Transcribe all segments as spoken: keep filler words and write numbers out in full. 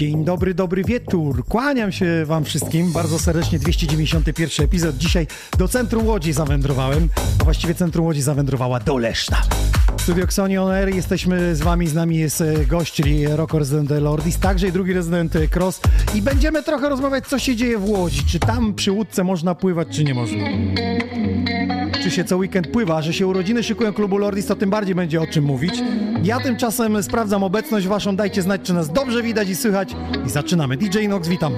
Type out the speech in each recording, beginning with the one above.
Dzień dobry, dobry wieczór. Kłaniam się wam wszystkim bardzo serdecznie. dwieście dziewięćdziesiąty pierwszy epizod. Dzisiaj do centrum Łodzi zawędrowałem, a właściwie centrum Łodzi zawędrowała do Leszna. Studio Xoni On Air, jesteśmy z wami, z nami jest gość, czyli Rocco rezydent Lordis, także i drugi rezydent Cross i będziemy trochę rozmawiać, co się dzieje w Łodzi. Czy tam przy łódce można pływać, czy nie można? Czy się co weekend pływa, że się urodziny szykują klubu Lordis, to tym bardziej będzie o czym mówić. Ja tymczasem sprawdzam obecność waszą, dajcie znać, czy nas dobrze widać i słychać. I zaczynamy. D J Nox, witam.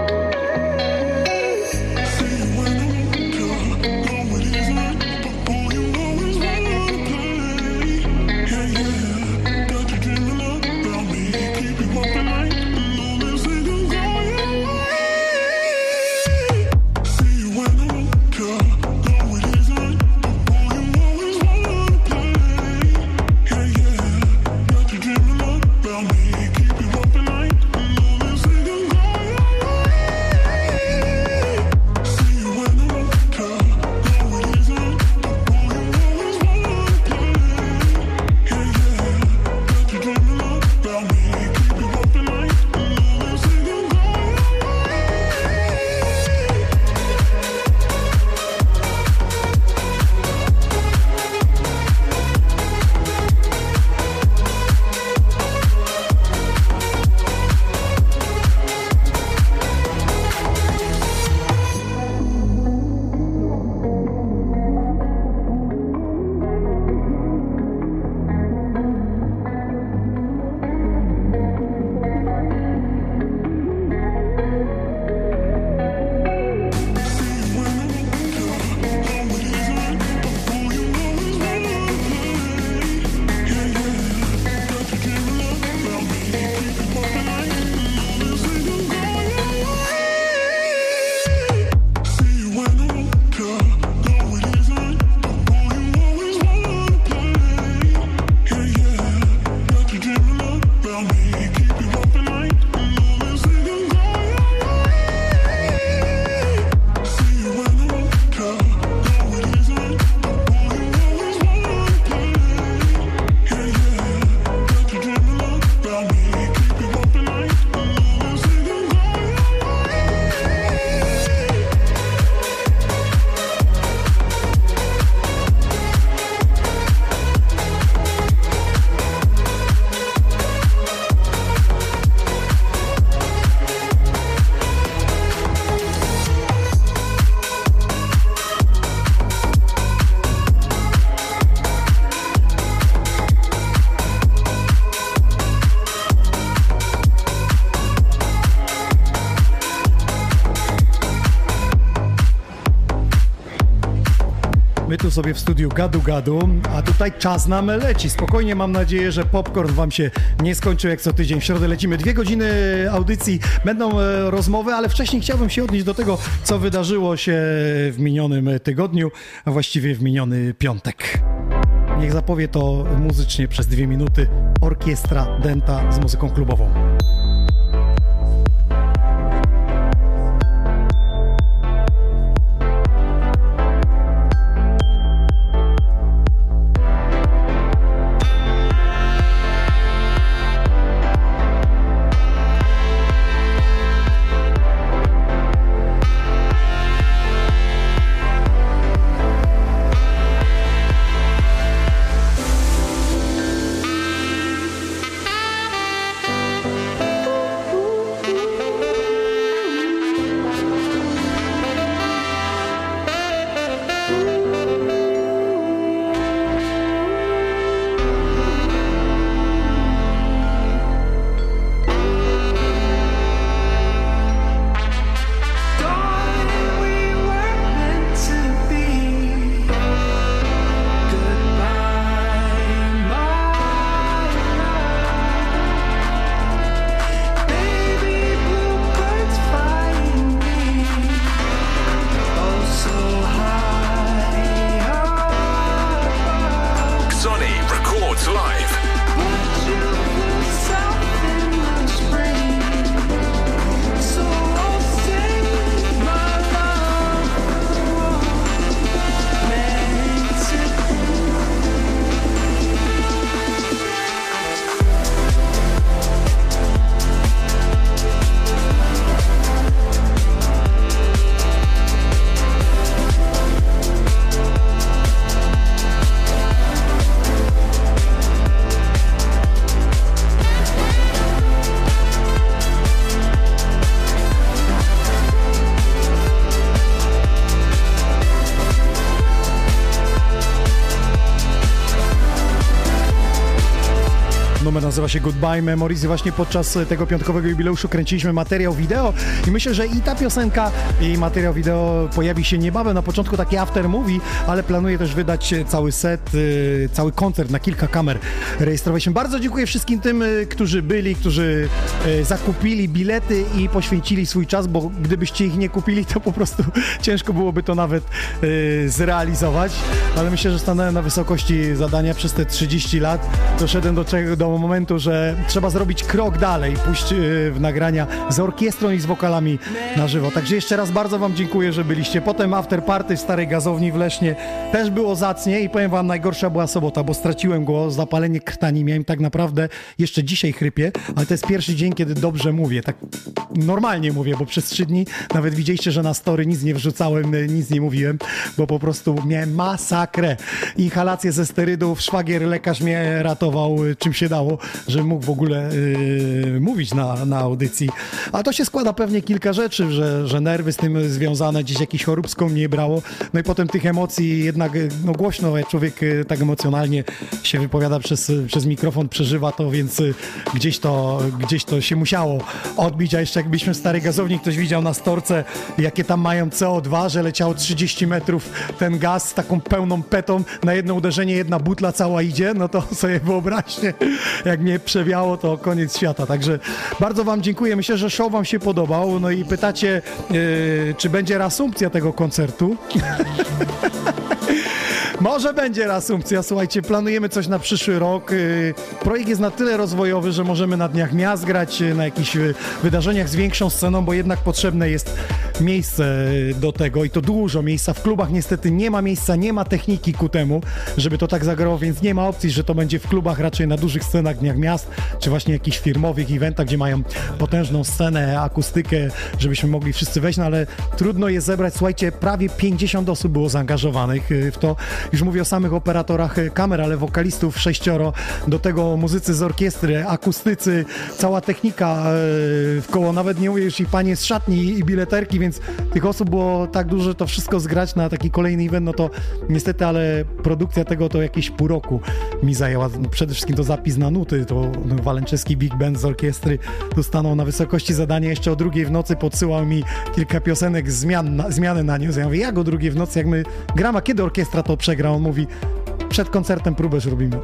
Tu sobie w studiu gadu gadu, a tutaj czas nam leci. Spokojnie, mam nadzieję, że popcorn wam się nie skończył jak co tydzień. W środę lecimy dwie godziny audycji, będą e, rozmowy, ale wcześniej chciałbym się odnieść do tego, co wydarzyło się w minionym tygodniu, a właściwie w miniony piątek. Niech zapowie to muzycznie przez dwie minuty Orkiestra Denta z muzyką klubową. Numer nazywa się Goodbye Memories i właśnie podczas tego piątkowego jubileuszu kręciliśmy materiał wideo i myślę, że i ta piosenka i materiał wideo pojawi się niebawem. Na początku taki after movie, ale planuję też wydać cały set, cały koncert na kilka kamer rejestrować. Bardzo dziękuję wszystkim tym, którzy byli, którzy zakupili bilety i poświęcili swój czas, bo gdybyście ich nie kupili, to po prostu ciężko byłoby to nawet zrealizować, ale myślę, że stanąłem na wysokości zadania przez te trzydzieści lat. Doszedłem do, do momentu, że trzeba zrobić krok dalej, pójść w nagrania z orkiestrą i z wokalami na żywo. Także jeszcze raz bardzo wam dziękuję, że byliście. Potem after party w Starej Gazowni w Lesznie też było zacnie i powiem wam, najgorsza była sobota, bo straciłem głos, zapalenie krtani miałem, tak naprawdę jeszcze dzisiaj chrypię, ale to jest pierwszy dzień, kiedy dobrze mówię, tak normalnie mówię, bo przez trzy dni nawet widzieliście, że na story nic nie wrzucałem, nic nie mówiłem, bo po prostu miałem masakrę. Inhalacje ze sterydów, szwagier lekarz mnie ratował czym się dało, że mógł w ogóle yy, mówić na, na audycji. A to się składa pewnie kilka rzeczy, że, że nerwy z tym związane, gdzieś jakiś choróbską mnie brało. No i potem tych emocji jednak no głośno, jak człowiek tak emocjonalnie się wypowiada przez, przez mikrofon, przeżywa to, więc gdzieś to, gdzieś to się musiało odbić. A jeszcze jakbyśmy w Starej Gazowni ktoś widział na storce, jakie tam mają C O dwa, że leciało trzydzieści metrów ten gaz z taką pełną petą, na jedno uderzenie jedna butla cała idzie, no to sobie wyobraźcie, jak mnie przewiało, to koniec świata. Także bardzo wam dziękuję. Myślę, że show wam się podobał. No i pytacie, yy, czy będzie reasumpcja tego koncertu? Może będzie reasumpcja, słuchajcie, planujemy coś na przyszły rok. Projekt jest na tyle rozwojowy, że możemy na Dniach Miast grać, na jakichś wydarzeniach z większą sceną, bo jednak potrzebne jest miejsce do tego i to dużo miejsca. W klubach niestety nie ma miejsca, nie ma techniki ku temu, żeby to tak zagrało, więc nie ma opcji, że to będzie w klubach, raczej na dużych scenach Dniach Miast, czy właśnie jakichś firmowych eventach, gdzie mają potężną scenę, akustykę, żebyśmy mogli wszyscy wejść, no ale trudno je zebrać. Słuchajcie, prawie pięćdziesiąt osób było zaangażowanych w to. Już mówię o samych operatorach kamer, ale wokalistów sześcioro, do tego muzycy z orkiestry, akustycy, cała technika w koło, nawet nie mówię już i panie z szatni i bileterki, więc tych osób było tak dużo, że to wszystko zgrać na taki kolejny event, no to niestety, ale produkcja tego to jakieś pół roku mi zajęła. Przede wszystkim to zapis na nuty, to no, Waleńczewski Big Band z orkiestry tu stanął na wysokości zadania, jeszcze o drugiej w nocy podsyłał mi kilka piosenek, zmian, na, zmiany na nie. Ja mówię, jak o drugiej w nocy, jak my gramy, a kiedy orkiestra to przegra? On mówi, przed koncertem próbę robimy.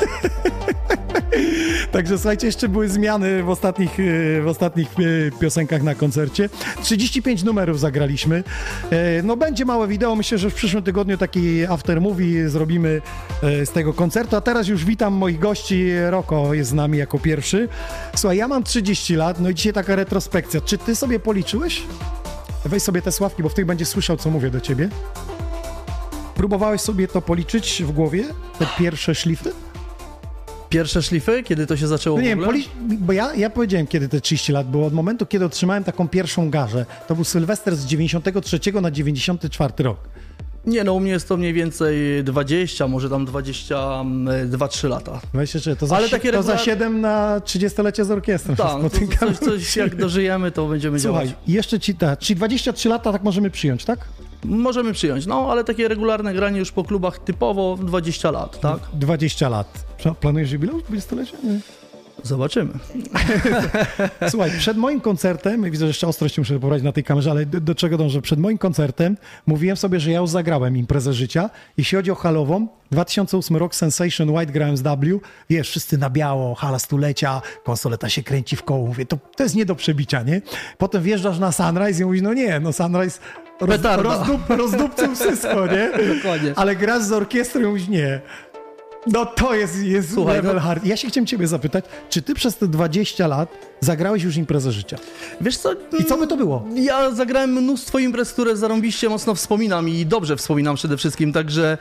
Także słuchajcie, jeszcze były zmiany w ostatnich, w ostatnich piosenkach na koncercie. trzydzieści pięć numerów zagraliśmy. No będzie małe wideo, myślę, że w przyszłym tygodniu taki after movie zrobimy z tego koncertu. A teraz już witam moich gości. Roko jest z nami jako pierwszy. Słuchaj, ja mam trzydzieści lat, no i dzisiaj taka retrospekcja. Czy ty sobie policzyłeś? Weź sobie te sławki, bo w tych będziesz słyszał, co mówię do ciebie. Próbowałeś sobie to policzyć w głowie? Te pierwsze szlify? Pierwsze szlify? Kiedy to się zaczęło? No nie w wiem, poli- bo ja, ja powiedziałem, kiedy te trzydzieści lat było. Od momentu, kiedy otrzymałem taką pierwszą garzę. To był Sylwester z dziewięćdziesiątego trzeciego na dziewięćdziesiąty czwarty rok. Nie, no u mnie jest to mniej więcej dwadzieścia, może tam dwadzieścia dwa trzy lata. dwadzieścia trzy, to za, Ale takie to regular... za siedem na trzydziestolecie z orkiestrą. Tak, no to coś, coś jak dożyjemy, to będziemy Słuchaj, działać. jeszcze ci tak, czyli dwadzieścia trzy lata tak możemy przyjąć, tak? Możemy przyjąć, no ale takie regularne granie już po klubach typowo dwadzieścia lat, tak? dwadzieścia lat. Planujesz jubileusz dwudziestolecia? Nie. Zobaczymy. Słuchaj, przed moim koncertem, widzę, że jeszcze ostrość muszę poprawić na tej kamerze, ale do, do czego dążę? Przed moim koncertem mówiłem sobie, że ja już zagrałem imprezę życia. Jeśli chodzi o halową, dwa tysiące ósmy rok, Sensation, White grałem z W, wiesz, wszyscy na biało, hala stulecia, konsoleta się kręci w koło, mówię, to, to jest nie do przebicia, nie? Potem wjeżdżasz na Sunrise i mówisz, no nie, no Sunrise roz, rozdup, rozdupcył wszystko, nie? Dokładnie. Ale grasz z orkiestrą i mówisz, nie. No to jest, jest Słuchaj, level no... hard. Ja się chciałem ciebie zapytać, czy ty przez te dwadzieścia lat zagrałeś już imprezę życia? Wiesz co? I co by to było? Ja zagrałem mnóstwo imprez, które zarąbiście mocno wspominam i dobrze wspominam przede wszystkim, także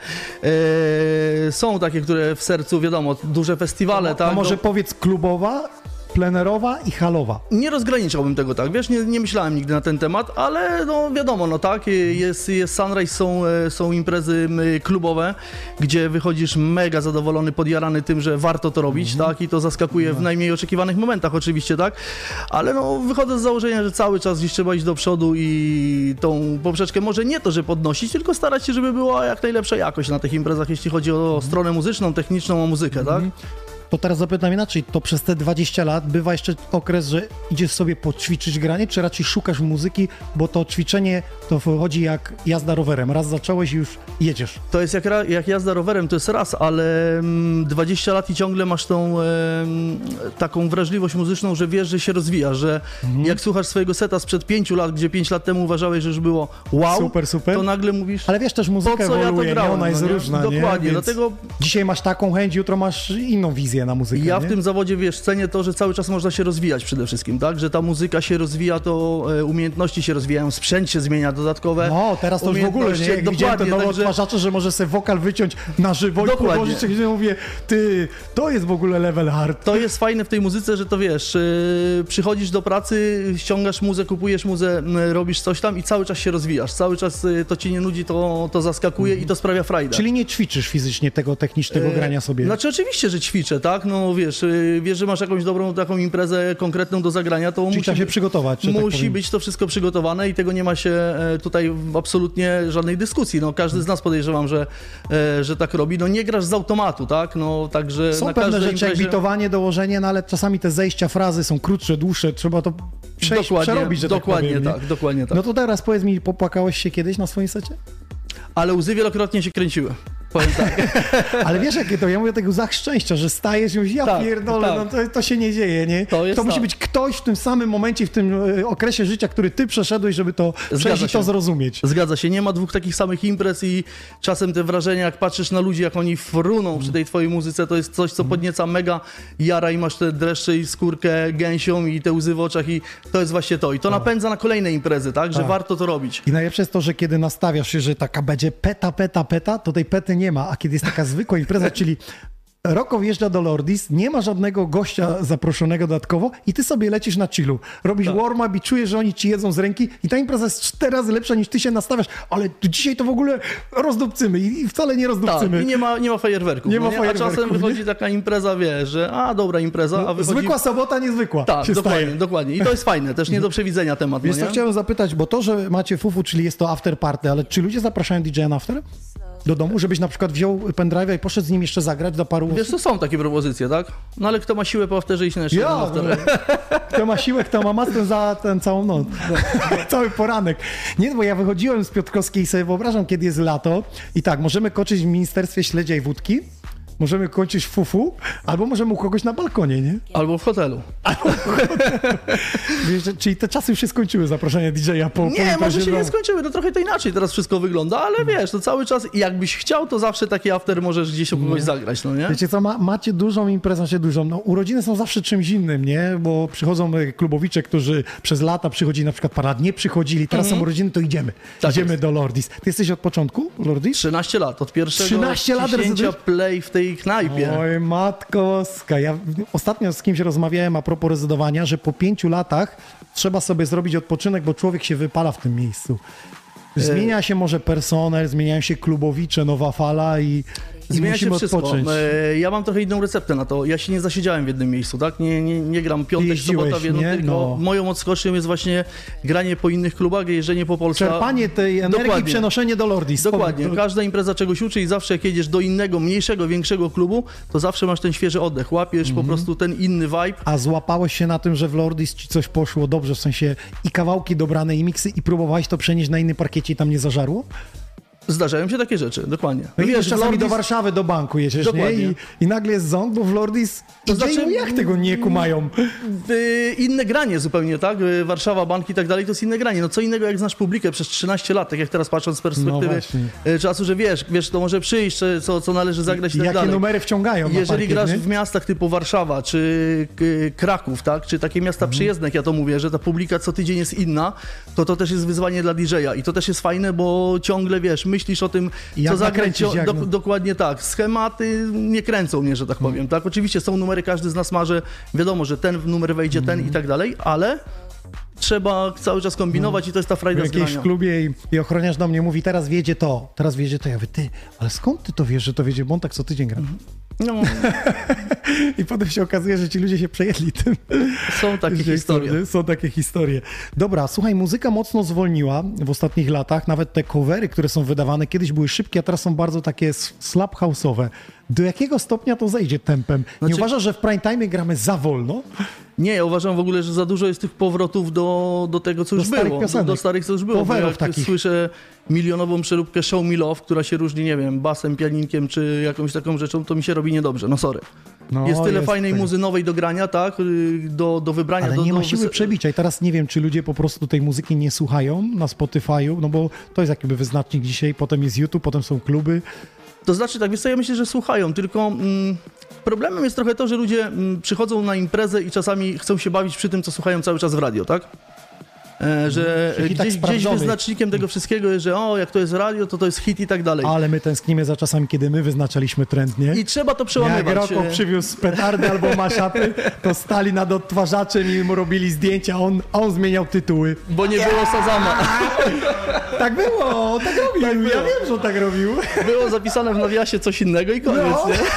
e, są takie, które w sercu, wiadomo, duże festiwale, A tak? może no, powiedz klubowa, plenerowa i halowa. Nie rozgraniczałbym tego tak, wiesz, nie, nie myślałem nigdy na ten temat, ale no wiadomo, no tak, jest, jest Sunrise, są, są imprezy klubowe, gdzie wychodzisz mega zadowolony, podjarany tym, że warto to robić, mm-hmm. tak, i to zaskakuje w najmniej oczekiwanych momentach oczywiście, tak, ale no wychodzę z założenia, że cały czas gdzieś trzeba iść do przodu i tą poprzeczkę może nie to, że podnosić, tylko starać się, żeby była jak najlepsza jakość na tych imprezach, jeśli chodzi o stronę muzyczną, techniczną, o muzykę, mm-hmm. tak. To teraz zapytam inaczej, to przez te dwadzieścia lat bywa jeszcze okres, że idziesz sobie poćwiczyć granie, czy raczej szukasz muzyki, bo to ćwiczenie to wychodzi jak jazda rowerem. Raz zacząłeś i już jedziesz. To jest jak, ra- jak jazda rowerem, to jest raz, ale mm, dwadzieścia lat i ciągle masz tą e, taką wrażliwość muzyczną, że wiesz, że się rozwija, że mhm. jak słuchasz swojego seta sprzed pięciu lat, gdzie pięć lat temu uważałeś, że już było wow, super, super. to nagle mówisz... Ale wiesz, też muzyka po co ewoluuje, ja to grałem, nie? Ona jest no nie? różna, Dokładnie, nie? dlatego... Dzisiaj masz taką chęć, jutro masz inną wizję na muzykę, Ja nie? w tym zawodzie, wiesz, cenię to, że cały czas można się rozwijać przede wszystkim, tak? Że ta muzyka się rozwija, to e, umiejętności się rozwijają, sprzęt się zmienia dodatkowe. No, teraz to już w ogóle, nie? Jak widziałem te nowe także... odtwarzacze, że może sobie wokal wyciąć na żywo i podłożyć, gdzie mówię, ty, to jest w ogóle level hard. To jest fajne w tej muzyce, że to wiesz, yy, przychodzisz do pracy, ściągasz muzę, kupujesz muzę, yy, robisz coś tam i cały czas się rozwijasz. Cały czas yy, to ci nie nudzi, to, to zaskakuje mm. i to sprawia frajdę. Czyli nie ćwiczysz fizycznie tego technicznego yy, grania sobie? Znaczy oczywiście, że ćwiczę, tak? No wiesz, yy, wiesz, że masz jakąś dobrą taką imprezę konkretną do zagrania, to Czyli musi, trzeba się przygotować. musi tak być to wszystko przygotowane i tego nie ma się tutaj absolutnie żadnej dyskusji. No każdy z nas podejrzewam, że, że tak robi. No nie grasz z automatu, tak? No także są na pewne rzeczy imprezie... jak bitowanie, dołożenie, no ale czasami te zejścia frazy są krótsze, dłuższe, trzeba to przejść, dokładnie, przerobić, że dokładnie tak powiem. tak, dokładnie tak. No to teraz powiedz mi, popłakałeś się kiedyś na swoim secie? Ale łzy wielokrotnie się kręciły. Powiem tak. Ale wiesz jakie to, ja mówię o tych łzach szczęścia, że stajesz i mówisz, ja tak, pierdolę, tak. no to, to się nie dzieje, nie? To, jest to musi tak. być ktoś w tym samym momencie, w tym okresie życia, który ty przeszedłeś, żeby to przejść i to zrozumieć. Zgadza się, nie ma dwóch takich samych imprez i czasem te wrażenia, jak patrzysz na ludzi, jak oni fruną mm. przy tej twojej muzyce, to jest coś, co podnieca mega jara i masz te dreszcze i skórkę gęsią i te łzy w oczach i to jest właśnie to. I to tak. napędza na kolejne imprezy, tak? Że tak. warto to robić. I najlepsze jest to, że kiedy nastawiasz się, że taka będzie peta, peta, peta, to tej pety nie ma, a kiedy jest taka zwykła impreza, czyli Rocco wjeżdża do Lordis, nie ma żadnego gościa zaproszonego dodatkowo i ty sobie lecisz na chillu. Robisz tak. warm-up i czujesz, że oni ci jedzą z ręki i ta impreza jest cztery razy lepsza niż ty się nastawiasz, ale dzisiaj to w ogóle rozdupcymy i wcale nie rozdupcymy. Tak, i nie ma, nie ma fajerwerków. Nie ma no nie? fajerwerków, a czasem wychodzi nie? taka impreza, wie, że a dobra impreza, a wychodzi... Zwykła sobota, niezwykła. Tak, się dokładnie, staje. dokładnie. I to jest fajne, też nie do przewidzenia temat. Wiesz no co, nie? chciałem zapytać, bo to, że macie fufu, czyli jest to after party, ale czy ludzie zapraszają D J na after? Do domu, żebyś na przykład wziął pendrive'a i poszedł z nim jeszcze zagrać do paru osób? Wiesz, to są takie propozycje, tak? No ale kto ma siłę po afterze iść na jeszcze ja, na after? No, kto ma siłę, kto ma masę za ten całą noc. Cały poranek. Nie, bo ja wychodziłem z Piotrkowskiej i sobie wyobrażam, kiedy jest lato i tak, możemy kończyć w Ministerstwie Śledzia i Wódki, możemy kończyć w fufu, albo możemy u kogoś na balkonie, nie? Albo w hotelu. Albo w hotelu. Wiesz, czyli te czasy już się skończyły, zaproszenia D J a po Nie, po może się nie skończyły, no trochę to inaczej teraz wszystko wygląda, ale wiesz, to cały czas, jakbyś chciał, to zawsze taki after możesz gdzieś u kogoś zagrać, no nie? Wiecie co, ma, macie dużą imprezę, macie dużą, no urodziny są zawsze czymś innym, nie? Bo przychodzą klubowicze, którzy przez lata przychodzili, na przykład parę lat nie przychodzili, teraz mm-hmm. są urodziny, to idziemy. Tak idziemy jest. do Lordis. Ty jesteś od początku Lordis? trzynaście lat, od pierwszego trzynaście lat play w tej knajpie. Oj, matko boska. Ja ostatnio z kimś rozmawiałem a propos rezydowania, że po pięciu latach trzeba sobie zrobić odpoczynek, bo człowiek się wypala w tym miejscu. Zmienia się może personel, zmieniają się klubowicze, nowa fala i, i Zmienia musimy się wszystko. odpocząć. Ja mam trochę inną receptę na to. Ja się nie zasiedziałem w jednym miejscu, tak? Nie, nie, nie gram piątek, Jeździłeś, sobota w jedną, nie? tylko No. moją odskocznią jest właśnie granie po innych klubach, jeżdżenie po Polsce. Czerpanie tej energii i Dokładnie. przenoszenie do Lordis. Dokładnie. To- Każda impreza czegoś uczy i zawsze jak jedziesz do innego, mniejszego, większego klubu, to zawsze masz ten świeży oddech. Łapiesz Mhm. po prostu ten inny vibe. A złapałeś się na tym, że w Lordis ci coś poszło dobrze, w sensie i kawałki dobrane, i miksy, i próbowałeś to przenieść na inny parkiecie i tam nie zażarło? Zdarzają się takie rzeczy, dokładnie. No i wiesz, czasami Lordis- do Warszawy, do banku jedziesz, nie? Dokładnie. I, I nagle jest ząg, bo w Lordis To to znaczy- znaczy, jak tego nie kumają? Y, inne granie zupełnie, tak? Y, Warszawa, banki i tak dalej, to jest inne granie. No co innego jak znasz publikę przez trzynaście lat, tak jak teraz patrząc z No perspektywy właśnie. y, czasu, że wiesz, wiesz, to może przyjść, czy co, co należy zagrać i I tak jakie dalej. numery wciągają na Jeżeli parkiet, grasz nie? w miastach typu Warszawa, czy y, Kraków, tak? Czy takie miasta Mhm. przyjezdne, jak ja to mówię, że ta publika co tydzień jest inna, to to też jest wyzwanie dla D J a i to też jest fajne, bo ciągle, wiesz, myślisz o tym, Jak co zagrać. nakręcić, jak Do, no. dokładnie tak. Schematy nie kręcą mnie, że tak powiem, Mhm. tak? Oczywiście są numery, każdy z nas marzy, wiadomo, że ten numer wejdzie, ten Mhm. i tak dalej, ale trzeba cały czas kombinować i to jest ta frajda z Jakieś w grania. klubie i, i ochroniarz do mnie mówi, teraz wiedzie to, teraz wiedzie to. Ja mówię, ty, ale skąd ty to wiesz, że to wiedzie, bo on tak co tydzień gra? No, I potem się okazuje, że ci ludzie się przejedli tym. Są takie historie. Są takie historie. Dobra, słuchaj, muzyka mocno zwolniła w ostatnich latach. Nawet te covery, które są wydawane, kiedyś były szybkie, a teraz są bardzo takie slap house'owe. Do jakiego stopnia to zejdzie tempem? Nie Znaczy... uważasz, że w prime time gramy za wolno? Nie, ja uważam w ogóle, że za dużo jest tych powrotów do, do tego, co do już było. Do, do starych, co już było. Bo jak takich. Słyszę milionową przeróbkę Show Me Love, która się różni, nie wiem, basem, pianinkiem czy jakąś taką rzeczą, to mi się robi niedobrze. No sorry. No, jest tyle jest fajnej tak. muzy nowej do grania, tak? Do, do wybrania. Ale do, nie ma do siły wys... przebicia. I teraz nie wiem, czy ludzie po prostu tej muzyki nie słuchają na Spotify'u, no bo to jest jakby wyznacznik dzisiaj, potem jest YouTube, potem są kluby. To znaczy tak, wiesz co, ja myślę, że słuchają, tylko mm, problemem jest trochę to, że ludzie mm, przychodzą na imprezę i czasami chcą się bawić przy tym, co słuchają cały czas w radio, tak? E, że gdzieś, gdzieś, tak gdzieś wyznacznikiem tego wszystkiego jest, że o, jak to jest radio, to to jest hit i tak dalej. Ale my tęsknimy za czasami, kiedy my wyznaczaliśmy trend, nie? I trzeba to przełamywać. Jak Roko przywiózł petardy albo maszapy, to stali nad odtwarzaczem i mu robili zdjęcia, a on, a on zmieniał tytuły. Bo nie było Sazama. Tak było, on tak robił, tak ja wiem, że on tak robił. Było zapisane w nawiasie coś innego i koniec, no. nie?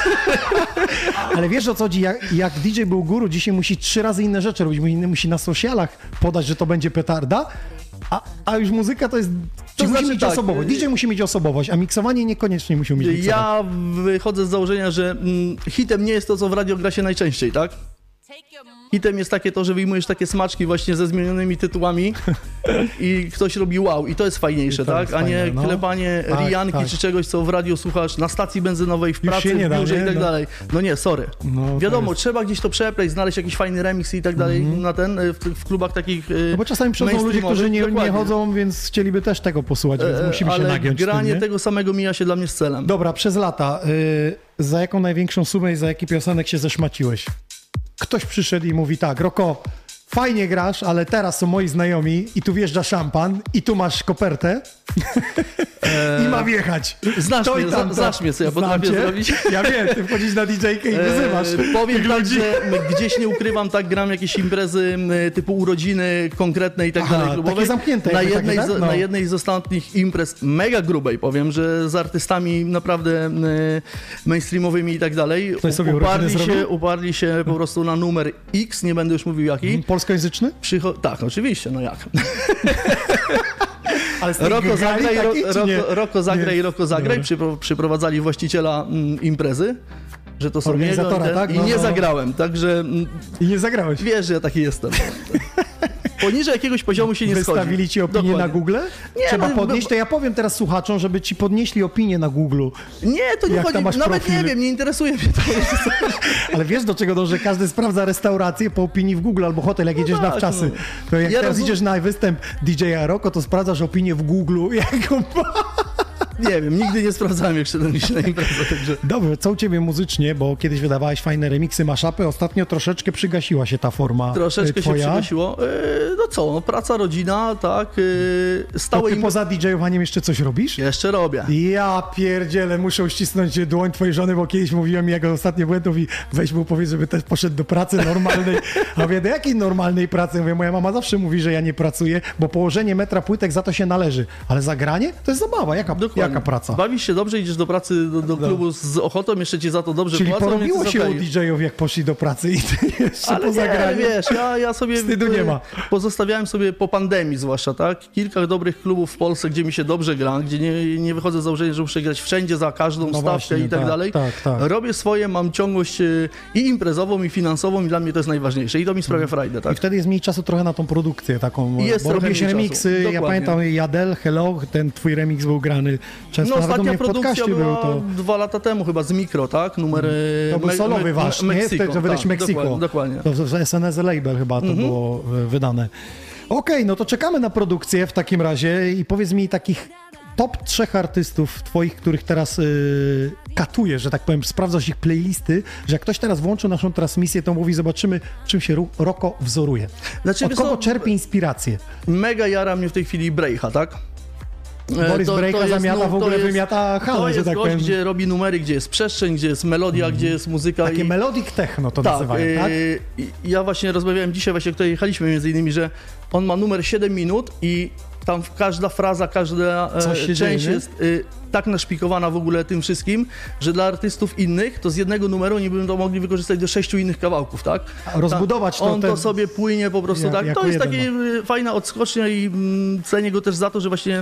Ale wiesz o co chodzi, jak, jak D J był guru, dzisiaj musi trzy razy inne rzeczy robić, musi na socialach podać, że to będzie petarda, a, a już muzyka to jest... To musi znaczy mieć tak, osobowość. D J musi mieć osobowość, a miksowanie niekoniecznie musi mieć miksowanie. Ja wychodzę z założenia, że mm, hitem nie jest to, co w radio gra się najczęściej, tak? Hitem jest takie to, że wyjmujesz takie smaczki właśnie ze zmienionymi tytułami i ktoś robi wow i to jest fajniejsze, to tak? Jest a fajne, nie no. klepanie tak, rijanki tak. czy czegoś, co w radio słuchasz na stacji benzynowej, w pracy, w biurze da, i tak no. dalej. No nie, sorry. No, wiadomo, jest... trzeba gdzieś to przepleść, znaleźć jakiś fajny remix i tak dalej mm-hmm. na ten, w, w klubach takich No bo czasami przychodzą ludzie, którzy nie, nie chodzą, więc chcieliby też tego posłuchać, więc musimy Ale się nagiąć. Ale granie tym, tego samego mija się dla mnie z celem. Dobra, przez lata, y, za jaką największą sumę i za jaki piosenek się zeszmaciłeś? Ktoś przyszedł i mówi tak, Roko, fajnie grasz, ale teraz są moi znajomi i tu wjeżdża szampan i tu masz kopertę eee, i mam jechać. Znasz to mnie, tam, znasz mnie, co ja potrafię cię. zrobić. Ja wiem, ty wchodzisz na D J-kę i wyzywasz. Eee, powiem tak, że gdzieś nie ukrywam, tak gram jakieś imprezy typu urodziny konkretne i tak Aha, dalej klubowe. Takie zamknięte. Na jednej, takie, tak? no. na jednej z ostatnich imprez, mega grubej powiem, że z artystami naprawdę e, mainstreamowymi i tak dalej, sobie uparli się, zrobił? uparli się po prostu na numer X, nie będę już mówił jaki. Polskojęzyczny? Przycho- tak, oczywiście, no jak. Ale Roko zagraj, taki, ro, roko, roko zagraj, nie. Roko zagraj. Przypro, przyprowadzali właściciela mm, imprezy, że to są jego ten, tak? no, i nie no. zagrałem, także... I nie zagrałeś? Wiesz, że ja taki jestem. Poniżej jakiegoś poziomu się nie schodzi. Wystawili ci opinię Dokładnie. na Google? Nie, Trzeba no, podnieść, to ja powiem teraz słuchaczom, żeby ci podnieśli opinię na Google. Nie, to nie Jak chodzi, nawet profil. nie wiem, nie interesuje mnie to. Ale wiesz do czego dąży? Każdy sprawdza restaurację po opinii w Google albo hotel, jak no jedziesz tak, na wczasy. No. To jak ja teraz rozum... idziesz na występ D J Roko, to sprawdzasz opinię w Google. Jaką... Nie wiem, nigdy nie sprawdzałem, jak szedłem się na imprezę, także... Dobrze, co u ciebie muzycznie, bo kiedyś wydawałeś fajne remiksy, maszapy, ostatnio troszeczkę przygasiła się ta forma Troszeczkę twoja. się przygasiło. Yy, no co, praca, rodzina, tak, yy, stałe... To ty im... poza D J-owaniem jeszcze coś robisz? Jeszcze robię. Ja pierdzielę, muszę ścisnąć dłoń twojej żony, bo kiedyś mówiłem, jak ostatnio byłem, to mówi, weź mu powiedz, żeby też poszedł do pracy normalnej. A mówię, do jakiej normalnej pracy? Mówię, moja mama zawsze mówi, że ja nie pracuję, bo położenie metra płytek za to się należy. Ale zagranie? To jest zabawa. Jaka, jaka praca? Bawisz się dobrze, idziesz do pracy, do, do klubu z ochotą, jeszcze ci za to dobrze Czyli płacą. Czyli porobiło się u D J-ów, jak poszli do pracy i ty jeszcze ale po zagraniu. wiesz, ja, ja sobie... Wstydu nie ma. Pozostawiałem sobie po pandemii zwłaszcza, tak? Kilka dobrych klubów w Polsce, gdzie mi się dobrze gra, gdzie nie, nie wychodzę z założenia, że muszę grać wszędzie za każdą no stawkę właśnie, i tak, tak dalej. Tak, tak. Robię swoje, mam ciągłość i imprezową, i finansową i dla mnie to jest najważniejsze i to mi sprawia frajdę, tak? I wtedy jest mniej czasu trochę na tą produkcję taką, jest bo robię się remiksy, ja pamiętam Jadel, Hello, ten twój remix był grany często, no, nawet u mnie w podcaście był to... dwa lata temu chyba z Mikro, tak? Numer... To był solowy me, wasz, me, nie? Wtedy, to wydać tak, Mexico. Dokładnie. dokładnie. To w S N S Label chyba to mm-hmm. było wydane. Okej, okay, no to czekamy na produkcję w takim razie i powiedz mi takich top trzech artystów twoich, których teraz yy, katujesz, że tak powiem, sprawdzasz ich playlisty, że jak ktoś teraz włączy naszą transmisję, to mówi, zobaczymy, czym się Roko wzoruje. Znaczy, Od kogo czerpie inspirację? Mega jara mnie w tej chwili Brejcha, tak? Boris to, Brejcha to zamiata jest, w ogóle, jest, wymiata halę, że tak gość, powiem. Gdzie robi numery, gdzie jest przestrzeń, gdzie jest melodia, mm. gdzie jest muzyka. Takie i... melodic techno to tak, nazywają, tak? Yy, ja właśnie rozmawiałem dzisiaj, właśnie tutaj jechaliśmy między innymi, że on ma numer siedem minut i tam każda fraza, każda e, Coś się część dzieje, jest y, tak naszpikowana w ogóle tym wszystkim, że dla artystów innych to z jednego numeru oni by to mogli wykorzystać do sześciu innych kawałków, tak? A rozbudować Ta, to On ten... to sobie płynie po prostu Ja- tak. jako To jest jeden, taka fajna odskocznia i mm, cenię go też za to, że właśnie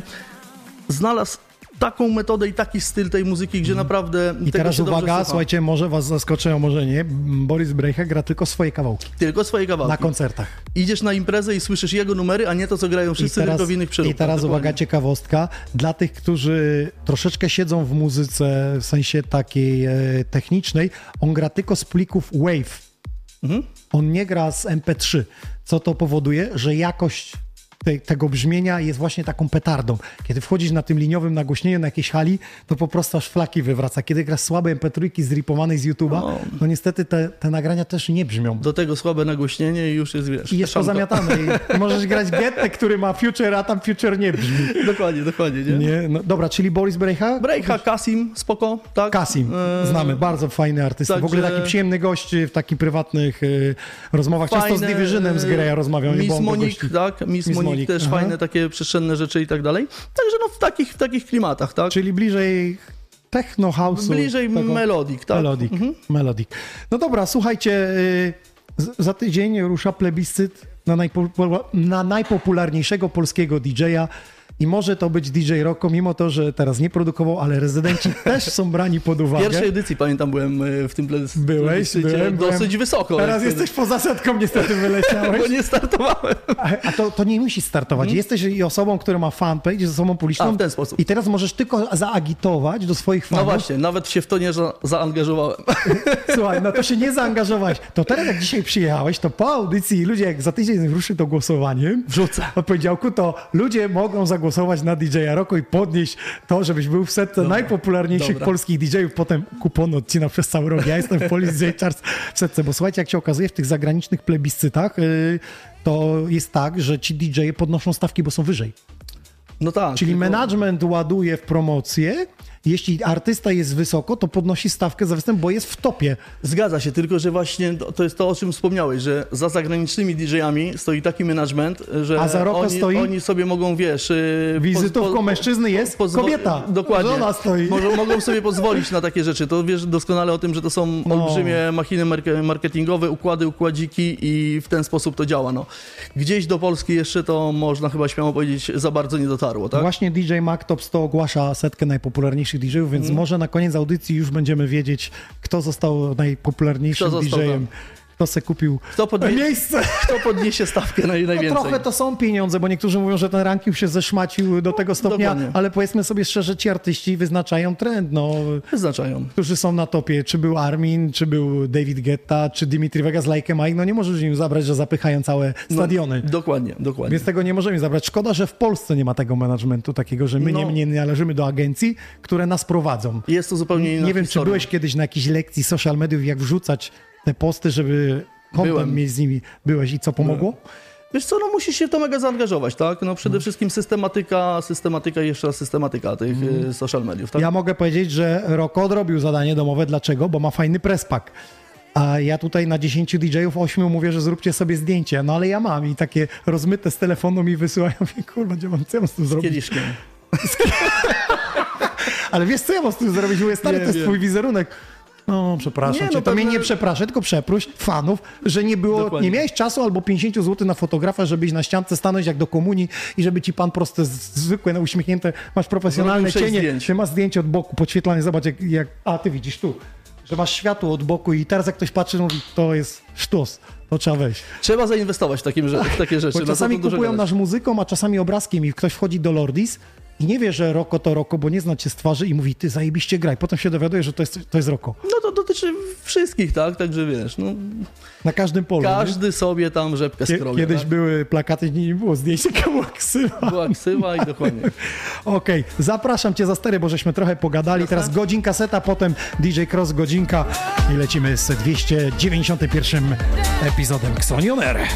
znalazł taką metodę i taki styl tej muzyki, gdzie naprawdę I tego teraz się dobrze uwaga, słucha. słuchajcie, może was zaskoczę, a może nie. Boris Brejcha gra tylko swoje kawałki Tylko swoje kawałki. na koncertach. Idziesz na imprezę i słyszysz jego numery, a nie to, co grają wszyscy, tylko w innych I przeróbkach. teraz Dokładnie. uwaga, ciekawostka. Dla tych, którzy troszeczkę siedzą w muzyce w sensie takiej e, technicznej, on gra tylko z plików WAV. Mhm. On nie gra z em pe trzy, co to powoduje, że jakość te, tego brzmienia jest właśnie taką petardą. Kiedy wchodzisz na tym liniowym nagłośnieniu na jakiejś hali, to po prostu aż flaki wywraca. Kiedy grasz słabe em pe trzy zripowanej z YouTube'a, No. no niestety te, te nagrania też nie brzmią. Do tego słabe nagłośnienie i już jest, wiesz, I jest szamka. pozamiatane. I możesz grać Getę, który ma Future, a tam Future nie brzmi. Dokładnie, dokładnie, nie? Nie? No, dobra, czyli Boris Brejcha? Brejcha, Kasim, spoko, tak? Kasim, E, znamy, bardzo fajny artysta. W ogóle także- taki przyjemny gość w takich prywatnych y, rozmowach. Często z fajne, Divisionem z Greja rozmawiał. nie, bo Miss on go Monique, gości. tak? Miss, Miss Monique, Monique, też aha. fajne takie przestrzenne rzeczy i tak dalej. Także no w takich, w takich klimatach, tak? Czyli bliżej techno house'u. Bliżej tego- melodic, tak? Melodic, Mhm. melodic. No dobra, słuchajcie, y, z- za tydzień rusza plebiscyt na, najpo, na najpopularniejszego polskiego didżeja. I może to być D J Rocco, mimo to, że teraz nie produkował, ale rezydenci też są brani pod W uwagę. pierwszej edycji, pamiętam, byłem y, w tym plebiscycie. Byłeś, plebiscycie byłem, byłem. dosyć wysoko. Teraz jak jesteś poza setką, niestety wyleciałeś. Bo nie startowałem. A, a to, to nie musi startować. Jesteś osobą, która ma fanpage, jest osobą publiczną. Hmm? A, w ten sposób. I teraz możesz tylko zaagitować do swoich No fanów. właśnie, nawet się w to nie za zaangażowałem. Słuchaj, no to się nie zaangażowałeś. To teraz jak dzisiaj przyjechałeś, to po audycji ludzie jak za tydzień ruszy to głosowanie, Wrzucę. od poniedziałku, to ludzie mogą zagłosować na D J Rocco i podnieść to, żebyś był w setce Dobra, najpopularniejszych dobra. polskich D J-ów. Potem kupon odcina przez cały rok. Ja jestem w Police D J Charts w setce, bo słuchajcie, jak się okazuje w tych zagranicznych plebiscytach, yy, to jest tak, że ci D J-e podnoszą stawki, bo są wyżej. No tak. Czyli tylko- management ładuje w promocję. Jeśli artysta jest wysoko, to podnosi stawkę za występ, bo jest w topie. Zgadza się, tylko że właśnie to, to jest to, o czym wspomniałeś, że za zagranicznymi D J-ami stoi taki management, że A za Rocco oni, stoi? oni sobie mogą, wiesz... yy, Wizytówką poz- po- mężczyzny jest pozwo- kobieta. Dokładnie. Żona stoi. Mogą, mogą sobie pozwolić na takie rzeczy. To wiesz doskonale o tym, że to są No. olbrzymie machiny marke- marketingowe, układy, układziki i w ten sposób to działa. No. Gdzieś do Polski jeszcze to można chyba śmiało powiedzieć za bardzo nie dotarło, tak? Właśnie D J Mac Top sto ogłasza setkę najpopularniejszych D J-ów, więc Mhm. może na koniec audycji już będziemy wiedzieć, kto został najpopularniejszym Kto został D J-em. Kto se kupił Kto, podnie- miejsce. kto podniesie stawkę naj- No najwięcej? trochę to są pieniądze, bo niektórzy mówią, że ten ranking się zeszmacił do tego stopnia, dokładnie. ale powiedzmy sobie szczerze, ci artyści wyznaczają trend. No, Wyznaczają. którzy są na topie, czy był Armin, czy był David Guetta, czy Dimitri Vegas, Like Mike, no nie możesz im zabrać, że zapychają całe stadiony. No, dokładnie, dokładnie. Więc tego nie możemy zabrać. Szkoda, że w Polsce nie ma tego managementu takiego, że my No. nie, nie należymy do agencji, które nas prowadzą. Jest to zupełnie inna Nie wiem, czy historia. byłeś kiedyś na jakiejś lekcji social mediów, jak wrzucać te posty, żeby kontem Byłem. mieć z nimi. Byłeś i co pomogło? Wiesz co, no musisz się w to mega zaangażować, tak? No przede wszystkim systematyka, systematyka i jeszcze raz systematyka tych y, social mediów, tak? Ja mogę powiedzieć, że Rocco odrobił zadanie domowe. Dlaczego? Bo ma fajny presspack. A ja tutaj na dziesięciu D J-ów, ośmiu mówię, że zróbcie sobie zdjęcie. No ale ja mam i takie rozmyte z telefonu mi wysyłają. Mówię, kurwa, gdzie mam, co ja mam z tym zrobić? Kieliszkiem. Ale wiesz, co ja mam z tym zrobić? Mówię, stary, Nie to jest wiem. twój wizerunek. No, przepraszam Nie, cię, no to mnie pewne- nie przepraszaj, tylko przeproś fanów, że nie było, Dokładnie. nie miałeś czasu albo pięćdziesiąt złotych na fotografa, żeby iść na ściance stanąć jak do komunii i żeby ci pan proste, z- zwykłe, no, uśmiechnięte, masz profesjonalne Zrobił sześć cienie, zdjęć. ty masz zdjęcie od boku, podświetlanie, zobacz jak, jak, a ty widzisz tu, że masz światło od boku i teraz jak ktoś patrzy, mówi, to jest sztos, to trzeba wejść. Trzeba zainwestować w, takim, rze- w takie rzeczy. Bo No, czasami to dużo kupują gadać. nasz muzyką, a czasami obrazkiem i ktoś wchodzi do Lordis i nie wie, że Rocco to Rocco, bo nie zna cię z twarzy i mówi, ty zajebiście graj. Potem się dowiaduje, że to jest, to jest Rocco. No to dotyczy wszystkich, tak? Także wiesz, no, Na każdym polu. nie? każdy sobie tam rzepkę Kie- skrobie. Kiedyś tak? były plakaty, nie było zdjęć, tylko była ksywa. Była ksywa i dokładnie. Okej, zapraszam cię za stery, bo żeśmy trochę pogadali. Jasne. Teraz godzinka seta, potem D J Cross godzinka i lecimy z dwieście dziewięćdziesiątym pierwszym epizodem Xoni On Air.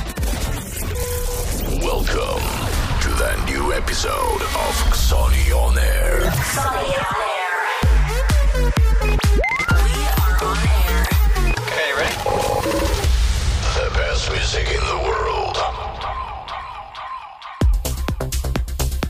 Welcome to the new episode of Xoni On Air. Xoni On Air. We are on air. Okay, ready? The best music in the world.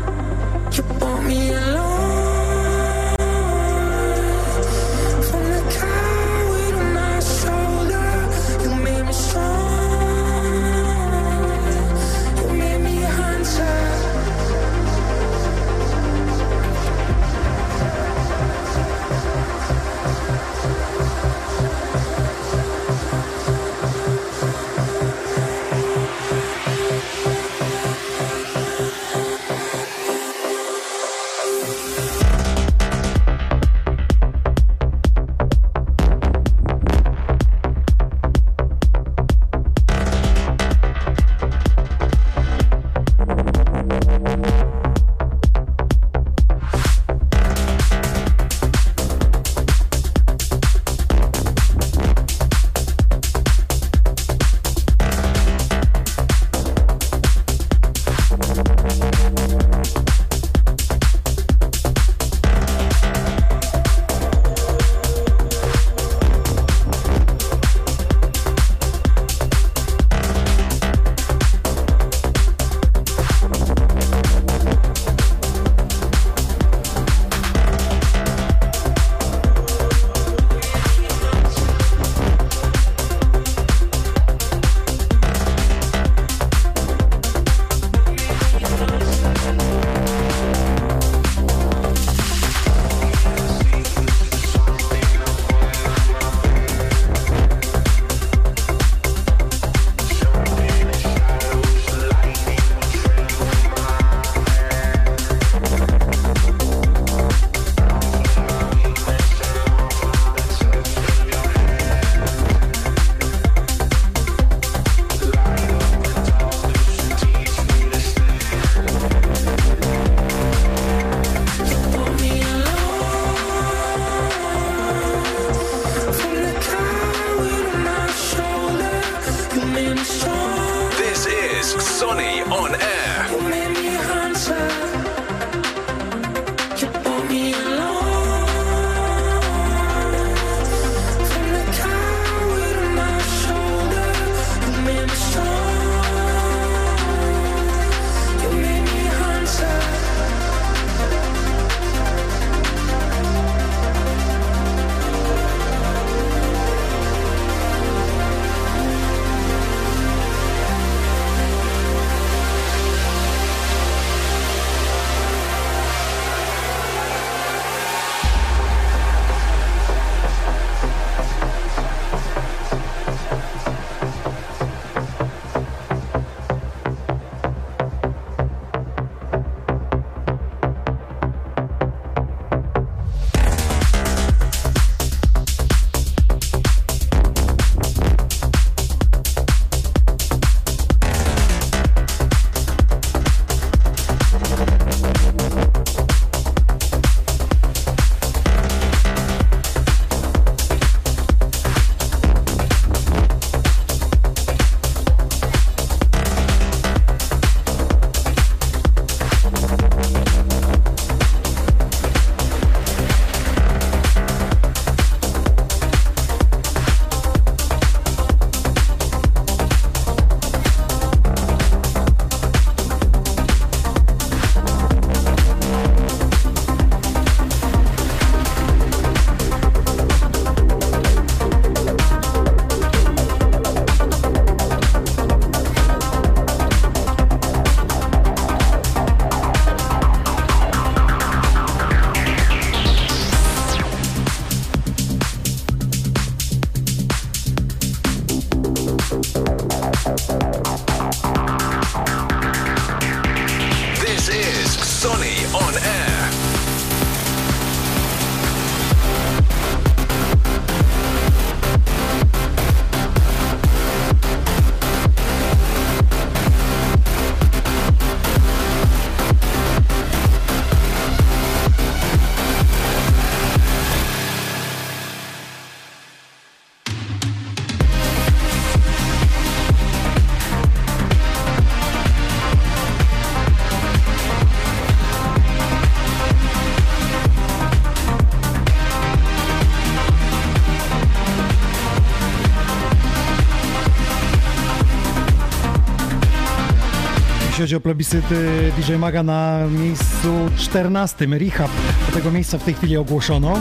jeśli chodzi o plebiscyt y, D J Maga na miejscu czternastym. Rehab. Do tego miejsca w tej chwili ogłoszono.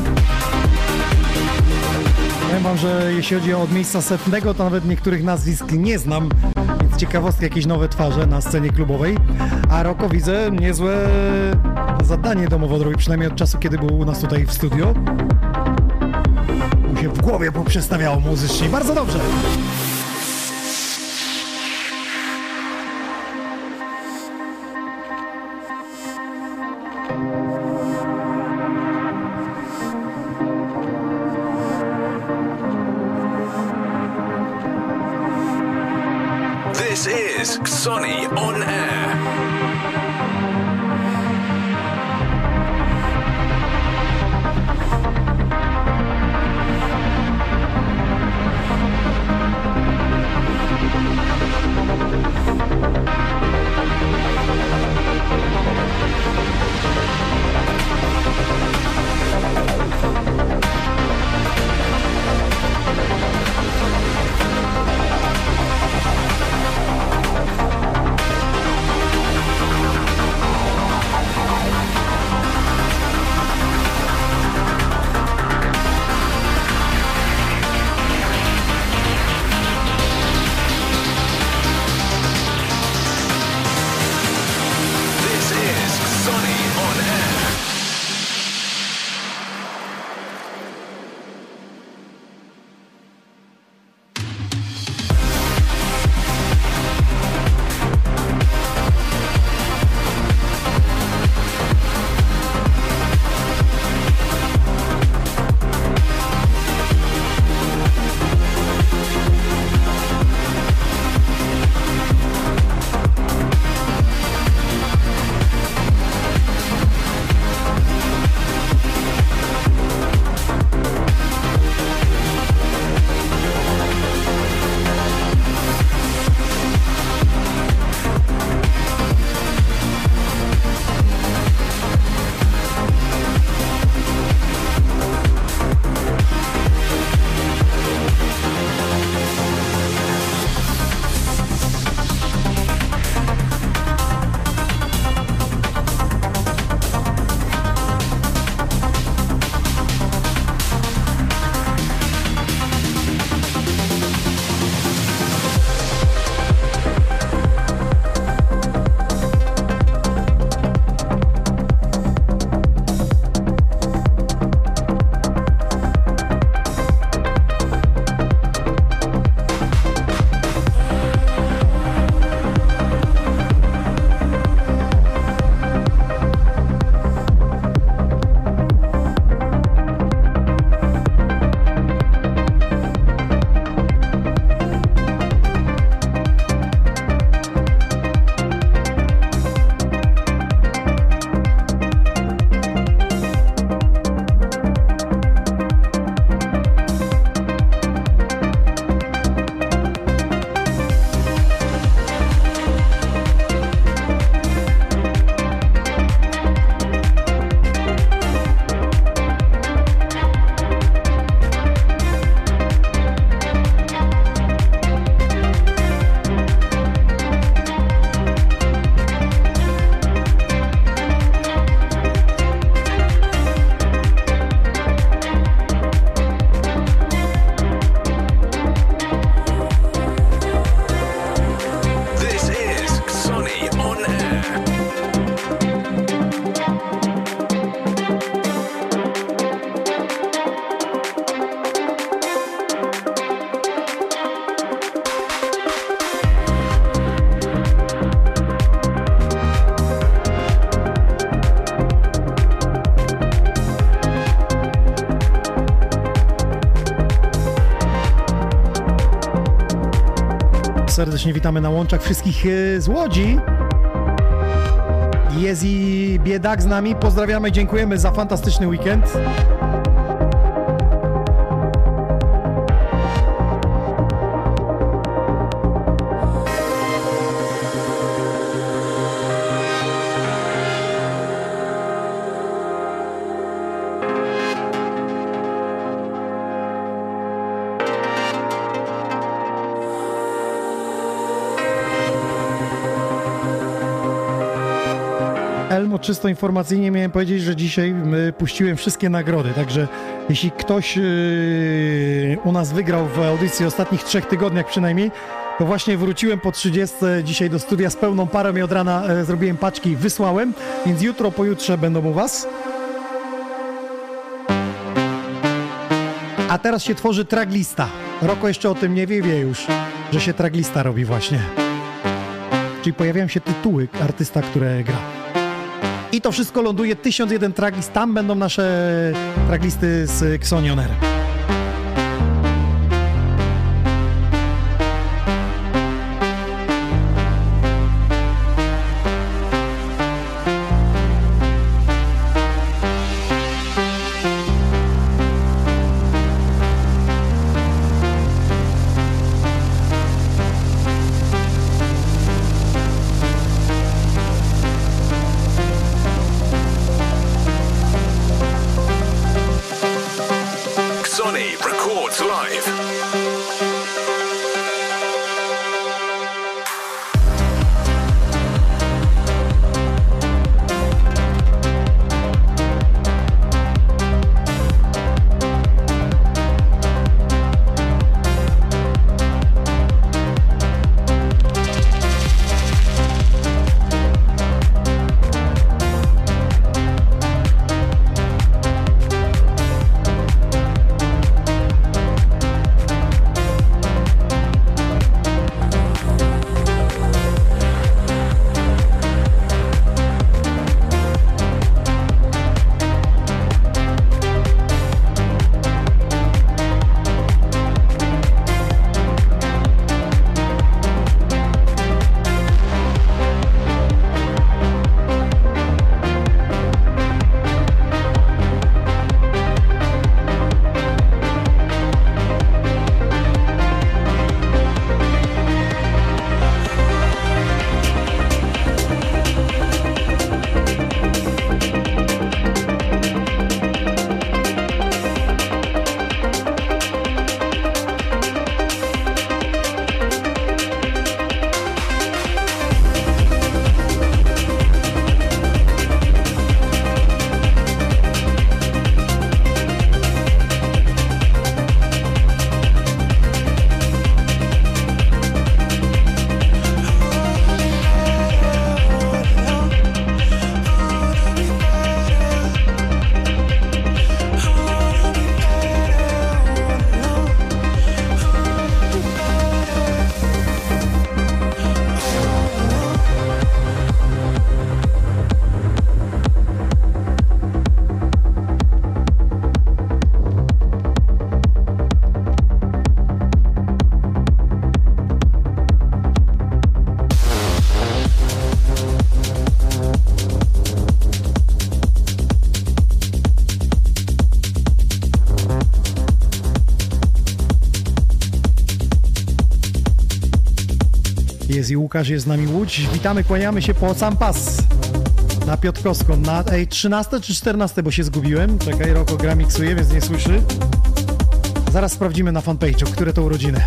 Powiem wam, że jeśli chodzi o od miejsca setnego, to nawet niektórych nazwisk nie znam, więc ciekawostki, jakieś nowe twarze na scenie klubowej. A Roko, widzę, niezłe zadanie domowe odrobił, przynajmniej od czasu, kiedy był u nas tutaj w studio. Mu się w głowie poprzestawiało muzycznie. Bardzo dobrze. This is Xoni on Air. serdecznie witamy na łączach wszystkich z Łodzi. Jest i biedak z nami. Pozdrawiamy, dziękujemy za fantastyczny weekend. czysto informacyjnie miałem powiedzieć, że dzisiaj y, puściłem wszystkie nagrody, także jeśli ktoś y, u nas wygrał w audycji ostatnich trzech tygodniach przynajmniej, to właśnie wróciłem po trzydziestce dzisiaj do studia z pełną parą i od rana y, zrobiłem paczki i wysłałem, więc jutro, pojutrze będą u was. A teraz się tworzy tracklista. Roko jeszcze o tym nie wie, wie już, że się tracklista robi właśnie. Czyli pojawiają się tytuły artysta, które gra. I to wszystko ląduje tysiąc jeden tracklist. Tam będą nasze tracklisty z Xoni On Air. Jest i Łukasz, jest z nami Łódź. Witamy, kłaniamy się po sam pas na Piotrkowską. Na ej, trzynaste czy czternaste, bo się zgubiłem. Czekaj, Roko gra miksuje, więc nie słyszy. Zaraz sprawdzimy na fanpage'u, które to urodziny.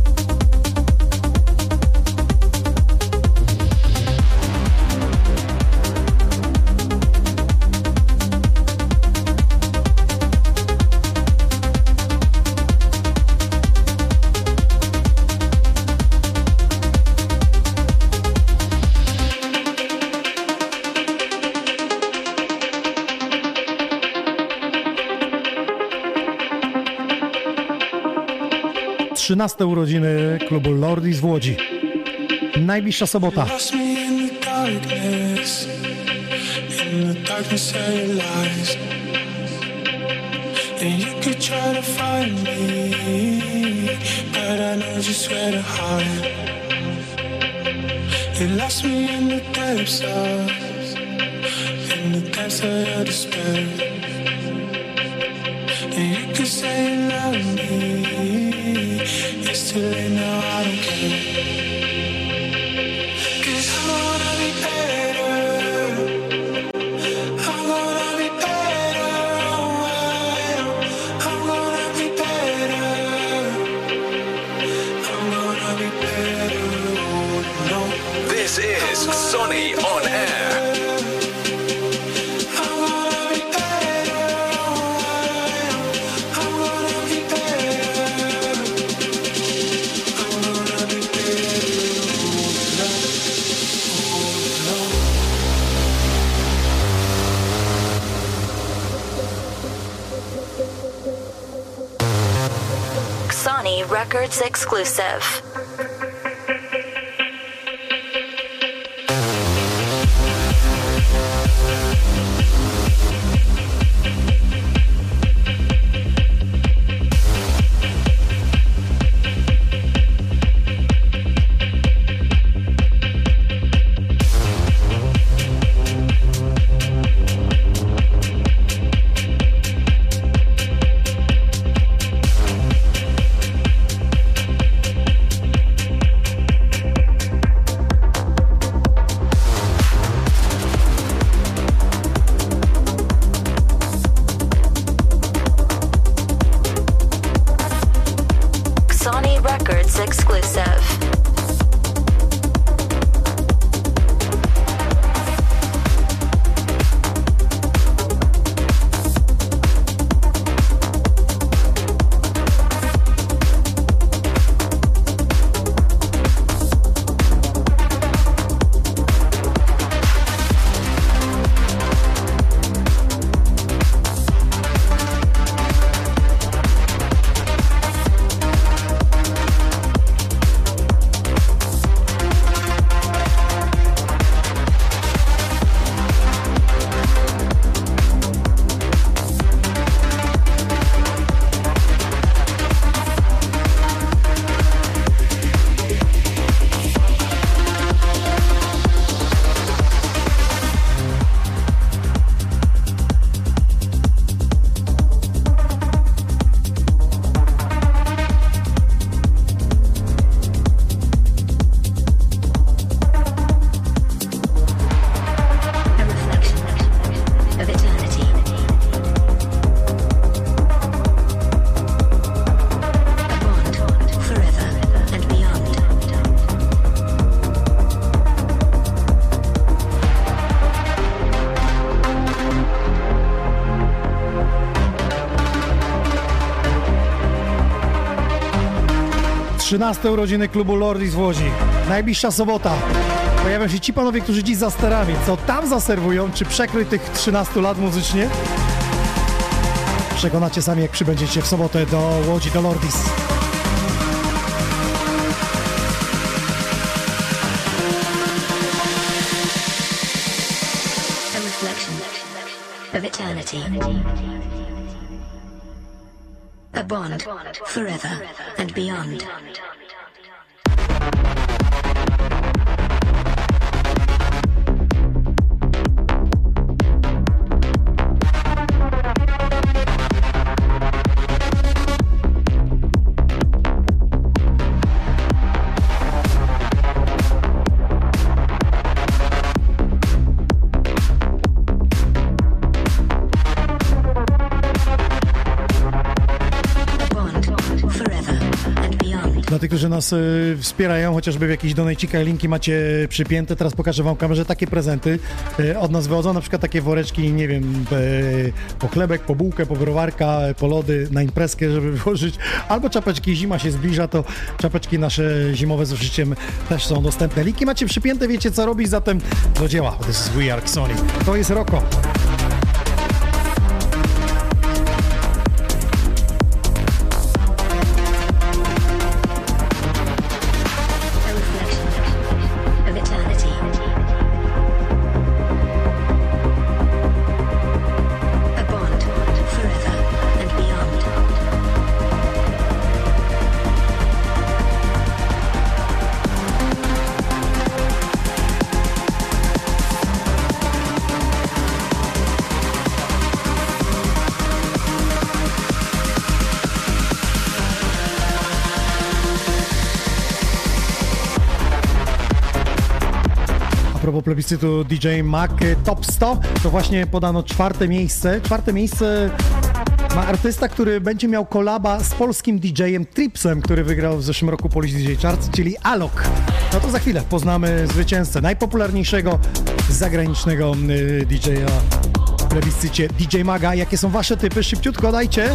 trzynaste urodziny klubu Lordi z Łodzi. Najbliższa sobota. It's too late now, I don't care. 'Cause I'm gonna be better. I'm gonna be better. I'm gonna be better. I'm gonna be better. No. This is Xoni On Air. Sony Records exclusive. Sony Records exclusive. trzynaste urodziny klubu Lordis w Łodzi. Najbliższa sobota. Pojawią się ci panowie, którzy dziś za sterami. Co tam zaserwują? Czy przekrój tych trzynastu lat muzycznie? Przekonacie sami, jak przybędziecie w sobotę do Łodzi, do Lordis. A reflection of eternity. A bond forever and beyond. Dla tych, którzy nas y, wspierają, chociażby w jakichś donajcikach, linki macie przypięte. Teraz pokażę wam kamerze takie prezenty y, od nas wychodzą, na przykład takie woreczki, nie wiem, y, po chlebek, po bułkę, po browarka, po lody na imprezkę, żeby włożyć, albo czapeczki, zima się zbliża, to czapeczki nasze zimowe z uszyciem też są dostępne. Linki macie przypięte, wiecie co robić, zatem do dzieła. This is We Are Sony. To jest Roko. A propos plebiscytu D J Mag Top sto, to właśnie podano czwarte miejsce. Czwarte miejsce ma artysta, który będzie miał kolaba z polskim D J-em Tripsem, który wygrał w zeszłym roku Polish D J Charts, czyli Alok. No to za chwilę poznamy zwycięzcę najpopularniejszego zagranicznego D J-a w plebiscycie D J Maga. Jakie są wasze typy? Szybciutko dajcie.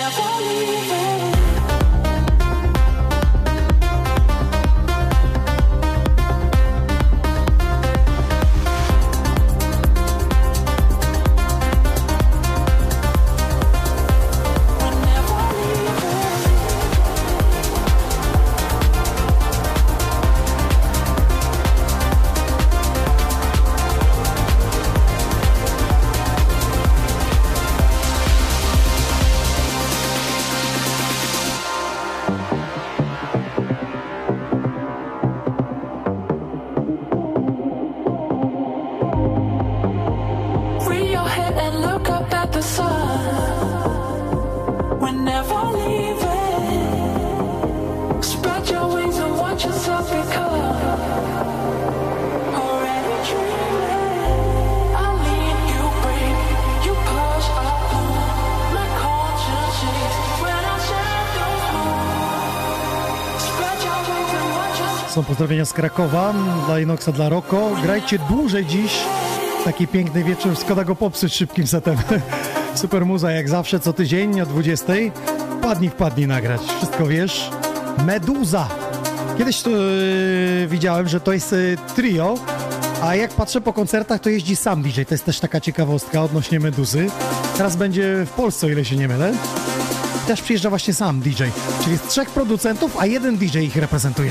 Są pozdrowienia z Krakowa dla Inoxa, dla Roko. Grajcie dłużej dziś. Taki piękny wieczór. Szkoda go popsuć szybkim setem. Super muza jak zawsze, co tydzień o dwudziestej. Wpadnij, wpadnij nagrać. Wszystko wiesz. Meduza. Kiedyś to, yy, widziałem, że to jest yy, trio, a jak patrzę po koncertach, to jeździ sam D J. To jest też taka ciekawostka odnośnie Meduzy. Teraz będzie w Polsce, o ile się nie mylę. Też przyjeżdża właśnie sam D J. Czyli jest trzech producentów, a jeden D J ich reprezentuje.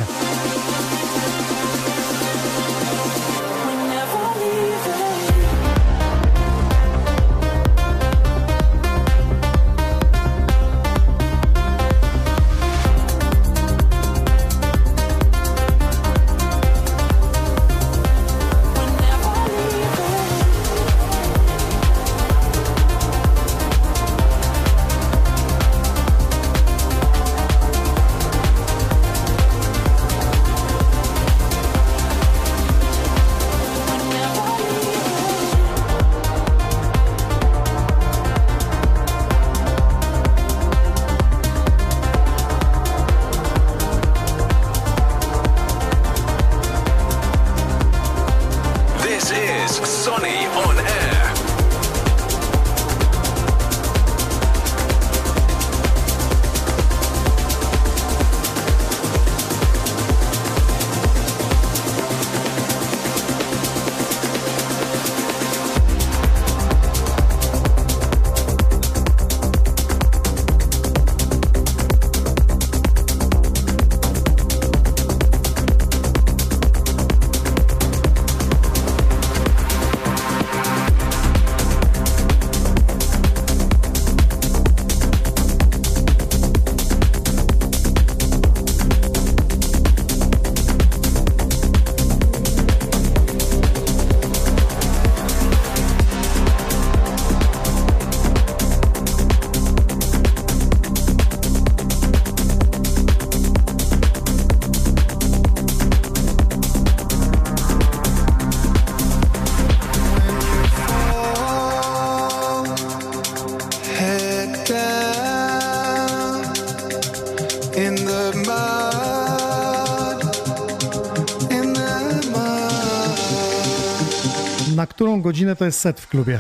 Na którą godzinę to jest set w klubie?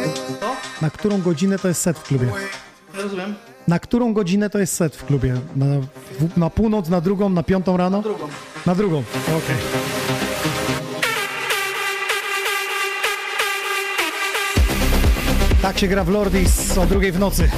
Na którą godzinę to jest set w klubie? Nie rozumiem. Na którą godzinę to jest set w klubie? Na, w, na północ, na drugą, na piątą rano? Na drugą. Na drugą, okej. Okay. Tak się gra w Lordis o drugiej w nocy.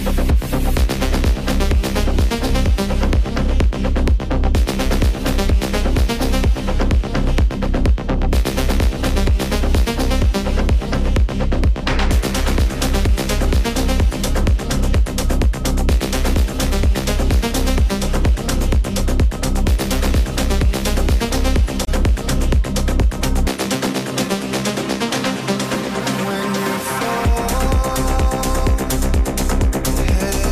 When you fall,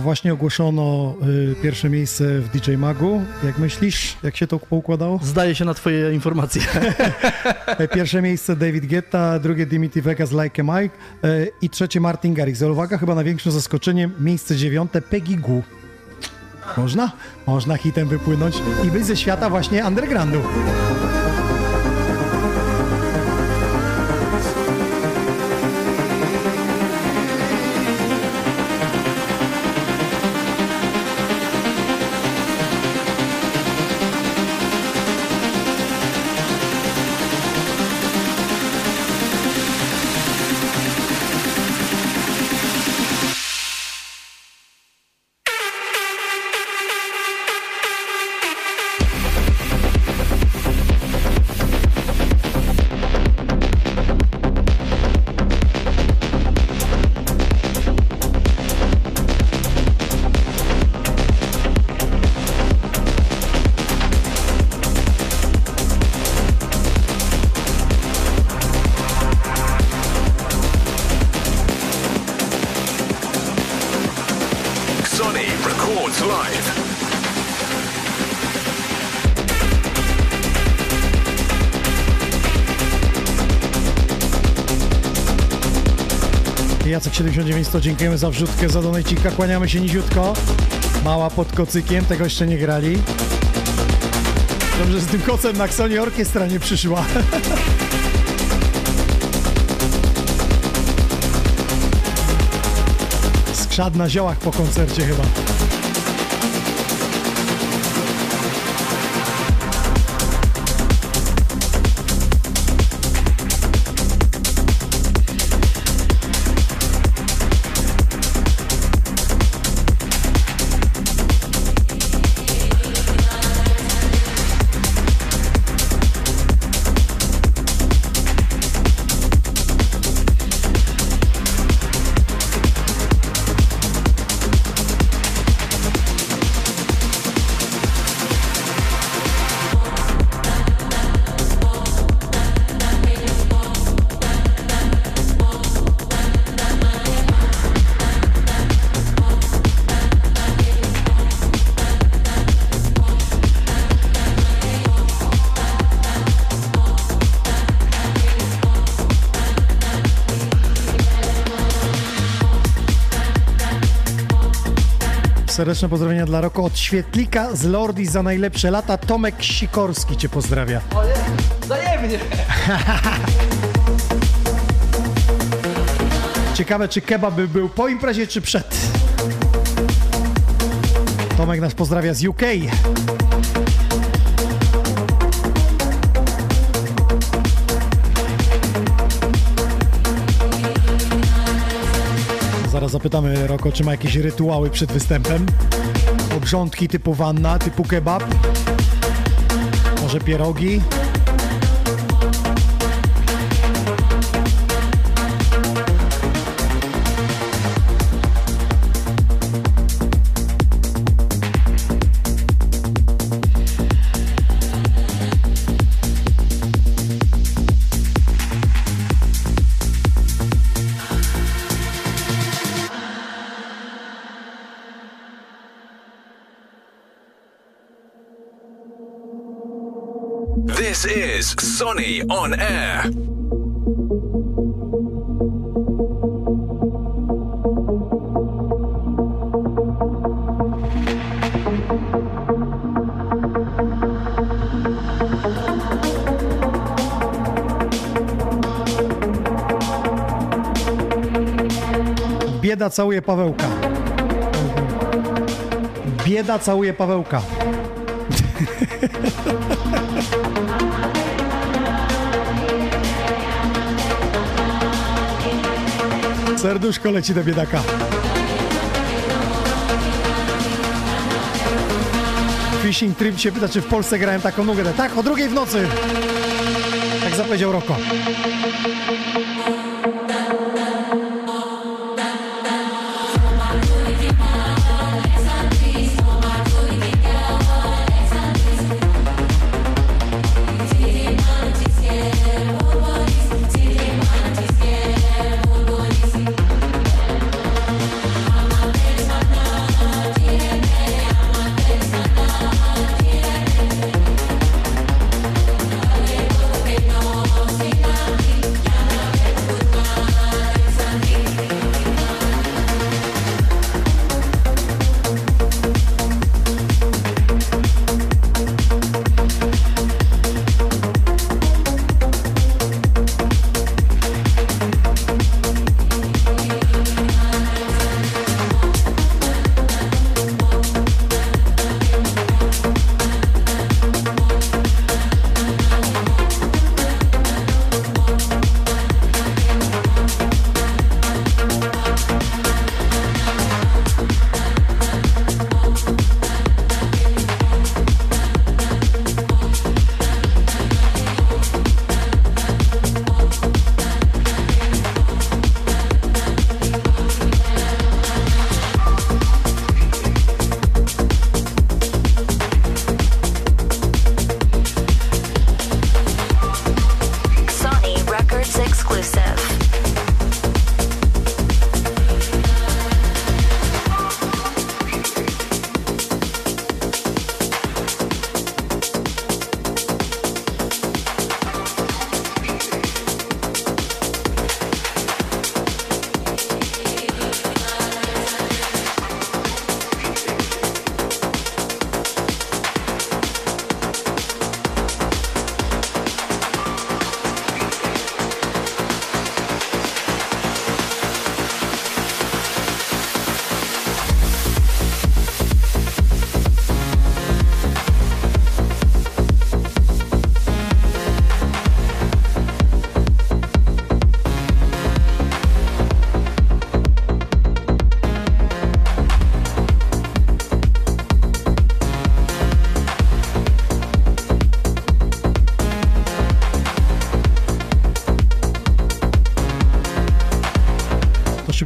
właśnie ogłoszono y, pierwsze miejsce w D J Magu. Jak myślisz, jak się to poukładało? Zdaje się na twoje informacje. Pierwsze miejsce David Guetta, drugie Dimitri Vegas, Like a Mike y, i trzecie Martin Garrix. Ale uwaga, chyba największym zaskoczeniem miejsce dziewiąte Peggy Gou. Można? Można hitem wypłynąć i być ze świata właśnie undergroundu. Jacek siedemdziesiąt dziewięć, sto, dziękujemy za wrzutkę, za donajcika, kłaniamy się niziutko. Mała pod kocykiem, tego jeszcze nie grali. Dobrze, z tym kocem na Xonie orkiestra nie przyszła. Skrzad na ziołach po koncercie chyba. Serdeczne pozdrowienia dla Roko od Świetlika z Lordi za najlepsze lata. Tomek Sikorski cię pozdrawia. Oje, wzajemnie. Ciekawe, czy kebab by był po imprezie, czy przed. Tomek nas pozdrawia z U K. Zaraz zapytamy Roko, czy ma jakieś rytuały przed występem. Obrządki typu wanna, typu kebab. Może pierogi. This is Xoni on Air. Bieda całuje Pawełka. Bieda całuje Pawełka. Serduszko leci do biedaka. Fishing Trip się pyta, czy w Polsce grałem taką nugę. Tak, o drugiej w nocy. Tak zapowiedział Roko.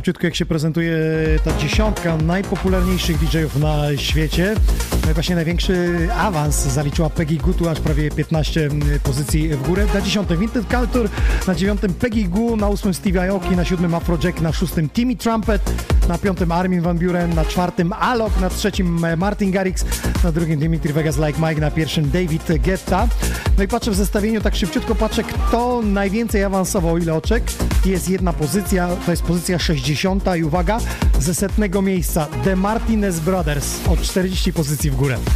szybciutko, jak się prezentuje ta dziesiątka najpopularniejszych D J-ów na świecie. No i właśnie największy awans zaliczyła Peggy Gou, tu aż prawie piętnaście pozycji w górę. Na dziesiątym Vintage Culture, na dziewiątym Peggy Gou, na ósmym Stevie Aoki, na siódmym Afrojack, na szóstym Timmy Trumpet, na piątym Armin van Buuren, na czwartym Alok, na trzecim Martin Garrix, na drugim Dimitri Vegas Like Mike, na pierwszym David Guetta. No i patrzę w zestawieniu, tak szybciutko patrzę, kto najwięcej awansował, ile oczek. Jest jedna pozycja, to jest pozycja sześćdziesiąta i uwaga, ze setnego miejsca The Martinez Brothers o czterdzieści pozycji w górę.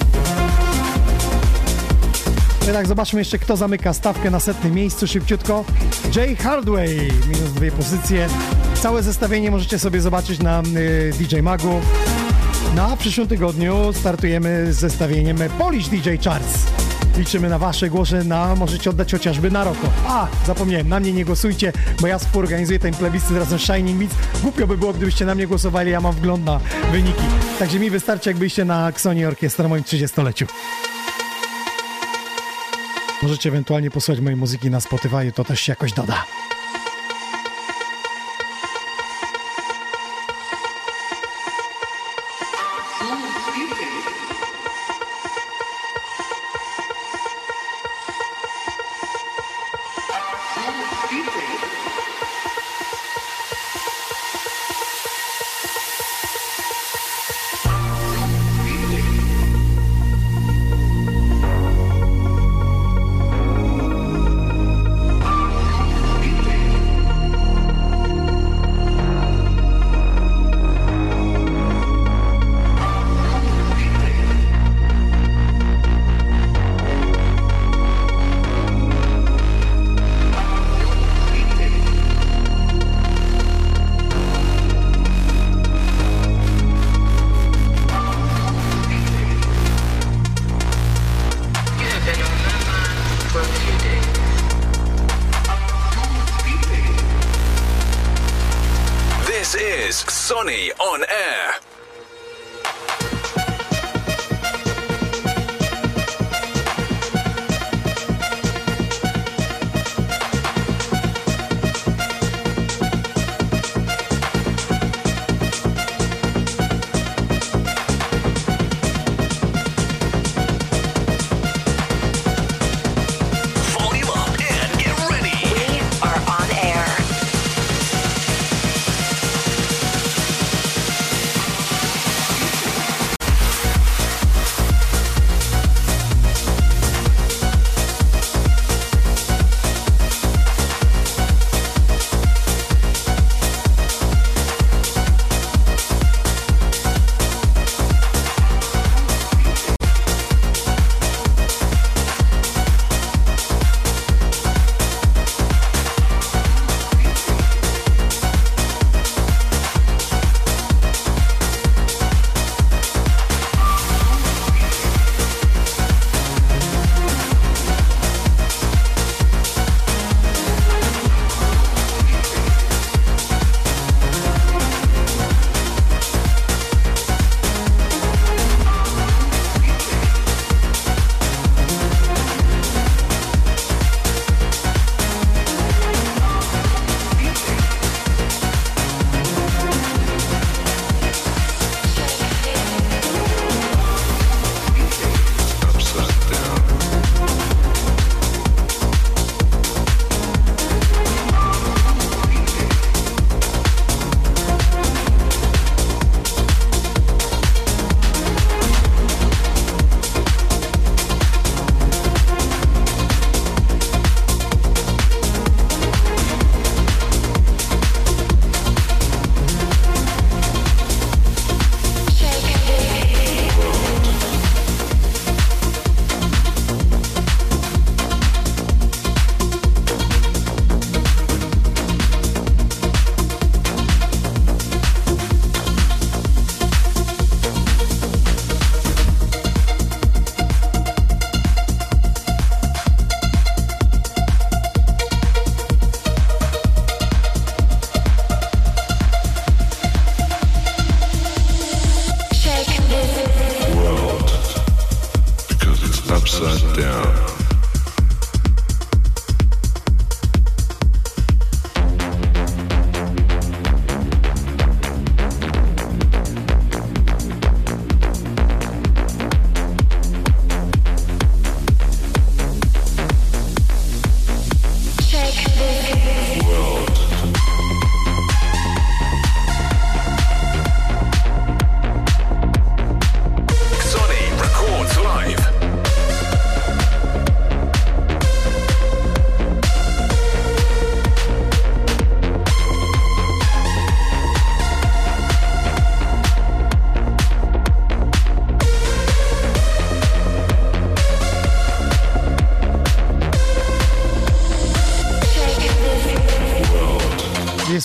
No tak, zobaczmy jeszcze, kto zamyka stawkę na setnym miejscu szybciutko. Jay Hardway, minus dwie pozycje. Całe zestawienie możecie sobie zobaczyć na y, D J Magu. No a w przyszłym tygodniu startujemy z zestawieniem Polish D J Charts. Liczymy na wasze głosy, na możecie oddać chociażby na Roko. A, zapomniałem, na mnie nie głosujcie, bo ja współorganizuję ten plebiscyt razem z Shining Beats. Głupio by było, gdybyście na mnie głosowali, ja mam wgląd na wyniki. Także mi wystarczy, jakbyście na Xoni Orkiestra moim trzydziestoleciu. Możecie ewentualnie posłuchać mojej muzyki na Spotify, to też się jakoś doda. Xoni on air.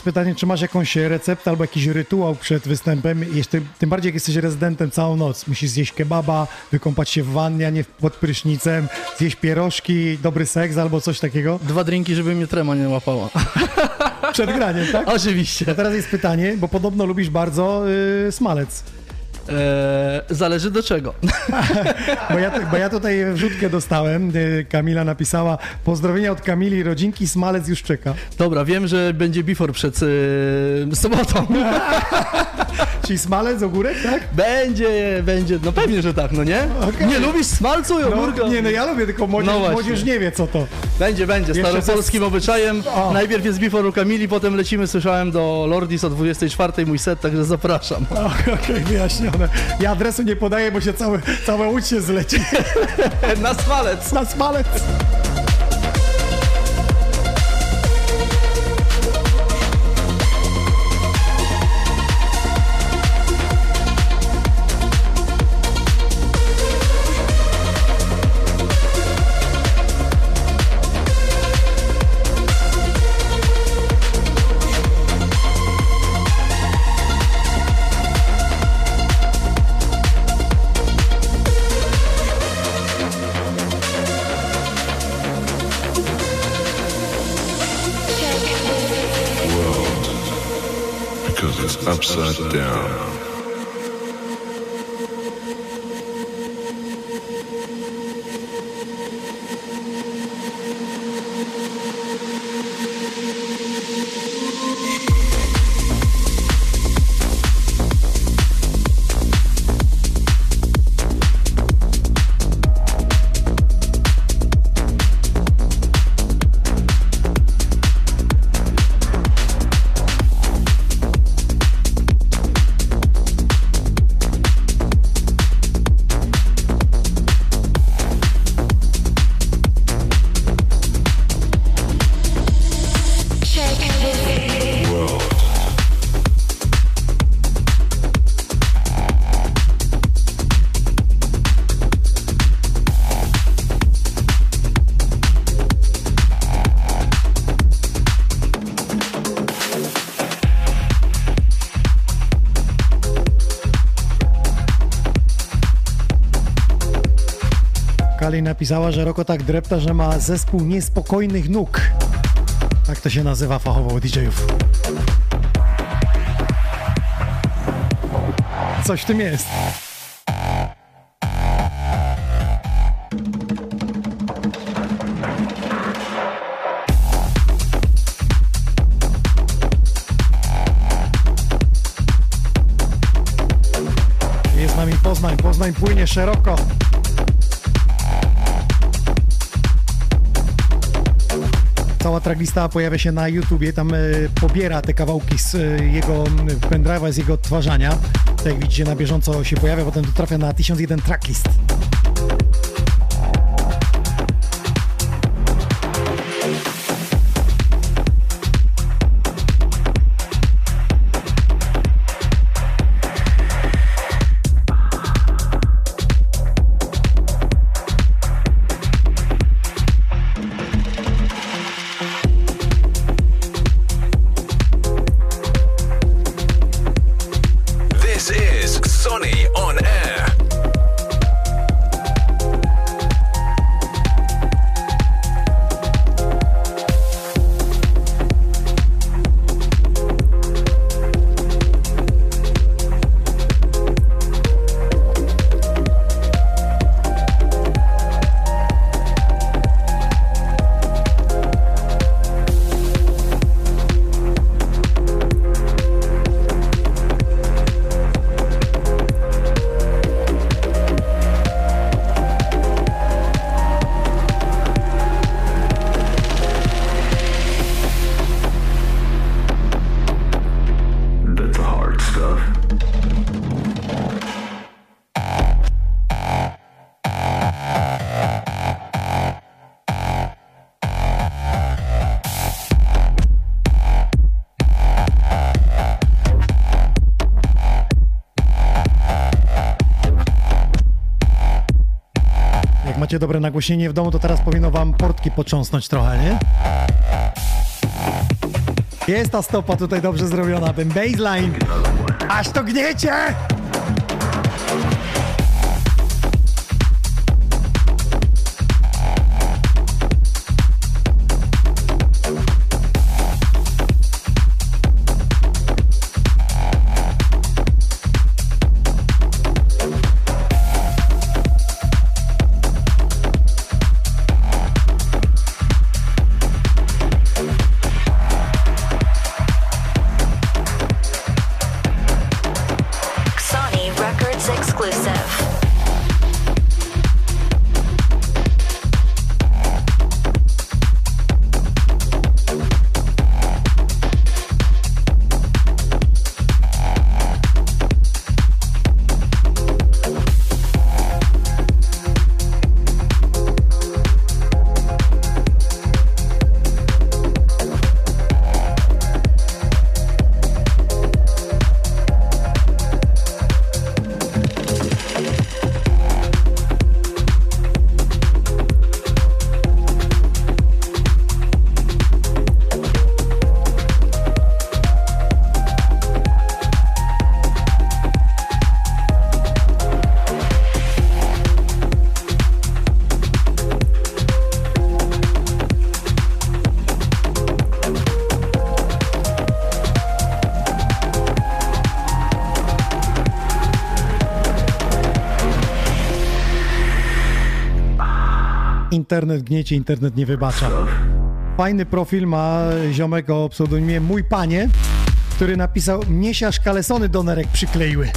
pytanie, czy masz jakąś receptę albo jakiś rytuał przed występem? Jeszcze, tym bardziej jak jesteś rezydentem całą noc. Musisz zjeść kebaba, wykąpać się w wannie, a nie pod prysznicem, zjeść pierożki, dobry seks albo coś takiego. Dwa drinki, żeby mnie trema nie łapała. Przed graniem, tak? Oczywiście. A teraz jest pytanie, bo podobno lubisz bardzo yy, smalec. Eee, zależy do czego. Bo ja, bo ja tutaj wrzutkę dostałem, yy, Kamila napisała, pozdrowienia od Kamili, rodzinki, smalec już czeka. Dobra, wiem, że będzie before przed yy, sobotą. Czyli smalec, ogórek, tak? Będzie, będzie, no pewnie, że tak, no nie? Okay. Nie lubisz smalcu i ogórka? No, nie, no ja lubię, tylko młodzież, No właśnie. młodzież nie wie co to. Będzie, będzie, Jeszcze staropolskim ze- obyczajem. O. Najpierw jest before u Kamili, potem lecimy, słyszałem, do Lordis o dwudziestej czwartej mój set, także zapraszam. Okej, okay, wyjaśnione. Ja adresu nie podaję, bo się całe, całe łódź się zleci Na smalec. na smalec. Because it's upside down. Kali napisała, że Roko tak drepta, że ma zespół niespokojnych nóg. Tak to się nazywa fachowo u didżejów. Coś w tym jest. Jest z nami Poznań. Poznań płynie szeroko. Cała tracklista pojawia się na YouTubie, tam y, pobiera te kawałki z y, jego pendrive'a, z jego odtwarzania. Tak jak widzicie, na bieżąco się pojawia, potem to trafia na tysiąc jeden tracklist. This is Sonny on Air. That's the hard stuff. Jak macie dobre nagłośnienie w domu, to teraz powinno wam portki potrząsnąć trochę, nie? Jest ta stopa tutaj dobrze zrobiona, ten baseline. Aż to gniecie! Sony Records exclusive. Internet gniecie, internet nie wybacza. Fajny profil ma ziomek o pseudonimie Mój Panie, który napisał: mnie się aż kalesony do nerek przykleiły.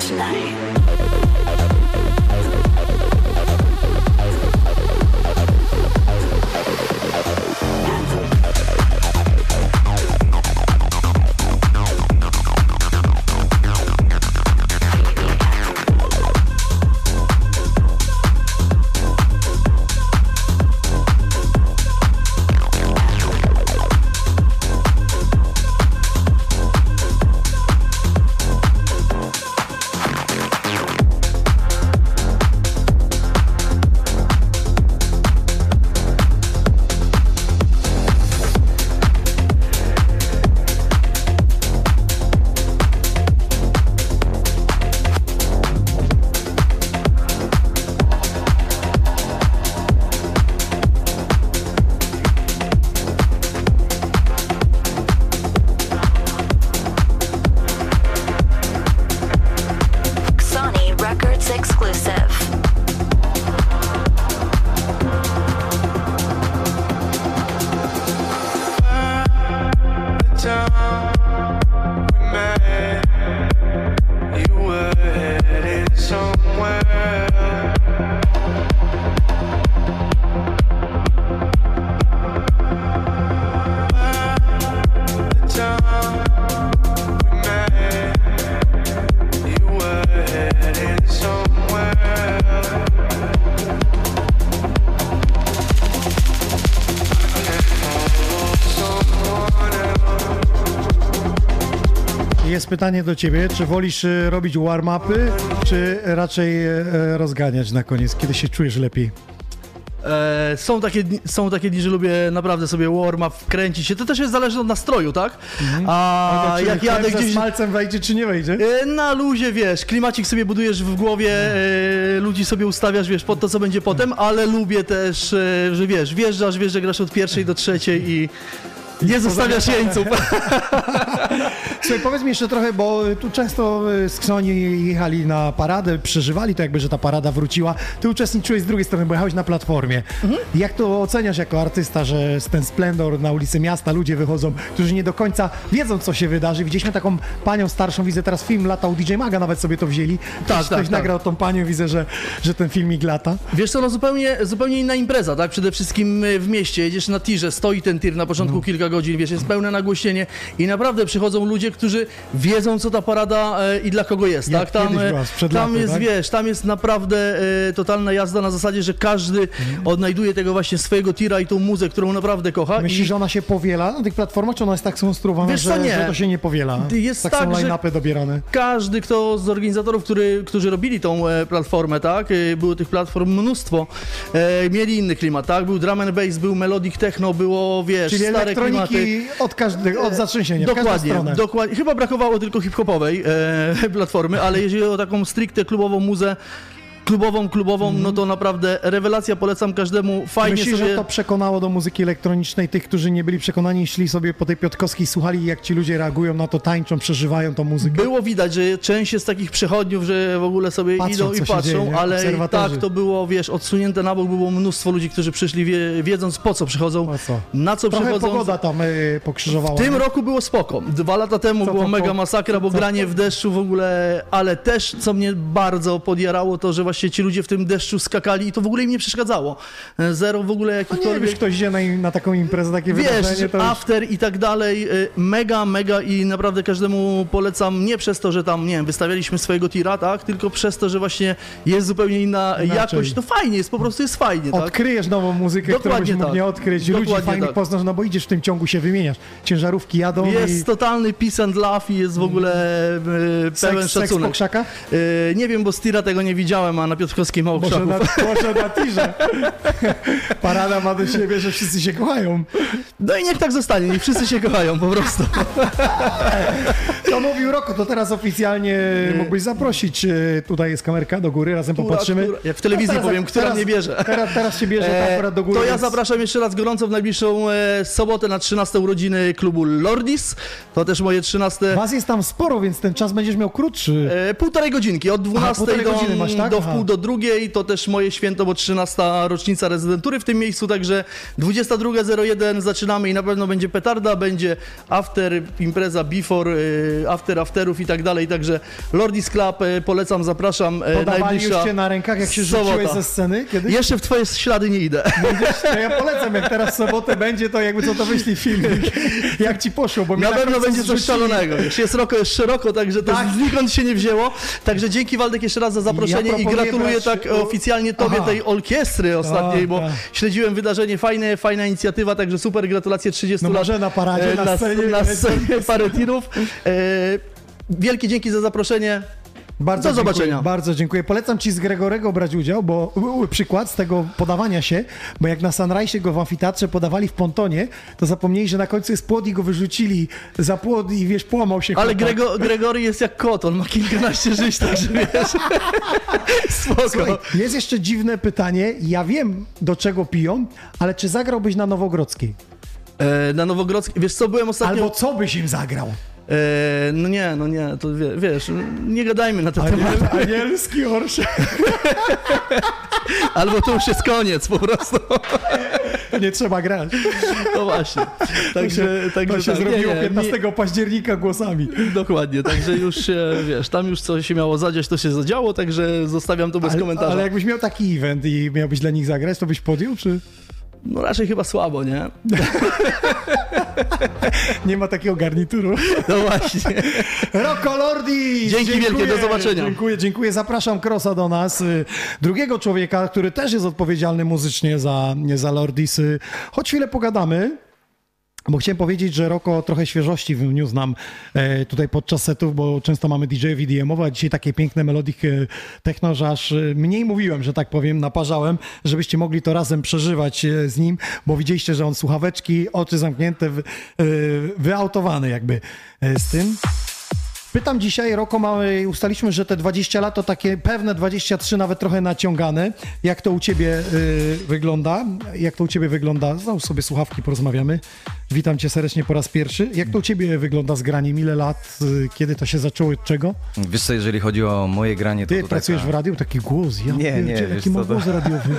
tonight. Jest pytanie do ciebie, czy wolisz e, robić warm-upy, czy raczej e, rozganiać na koniec, kiedy się czujesz lepiej? E, są, takie dni, są takie dni, że lubię naprawdę sobie warm-up, wkręcić się. To też jest zależne od nastroju, tak? Mhm. A Czy jak jadę ze gdzieś smalcem wejdzie, czy nie wejdzie? e, na luzie, wiesz, klimacik sobie budujesz w głowie, e, ludzi sobie ustawiasz, wiesz, pod to, co będzie potem, ale lubię też, e, że wiesz, wjeżdżasz, wiesz, że grasz od pierwszej do trzeciej i nie zostawiasz jeńców. Słuchaj, powiedz mi jeszcze trochę, bo tu często z Xoni jechali na paradę, przeżywali to jakby, że ta parada wróciła. Ty uczestniczyłeś z drugiej strony, bo jechałeś na platformie. Mhm. Jak to oceniasz jako artysta, że ten splendor na ulicy miasta, ludzie wychodzą, którzy nie do końca wiedzą, co się wydarzy. Widzieliśmy taką panią starszą, widzę teraz film latał, D J Maga nawet sobie to wzięli. Tak, Ktoś, tak, ktoś tak. nagrał tą panią, widzę, że, że ten filmik lata. Wiesz co, no zupełnie, zupełnie inna impreza, tak? Przede wszystkim w mieście, jedziesz na tirze, stoi ten tir na początku no. kilka godzin, wiesz, jest pełne nagłośnienie i naprawdę przychodzą ludzie, którzy wiedzą, co ta parada e, i dla kogo jest, Jak tak? Tam, była, sprzed tam laty, jest, tak? wiesz, tam jest naprawdę e, totalna jazda na zasadzie, że każdy mhm. odnajduje tego właśnie swojego tira i tą muzę, którą naprawdę kocha. Myślisz, i... że ona się powiela na tych platformach, czy ona jest tak skonstruowana, Wiesz co, że, nie. że to się nie powiela? Jest tak, tak, są że- line-upy dobierane. Każdy, kto z organizatorów, który, którzy robili tą e, platformę, tak, e, było tych platform mnóstwo, e, mieli inny klimat, tak, był drum and bass, był melodic techno, było, wiesz, Czyli stare elektroniki klimaty. od każdego, od zatrzęsienia, w każdą Dokładnie, stronę. dokładnie. Chyba brakowało tylko hip-hopowej e, platformy, ale jeżeli o taką stricte klubową muzę, klubową, klubową, mm. no to naprawdę rewelacja, polecam każdemu, fajnie Myślisz, sobie... że to przekonało do muzyki elektronicznej tych, którzy nie byli przekonani, szli sobie po tej Piotkowskiej, słuchali, jak ci ludzie reagują na to, tańczą, przeżywają tą muzykę? Było widać, że część jest takich przechodniów, że w ogóle sobie Patrzą, idą co i się patrzą, dzieje, nie? ale i Obserwatorzy. tak to było, wiesz, odsunięte na bok, było mnóstwo ludzi, którzy przyszli wie, wiedząc po co przychodzą, Po co? na co Trochę przychodzą. pogoda tam y, pokrzyżowała. W tym nie? roku było spoko. Dwa lata temu Co była to mega po- masakra, bo co- granie w deszczu w ogóle, ale też, co mnie bardzo podjarało, to, że właśnie ci ludzie w tym deszczu skakali i to w ogóle im nie przeszkadzało. Zero w ogóle No nie jakichkolwiek... wiesz, ktoś idzie na, na taką imprezę, takie Wiesz, wydarzenie, to już... after i tak dalej, y, mega, mega i naprawdę każdemu polecam, nie przez to, że tam, nie wiem, wystawialiśmy swojego tira, tak, tylko przez to, że właśnie jest zupełnie inna Inaczej. jakość, to fajnie jest, po prostu jest fajnie, tak? Odkryjesz nową muzykę, którą Dokładnie byś mógł tak. nie odkryć. Ludzi Dokładnie fajnych tak. poznasz, no bo idziesz w tym ciągu, się wymieniasz. Ciężarówki jadą Jest i... totalny peace and love i jest w ogóle y, pełen Seks, seks po szacunek. krzakach? Y, nie wiem, bo z tira tego nie widziałem, a na Piotrkowskiej mało Może na, krzaków. może na tirze. Parada ma do siebie, że wszyscy się kochają. No i niech tak zostanie, niech wszyscy się kochają po prostu. To mówił Roku, to teraz oficjalnie mógłbyś zaprosić. e, Tutaj jest kamerka do góry, razem Która, popatrzymy. która, jak w telewizji No teraz- powiem, która teraz, mnie bierze. Teraz, teraz się bierze tak akurat do góry. To ja więc- zapraszam jeszcze raz gorąco w najbliższą e, sobotę na trzynaste urodziny klubu Lordis. To też moje trzynaste... Was jest tam sporo, więc ten czas będziesz miał krótszy. E, półtorej godzinki, od dwunastej półtorej do, godziny masz, tak? do Aha. wpół do drugiej, to też moje święto, bo trzynasta rocznica rezydentury w tym miejscu, także dwudziesta druga zero jeden zaczynamy i na pewno będzie petarda, będzie after, impreza before, e, e, after afterów i tak dalej, także Lordies Club, e, polecam, zapraszam. E, Podawali najbliższa już cię na rękach, jak się sobota. rzuciłeś ze sceny kiedyś? Jeszcze w twoje ślady nie idę. Widzisz, to ja polecam, jak teraz w sobotę będzie, to jakby co to wyślij filmik, jak ci poszło, bo mnie Na pewno końcu będzie coś zrzucili. szalonego. Wiesz, jest roko, jest szeroko, także to Tak. znikąd się nie wzięło. Także dzięki, Waldek, jeszcze raz za zaproszenie Ja i proponuję gratuluję brać- tak oficjalnie tobie Aha. tej orkiestry ostatniej, Tak, bo tak. śledziłem wydarzenie, fajne, fajna inicjatywa, także super, gratulacje trzydziestu No lat. może na paradzie, e, na na scenie, Na ale- scenie parę tirów. E, wielkie dzięki za zaproszenie. Bardzo Do dziękuję, zobaczenia. Bardzo dziękuję. Polecam ci z Gregorego brać udział, bo u, u, przykład z tego podawania się, bo jak na Sunrise go w amfiteatrze podawali w pontonie, to zapomnieli, że na końcu jest płot i go wyrzucili za płot i wiesz, połamał się Ale chłopak. Grego, Gregory jest jak kot, on ma kilkanaście żyć, także wiesz. Spoko. Słuchaj, jest jeszcze dziwne pytanie. Ja wiem, do czego piją, ale czy zagrałbyś na Nowogrodzkiej? E, na Nowogrodzkiej, wiesz co, byłem ostatnio... Albo co byś im zagrał? E, no nie, no nie, to wie, wiesz, nie gadajmy na ten temat. Anielski orszak. Albo to już jest koniec po prostu. Nie trzeba grać. No właśnie. Także, To także się tak, zrobiło nie, nie, piętnastego października głosami. nie, dokładnie, także już się, wiesz, tam już co się miało zadziać, to się zadziało, także zostawiam to bez Ale, komentarza. ale jakbyś miał taki event i miałbyś dla nich zagrać, to byś podjął, czy No raczej chyba słabo, nie? nie ma takiego garnituru? No właśnie. Rocco Lordi! Dzięki wielkie, do zobaczenia. Dziękuję, dziękuję. Zapraszam Krosa do nas. y, Drugiego człowieka, który też jest odpowiedzialny muzycznie za, za Lordis. y. Choć chwilę pogadamy. Bo chciałem powiedzieć, że Rocco trochę świeżości wniósł nam e, tutaj podczas setów, bo często mamy D J-ów I D M-owe, a dzisiaj takie piękne melodic e, techno, że aż e, mniej mówiłem, że tak powiem, naparzałem, żebyście mogli to razem przeżywać e, z nim, bo widzieliście, że on słuchaweczki, oczy zamknięte, wy, e, wyautowany jakby e, z tym. Pytam dzisiaj, Rocco, mamy, ustaliśmy, że te dwadzieścia lat to takie pewne dwadzieścia trzy, nawet trochę naciągane. Jak to u ciebie y, wygląda? Jak to u ciebie wygląda? Załóż sobie słuchawki, porozmawiamy. Witam cię serdecznie po raz pierwszy. Jak to u ciebie wygląda z graniem? Ile lat? Y, kiedy to się zaczęło? Od czego? Wiesz co, jeżeli chodzi o moje granie, to Ty to pracujesz taka... w radiu? Taki głos. Ja Nie, nie, pierdzielę, wiesz jaki ma co, to- głos radiowy.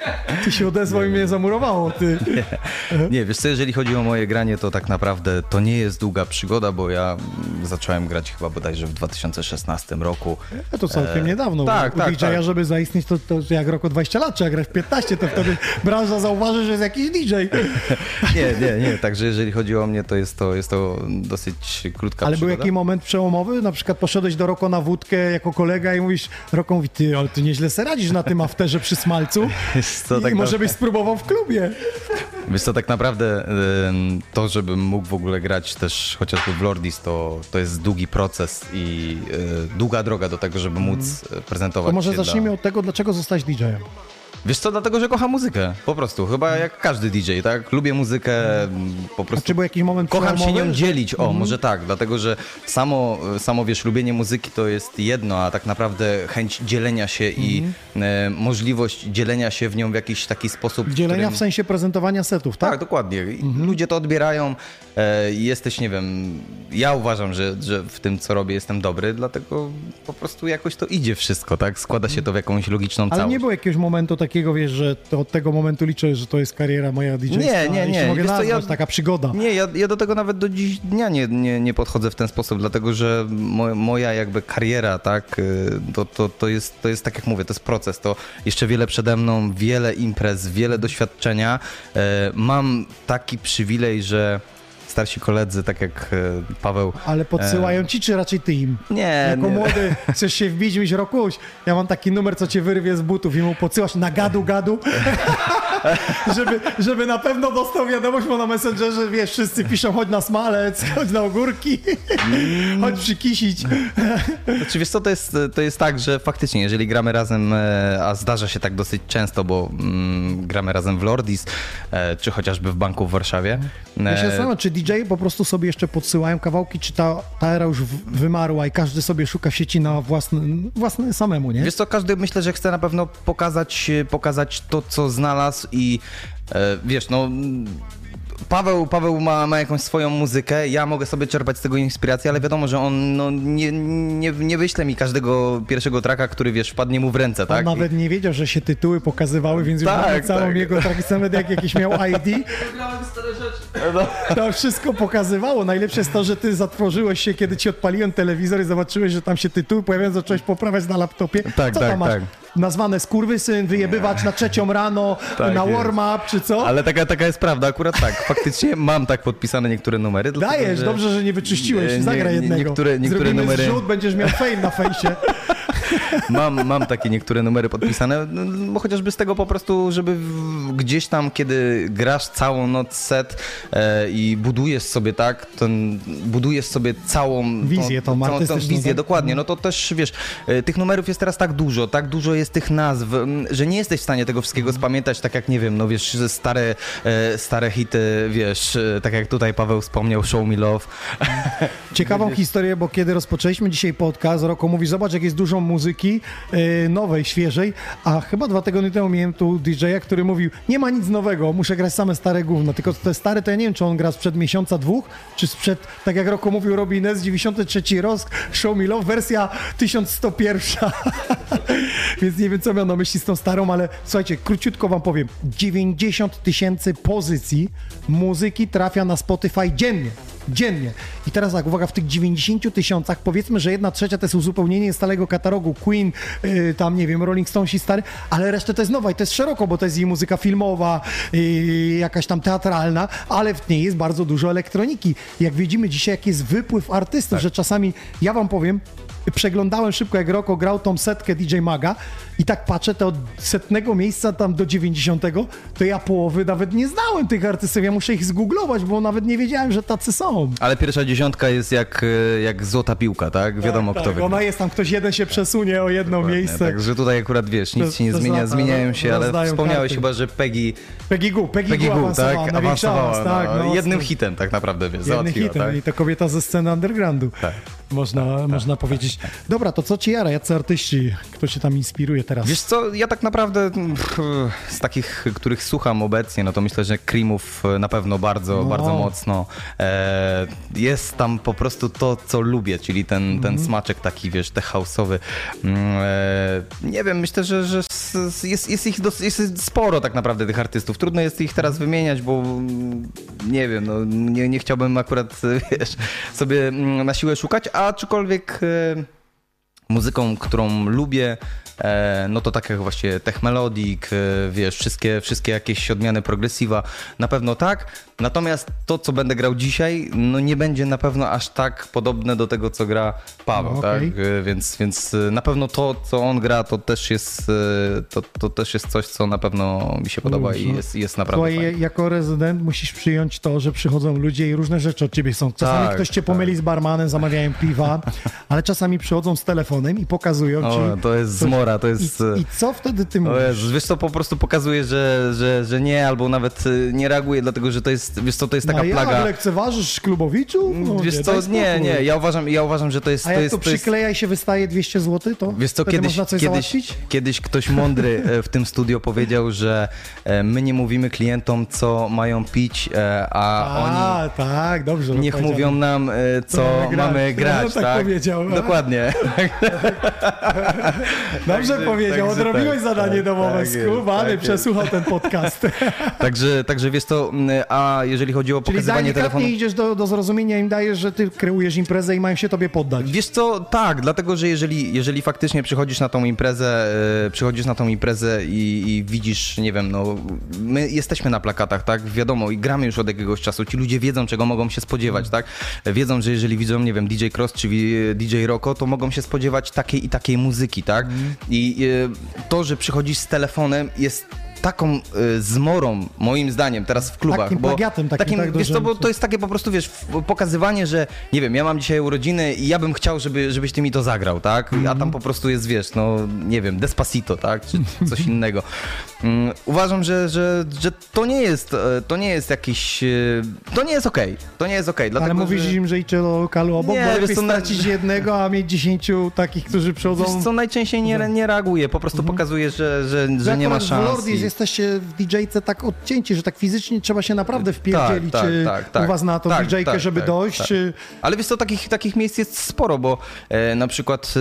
Ty się odezwał i mnie zamurowało, ty. Nie, wiesz co, jeżeli chodzi o moje granie, to tak naprawdę to nie jest długa przygoda, bo ja mm, zacząłem grać chyba bodajże w dwa tysiące szesnastym roku. A to całkiem E, niedawno. tak, u tak, D J-a, tak. żeby zaistnieć, to, to jak Rocco dwadzieścia lat, czy jak grać w piętnaście, to wtedy branża zauważy, że jest jakiś D J. Nie, nie, nie, także jeżeli chodzi o mnie, to jest to, jest to dosyć krótka Ale był przygoda. jakiś moment przełomowy? Na przykład poszedłeś do Rocco na wódkę jako kolega i mówisz, Rocco mówi, ty, ale ty nieźle se radzisz na tym afterze przy smalcu Wiesz co, i tak może na- byś spróbował w klubie. Wiesz co, tak naprawdę ym, to, żebym mógł w ogóle grać też chociażby w Lordis, to, to jest długi proces i y, długa droga do tego, żeby móc y, prezentować To może się zacznijmy dla... od tego, dlaczego zostać D J-em. Wiesz co, dlatego, że kocham muzykę, po prostu, chyba jak każdy D J, tak? Lubię muzykę, m, po A prostu... czy był jakiś moment Kocham się przełomowy? nią dzielić, o, może tak, dlatego, że samo, samo, wiesz, lubienie muzyki to jest jedno, a tak naprawdę chęć dzielenia się i e, możliwość dzielenia się w nią w jakiś taki sposób... w Dzielenia którym- w sensie prezentowania setów, tak? Tak, dokładnie. I Ludzie to odbierają e, i jesteś, nie wiem, ja uważam, że, że w tym, co robię, jestem dobry, dlatego po prostu jakoś to idzie wszystko, tak? Składa się to w jakąś logiczną Ale całość. nie było jakiegoś momentu takiego, wiesz, że to od tego momentu liczę, że to jest kariera moja D J-ska. Nie, nie, jeśli nie. mogę Wiesz co, nazwać, ja- taka przygoda. Nie, ja, ja do tego nawet do dziś dnia nie, nie, nie podchodzę w ten sposób, dlatego że mo, moja jakby kariera, tak, y, to, to, to, jest, to jest tak jak mówię, to jest proces, to jeszcze wiele przede mną, wiele imprez, wiele doświadczenia. E, mam taki przywilej, że starsi koledzy, tak jak e, Paweł... Ale podsyłają ci, czy raczej ty im? Nie, Jako nie. młody chcesz się wbić, mówisz, Rokuś, ja mam taki numer, co cię wyrwie z butów i mu podsyłasz na gadu gadu, żeby, żeby na pewno dostał wiadomość, bo na Messengerze, wiesz, wszyscy piszą, chodź na smalec, chodź na ogórki, chodź przykisić. Znaczy, wiesz co, to jest, to jest tak, że faktycznie, jeżeli gramy razem, e, a zdarza się tak dosyć często, bo mm, gramy razem w Lordis, e, czy chociażby w banku w Warszawie. Ja się e, zastanawiam, czy D J po prostu sobie jeszcze podsyłają kawałki, czy ta, ta era już w- wymarła i każdy sobie szuka w sieci na własny, własny samemu, nie? Wiesz co, każdy myślę, że chce na pewno pokazać, pokazać to, co znalazł i e, wiesz, no... Paweł, Paweł ma, ma jakąś swoją muzykę, ja mogę sobie czerpać z tego inspirację, ale wiadomo, że on no, nie, nie, nie wyśle mi każdego pierwszego tracka, który wiesz, wpadnie mu w ręce, tak? On nawet nie wiedział, że się tytuły pokazywały, więc już Tak, mamy całą tak. jego track, nawet jak jakiś miał I D, Wygrałem stare rzeczy. to wszystko pokazywało. Najlepsze jest to, że ty zatworzyłeś się, kiedy ci odpaliłem telewizor i zobaczyłeś, że tam się tytuły pojawiają, zacząłeś poprawiać na laptopie. Tak, Co tak, tam masz? tak. Nazwane skurwysyn, wyjebywacz na trzecią rano, Tak na jest. warm-up, czy co? Ale taka, taka jest prawda, akurat tak. Faktycznie mam tak podpisane niektóre numery. dlatego, Dajesz, że- dobrze, że nie wyczyściłeś. Nie, Zagraj nie, jednego. niektóre- niektóre Zrobimy numery- zrzut, będziesz miał fame na fejsie. Mam, mam takie niektóre numery podpisane, no, bo chociażby z tego po prostu, żeby w, gdzieś tam, kiedy grasz całą noc set e, i budujesz sobie, tak, ten, budujesz sobie całą Wizję tą artystyczną, wizję, tak? dokładnie, no to też, wiesz, e, tych numerów jest teraz tak dużo, tak dużo jest tych nazw, m, że nie jesteś w stanie tego wszystkiego spamiętać, tak jak, nie wiem, no wiesz, stare, e, stare hity, wiesz, e, tak jak tutaj Paweł wspomniał, Show Me Love. Ciekawą historię, bo kiedy rozpoczęliśmy dzisiaj podcast, Roko mówi, zobacz, jak jest dużo muzyki e, nowej, świeżej, a chyba dwa tygodnie temu miałem tu D J a, który mówił, nie ma nic nowego, muszę grać same stare gówno, tylko te stare to ja nie wiem, czy on gra sprzed miesiąca, dwóch, czy sprzed, tak jak Roko mówił, Robi Ines, dziewięćdziesiąty trzeci rok, Show Me Love, wersja tysiąc sto jeden. Więc nie wiem, co miał na myśli z tą starą, ale słuchajcie, króciutko wam powiem, dziewięćdziesiąt tysięcy pozycji muzyki trafia na Spotify dziennie. Dziennie. I teraz tak, uwaga, w tych dziewięćdziesięciu tysiącach powiedzmy, że jedna trzecia to jest uzupełnienie stałego katalogu Queen, yy, tam nie wiem, Rolling Stones i stary, ale resztę to jest nowa i to jest szeroko, bo to jest i muzyka filmowa, yy, jakaś tam teatralna, ale w niej jest bardzo dużo elektroniki. Jak widzimy dzisiaj, jaki jest wypływ artystów, że czasami, ja wam powiem, przeglądałem szybko, jak Roko grał tą setkę D J Maga i tak patrzę, to od setnego miejsca tam do dziewięćdziesiątego, to ja połowy nawet nie znałem tych artystów, ja muszę ich zgooglować, bo nawet nie wiedziałem, że tacy są. Ale pierwsza dziesiątka jest jak, e, jak złota piłka, tak? Wiadomo, tak, kto tak, wygra. ona jest tam, ktoś jeden się przesunie o jedno Dokładnie, miejsce. Także tutaj akurat wiesz, nic Przez- się nie przez zmienia, lata zmieniają się, ale rozdają wspomniałeś karty. chyba, że Peggy, Peggy Goo, Peggy, Peggy Goo Goo, awansowała, tak? największa Awansowała, awans, tak, no, no, jednym z- hitem tak naprawdę, wiesz, Jednym załatwiła, hitem tak? i to kobieta ze sceny undergroundu. Tak. Można, można powiedzieć. Dobra, to co ci jara, jacy artyści, kto cię tam inspiruje teraz? Wiesz co, ja tak naprawdę pff, z takich, których słucham obecnie, no to myślę, że Creamów na pewno bardzo, No. bardzo mocno. E, jest tam po prostu to, co lubię, czyli ten, ten smaczek taki, wiesz, tech house'owy. Mm, E, nie wiem, myślę, że, że s- s- jest, jest ich dos- jest sporo tak naprawdę tych artystów. Trudno jest ich teraz wymieniać, bo mm, nie wiem, no, nie, nie chciałbym akurat, wiesz, sobie mm, na siłę szukać, aczkolwiek e, muzyką, którą lubię, e, no to tak jak właśnie Tech Melodic, e, wiesz, wszystkie, wszystkie jakieś odmiany progresiva, na pewno tak. Natomiast to, co będę grał dzisiaj, no nie będzie na pewno aż tak podobne do tego, co gra Paweł, No, tak? okej. E, Więc, więc e, na pewno to, co on gra, to też jest, e, to, to też jest coś, co na pewno mi się podoba i No. jest, jest naprawdę Słuchaj, fajne. jako rezydent musisz przyjąć to, że przychodzą ludzie i różne rzeczy od ciebie są. Czasami Tak, ktoś cię tak. pomyli z barmanem, zamawiają piwa, ale czasami przychodzą z telefonem i pokazują ci... O, to jest coś- zmora, to jest... I, I co wtedy ty O mówisz? Jezus, wiesz co, po prostu pokazuje, że, że, że nie, albo nawet y, nie reaguje, dlatego że to jest, wiesz co, to jest taka A jak plaga. lekceważysz klubowiczów? No, Wiesz nie, co, daj nie, spokój. nie, ja uważam, ja uważam, że to jest... A to jak jest, to to jest przykleja i się wystaje dwieście złotych, to Wiesz co, wtedy kiedyś, można coś kiedyś, załatwić? kiedyś ktoś mądry e, w tym studio powiedział, że e, my nie mówimy klientom, co mają pić, e, a A, oni tak, dobrze. niech powiedziane. mówią nam, e, co Tak, grać. mamy grać, No, tak tak? powiedział. Dokładnie. Dobrze Także- powiedział, także odrobiłeś tak, zadanie tak, domowe, tak jest, skubany, tak jest. przesłuchał ten podcast. Także, także wiesz co, m, a jeżeli chodzi o Czyli pokazywanie telefonu... delikatnie idziesz do, do zrozumienia, im dajesz, że ty kreujesz imprezę i mają się tobie poddać. Wiesz co, tak, dlatego, że jeżeli, jeżeli faktycznie przychodzisz na tą imprezę, e, przychodzisz na tą imprezę i, i widzisz, nie wiem, no, my jesteśmy na plakatach, tak, wiadomo, i gramy już od jakiegoś czasu, ci ludzie wiedzą, czego mogą się spodziewać, tak, wiedzą, że jeżeli widzą, nie wiem, D J Cross czy D J Roko, to mogą się spodziewać takiej i takiej muzyki, tak, i e, to, że przychodzisz z telefonem jest taką y, zmorą, moim zdaniem, teraz w klubach. Takim bo plagiatem takim, tak, wiesz co, dużym. bo to jest takie po prostu, wiesz, w- pokazywanie, że nie wiem, ja mam dzisiaj urodziny i ja bym chciał, żeby, żebyś ty mi to zagrał, tak? A tam po prostu jest, wiesz, no, nie wiem, Despacito, tak? Czy coś innego. Mm, uważam, że, że, że to nie jest, e, to nie jest jakiś, e, to nie jest okej. To nie jest okej, Ale dlatego, mówisz że... im, że idźcie do lokalu obok, Nie, bo wiesz lepiej co, na- stracić jednego, a mieć dziesięciu takich, którzy przychodzą... Wiesz co, najczęściej nie, nie reaguje, po prostu pokazuje, że, że, że nie ma Akurat w szans. Lordies i- jesteście w didżejce tak odcięci, że tak fizycznie trzeba się naprawdę wpierdzielić tak, y, tak, tak, u was na tą tak, didżejkę, tak, żeby tak, dojść. tak. y, Ale wiesz co, takich, takich miejsc jest sporo, bo e, na przykład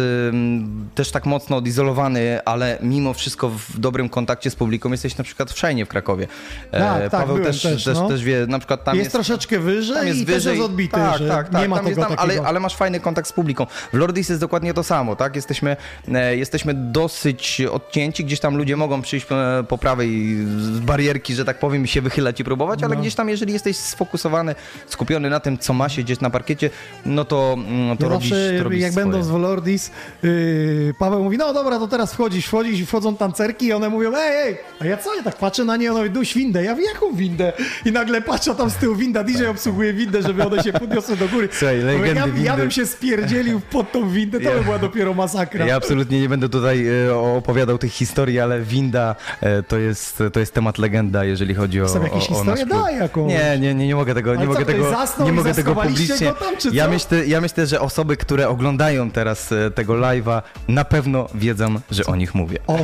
e, też tak mocno odizolowany, ale mimo wszystko w dobrym kontakcie z publiką jesteś na przykład w Szajnie w Krakowie. E, Tak, tak, Paweł byłem też, też, też, no. też wie, na przykład tam jest, jest... troszeczkę wyżej Tam jest i wyżej. też jest odbity, tak, że tak, tak, nie ma tam tego jest tam, takiego. ale, ale masz fajny kontakt z publiką. W Lordis jest dokładnie to samo, tak? Jesteśmy, e, jesteśmy dosyć odcięci, gdzieś tam ludzie mogą przyjść e, po prawej z barierki, że tak powiem, i się wychylać i próbować, ale No. gdzieś tam, jeżeli jesteś sfokusowany, skupiony na tym, co ma się gdzieś na parkiecie, no to, mm, to Ja robisz, zawsze, to robisz jak swoje. będąc w Lordis, yy, Paweł mówi, no dobra, to teraz wchodzisz, wchodzisz i wchodzą tancerki i one mówią, ej, ej, a ja co? Ja tak patrzę na nie, one mówią, duś windę. Ja mówię, jaką windę? I nagle patrzę tam z tyłu winda, D J obsługuje windę, żeby one się podniosły do góry. Słuchaj, Mówię, legendy ja, ja windy. bym się spierdzielił pod tą windę, to Ja- by była dopiero masakra. Ja absolutnie nie będę tutaj e, opowiadał tych historii, ale winda e, to jest, to jest temat legenda, jeżeli chodzi o, Są jakieś o, o nasz historie? klub. Daj jakąś. Nie, nie, nie, nie mogę tego, nie Ale co, mogę ktoś tego, zasnął nie i mogę tego zaschowaliście publicznie. go tam, czy ja, co? myślę, ja myślę, że osoby, które oglądają teraz e, tego live'a, na pewno wiedzą, że o nich mówię. O,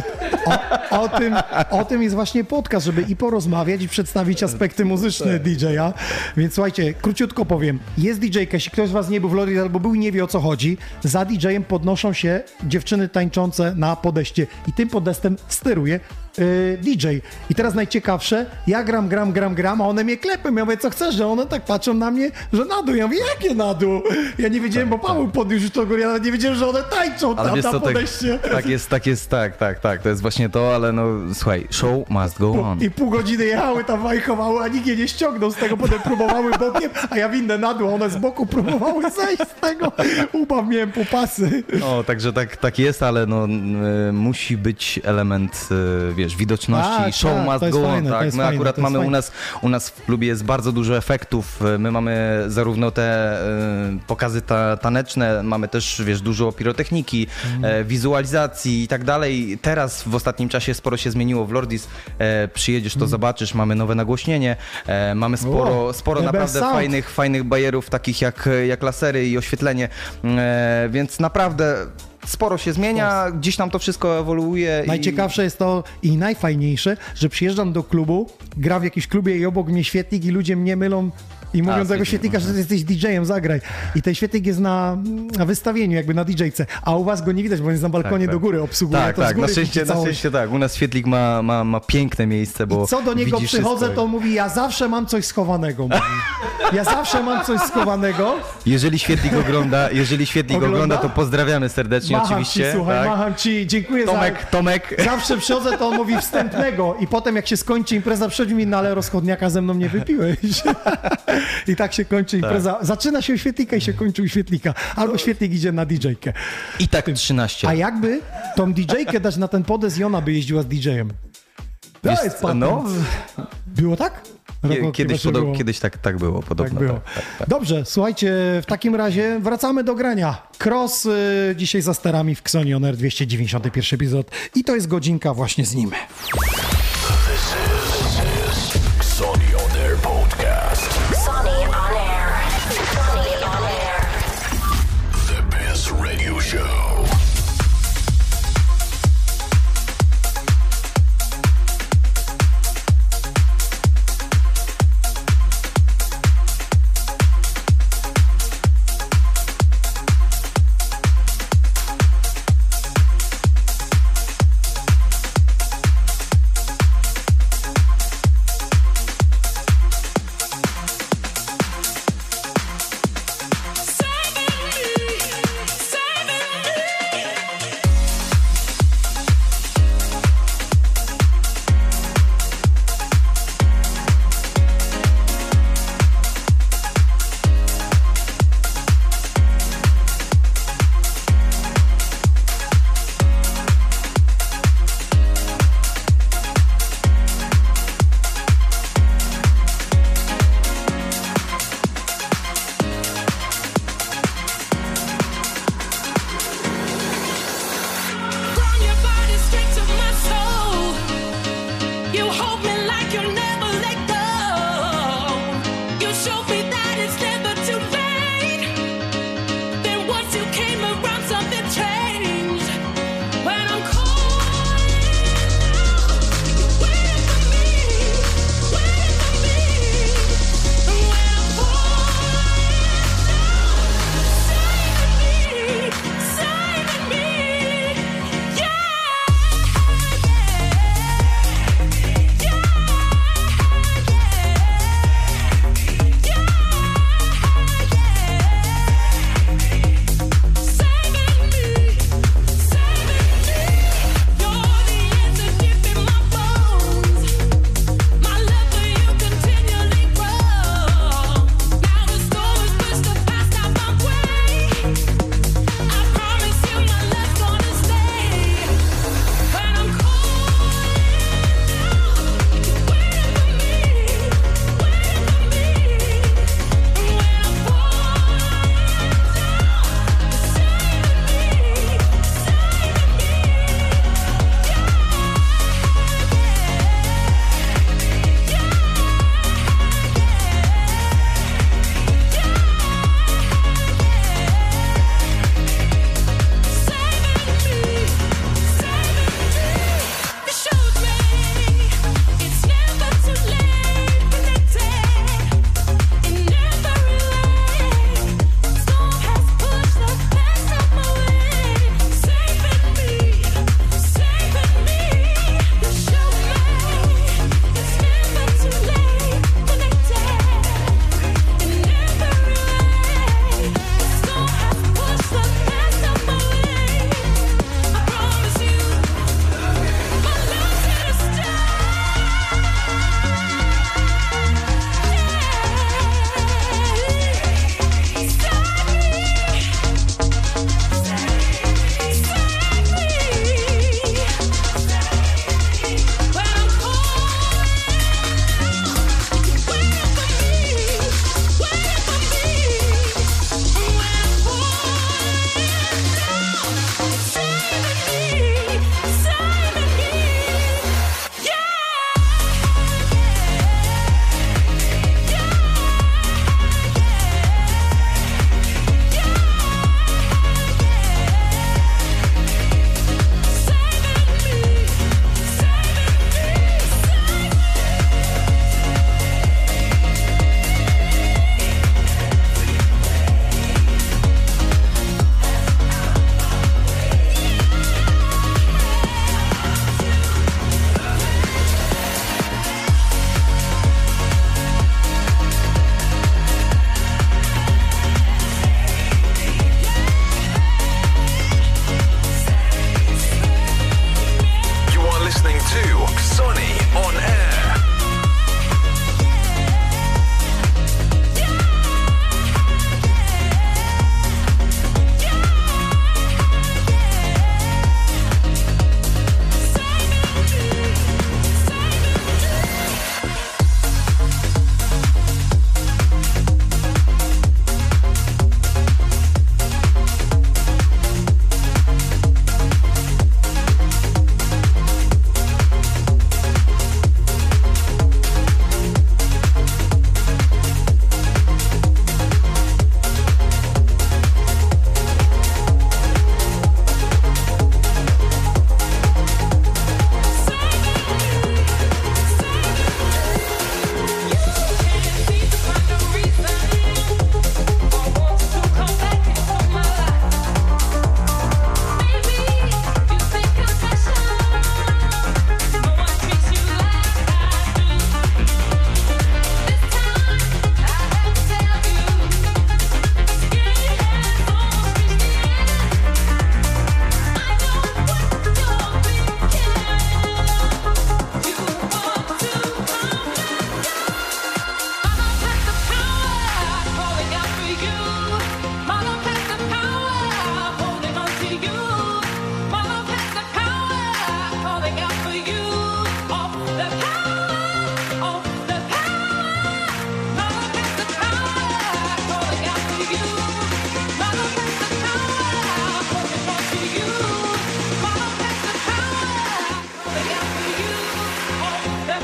o, o, tym, o tym jest właśnie podcast, żeby i porozmawiać, i przedstawić aspekty muzyczne D J-a. Więc słuchajcie, króciutko powiem. Jest D J-ka, jeśli ktoś z was nie był w Lordis albo był i nie wie, o co chodzi, za D J-em podnoszą się dziewczyny tańczące na podestie i tym podestem steruje yy, D J. I teraz najciekawsze, ja gram, gram, gram, gram, a one mnie klepią. Ja mówię, co chcesz, że one tak patrzą na mnie, że na dół. Ja mówię, jakie na dół? Ja nie wiedziałem, bo Paweł podniósł to górę, ja nawet nie wiedziałem, że one tańczą Ale tam wiesz na co, tak, podeście. tak jest, tak jest, tak, tak, tak, to jest właśnie to, ale no słuchaj, show must go on. I pół godziny jechały tam, wajchowały, a nikt je nie ściągnął z tego, potem próbowały bokiem, a ja windę na dół, a one z boku próbowały zejść z tego. Ubaw miałem półpasy. No, także tak, tak jest, ale no, y, musi być element, y, wiesz, widoczności, Tak, show tak, must to jest go on, fajne, to tak? jest My fajne, akurat to jest mamy u fajne. nas, u nas w klubie jest bardzo dużo efektów, y, my mamy zarówno te y, pokazy ta, taneczne, mamy też, wiesz, dużo pirotechniki, Mhm. y, wizualizacji i tak dalej. Teraz w ostatnim czasie sporo się zmieniło w Lordis, y, przyjedziesz, to zobaczysz, mamy nowe nagłośnienie, y, mamy sporo, Mhm. O, sporo E B S naprawdę Sound. fajnych, fajnych bajerów, takich jak, jak lasery i oświetlenie, e, więc naprawdę sporo się zmienia, gdzieś tam to wszystko ewoluuje. Najciekawsze jest to i najfajniejsze, że przyjeżdżam do klubu, gra w jakimś klubie i obok mnie świetlik i ludzie mnie mylą i mówią A, do tego świetlik, świetlika, że ty jesteś D J-em, zagraj. I ten świetlik jest na, na wystawieniu, jakby na D J-ce, a u was go nie widać, bo on jest na balkonie tak. do góry, obsługuje Tak, to z tak, góry na szczęście, widzi na całość. szczęście tak. U nas świetlik ma, ma, ma piękne miejsce, bo I co do niego widzi przychodzę, wszystko. to on mówi, ja zawsze mam coś schowanego. Mówi. Ja zawsze mam coś schowanego. Jeżeli świetlik ogląda, jeżeli świetlik Ogląda? ogląda, to pozdrawiamy serdecznie Macham oczywiście. ci, słuchaj, tak. macham ci, dziękuję Tomek, za... Tomek. Zawsze przychodzę, to on mówi wstępnego i potem jak się skończy impreza, przychodzi mi, no ale rozchodniaka ze mną nie wypiłeś. I tak się kończy impreza. Zaczyna się u świetlika i się kończy u świetlika. Albo świetlik idzie na D J-kę. I tak trzynaście. A jakby tą D J-kę dać na ten podes i ona by jeździła z D J-em? To Wiesz jest co, patent. no, Było tak? Kie- Roko, kiedyś, chyba się podo- było. kiedyś tak, tak było, podobno. Tak było. Tak, tak, tak. Dobrze, słuchajcie, w takim razie wracamy do grania. Cross y, dzisiaj za sterami w Xoni On Air, dwieście dziewięćdziesiąty pierwszy epizod i to jest godzinka właśnie z nim. This is Xoni On Air Podcast. Sonny on air. Sonny on air. The best radio show.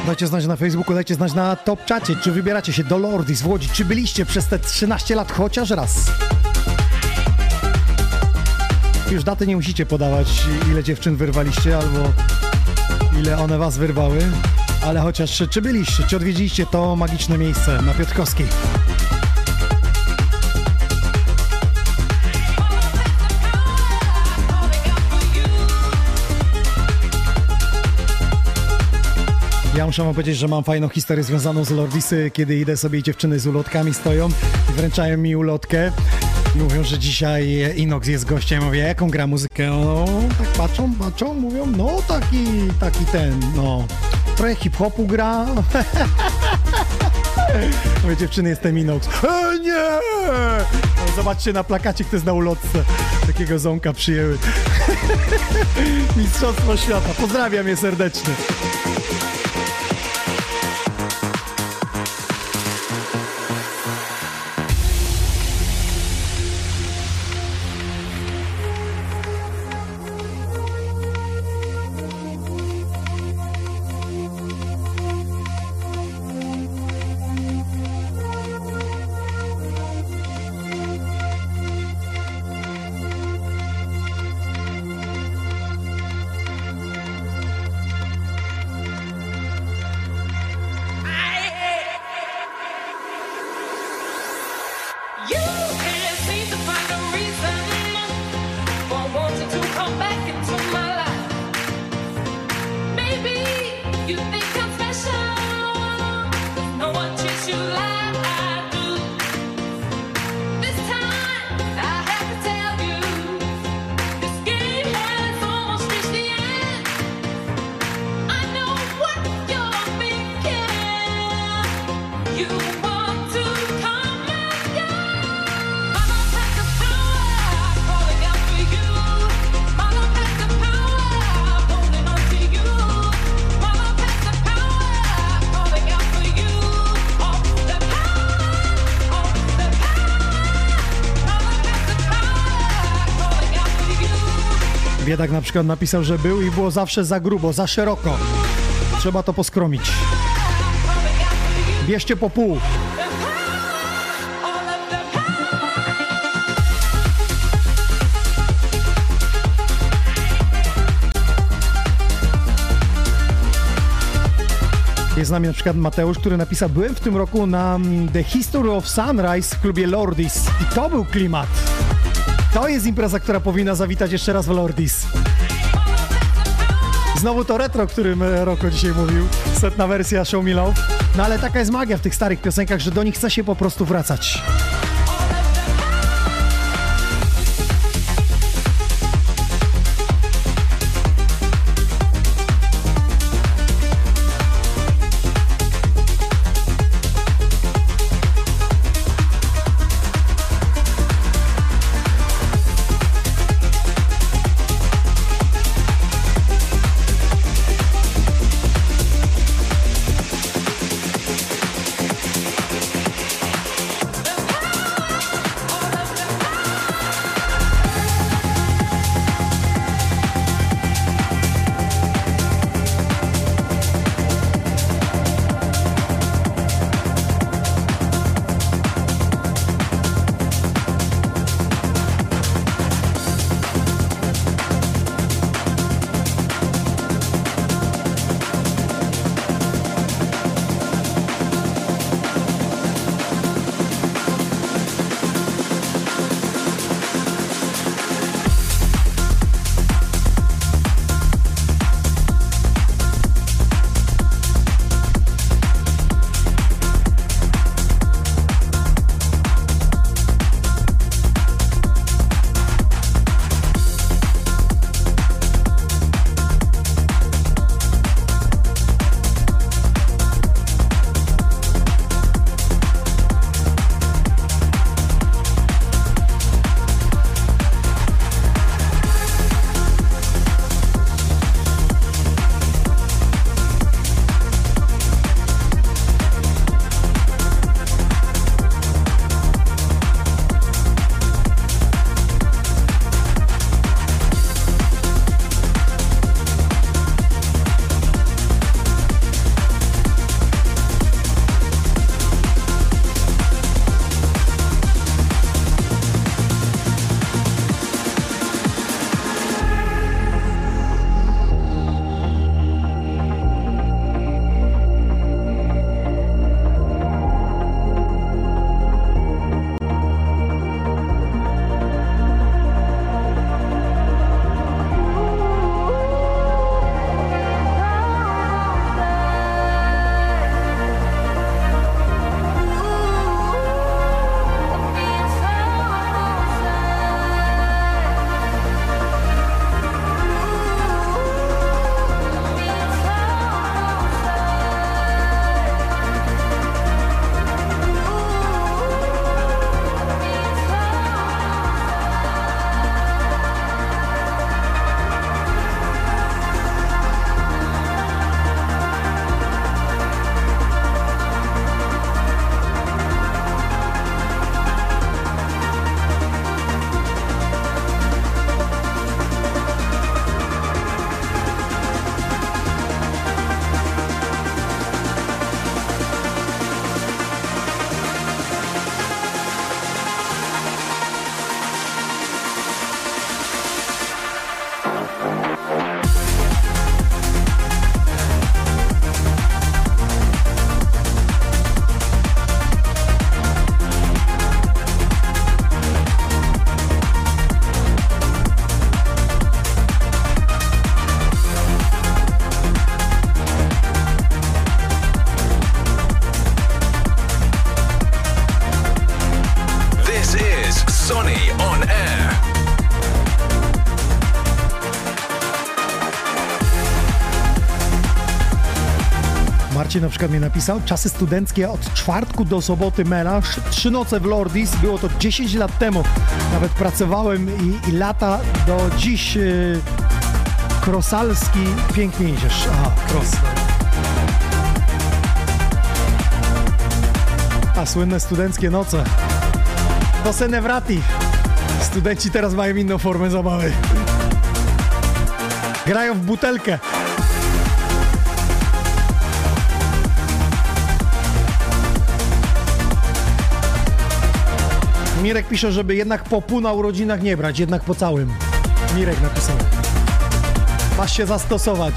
Dajcie znać na Facebooku, dajcie znać na Top Czacie, czy wybieracie się do Lordis w Łodzi, czy byliście przez te trzynaście lat chociaż raz. Już daty nie musicie podawać, ile dziewczyn wyrwaliście, albo ile one was wyrwały, ale chociaż czy byliście, czy odwiedziliście to magiczne miejsce na Piotrkowskiej. Ja muszę wam powiedzieć, że mam fajną historię związaną z Lordisy, kiedy idę sobie i dziewczyny z ulotkami stoją i wręczają mi ulotkę i mówią, że dzisiaj Inox jest gościem. Mówię, jaką gra muzykę? No, tak patrzą, patrzą, mówią, no taki, taki ten, no, trochę hip-hopu gra. Mówię, dziewczyny, jestem Inox. E, nie! No, zobaczcie na plakacie, kto jest na ulotce. Takiego ząka przyjęły. Mistrzostwo świata. Pozdrawiam je serdecznie. Biedak na przykład napisał, że był i było zawsze za grubo, za szeroko. Trzeba to poskromić. Bierzcie po pół. Jest z nami na przykład Mateusz, który napisał, byłem w tym roku na The History of Sunrise w klubie Lordis i to był klimat. To jest impreza, która powinna zawitać jeszcze raz w Lordis. Znowu to retro, o którym Roko dzisiaj mówił. Setna wersja Show Me Love. No ale taka jest magia w tych starych piosenkach, że do nich chce się po prostu wracać. The Marcin na przykład mi napisał, czasy studenckie od czwartku do soboty melanż, trzy noce w Lordis, było to dziesięć lat temu. Nawet pracowałem i, i lata do dziś. Yy, Krosalski, pięknie idziesz. Aha, Kros. A słynne studenckie noce. To se ne vrati. Studenci teraz mają inną formę zabawy. Grają w butelkę. Mirek pisze, żeby jednak po pół na urodzinach nie brać, jednak po całym. Mirek napisał. Masz się zastosować.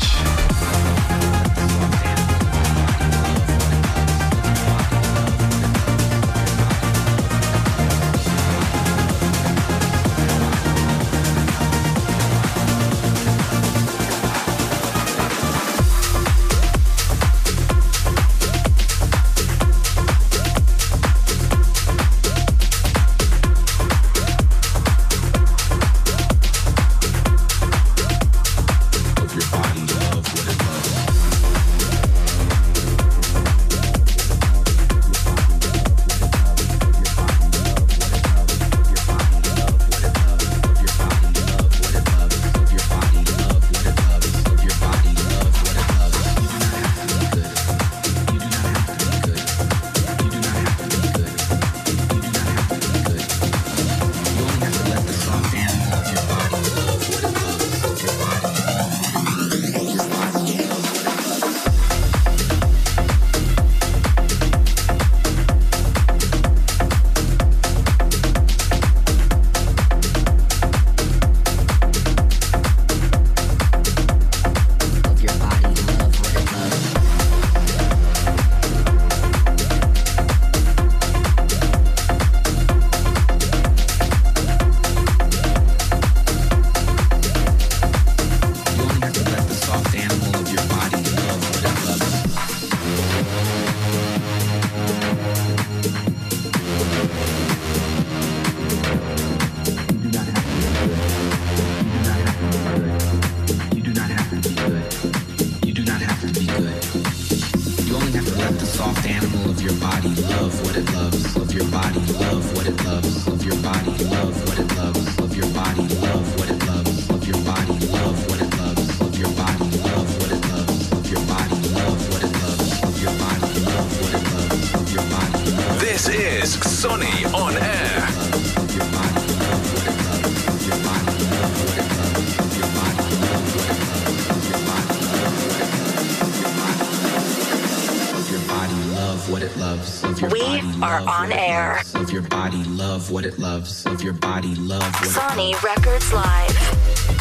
Sony Records Live.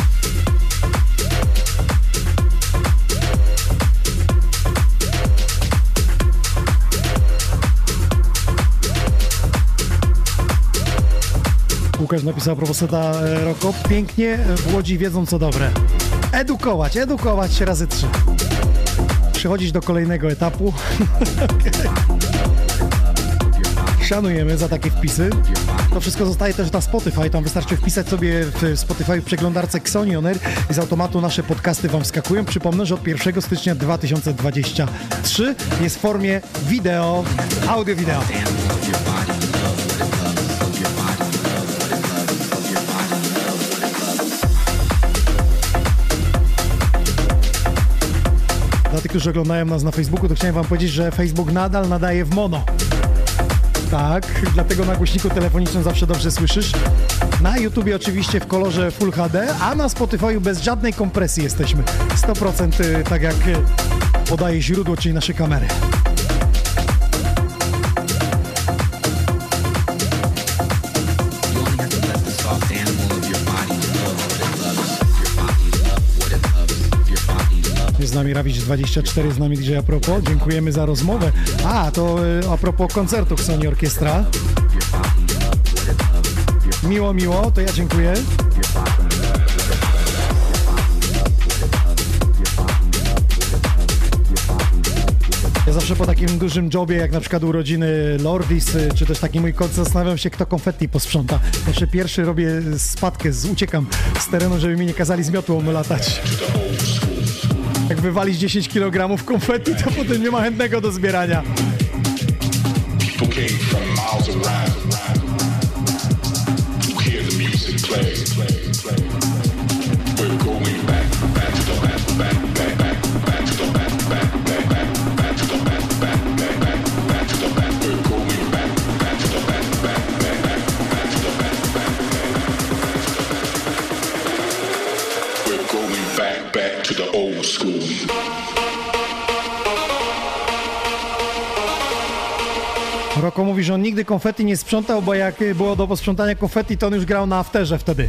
Łukasz napisał a propos Seta Roko. Pięknie, w Łodzi wiedzą co dobre. Edukować, edukować się razy trzy. Przechodzić do kolejnego etapu. Okay. Szanujemy za takie wpisy. To wszystko zostaje też na Spotify. Tam wystarczy wpisać sobie w Spotify w przeglądarce Xoni On Air i z automatu nasze podcasty wam wskakują. Przypomnę, że od pierwszego stycznia dwa tysiące dwudziestego trzeciego jest w formie wideo, audio-wideo. Dla tych, którzy oglądają nas na Facebooku, to chciałem wam powiedzieć, że Facebook nadal nadaje w mono. Tak, dlatego na głośniku telefonicznym zawsze dobrze słyszysz. Na YouTubie oczywiście w kolorze Full H D, a na Spotify'u bez żadnej kompresji jesteśmy. sto procent tak jak podaje źródło, czyli nasze kamery. Z nami Rawicz dwadzieścia cztery, z nami D J a propos. Dziękujemy za rozmowę. A, to y, a propos koncertów Sony Orkiestra. Miło, miło, to ja dziękuję. Ja zawsze po takim dużym jobie, jak na przykład urodziny Lordis, czy też taki mój koncert, zastanawiam się, kto konfetti posprząta. Zawsze pierwszy robię spadkę, z, uciekam z terenu, żeby mi nie kazali z miotłą latać. Jak wywalić dziesięć kilogramów konfetti, to potem nie ma chętnego do zbierania. People came from miles around to hear the music play. We're going back, back to the back, back, back, back, back to the back, back, back, back, back to the back, back, back, back, back to the back. We're going back, back to the back, back, back, back, back to the back, back, back. We're going back, back to the old school. Roko mówi, że on nigdy konfetti nie sprzątał, bo jak było do posprzątania konfetti, to on już grał na afterze wtedy.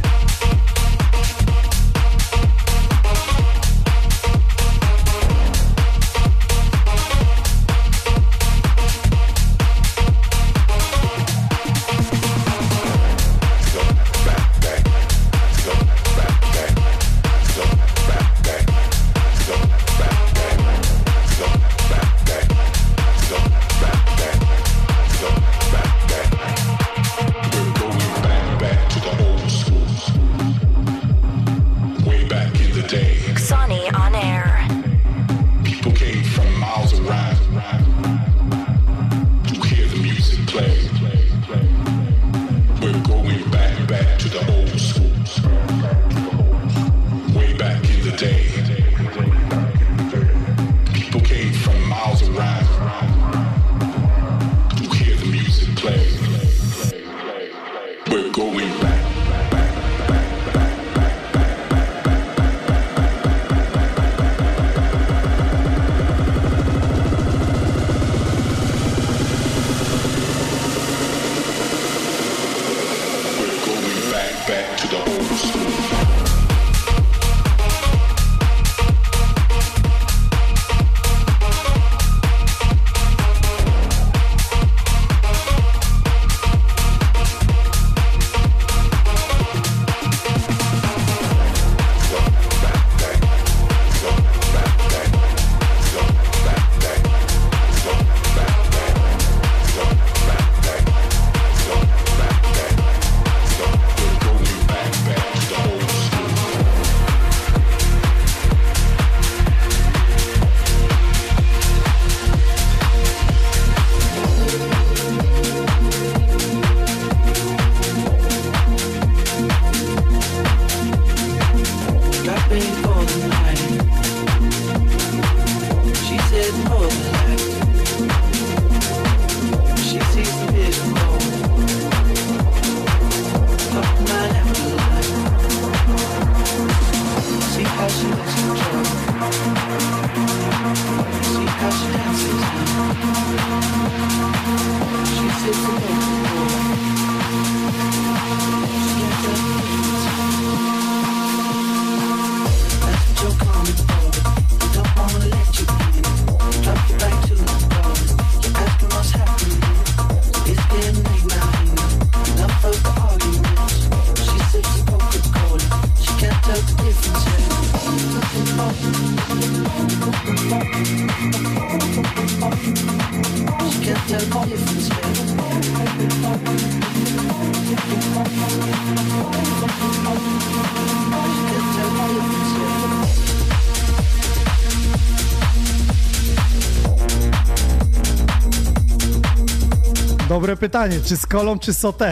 Dobre pytanie, czy z kolą, czy sauté?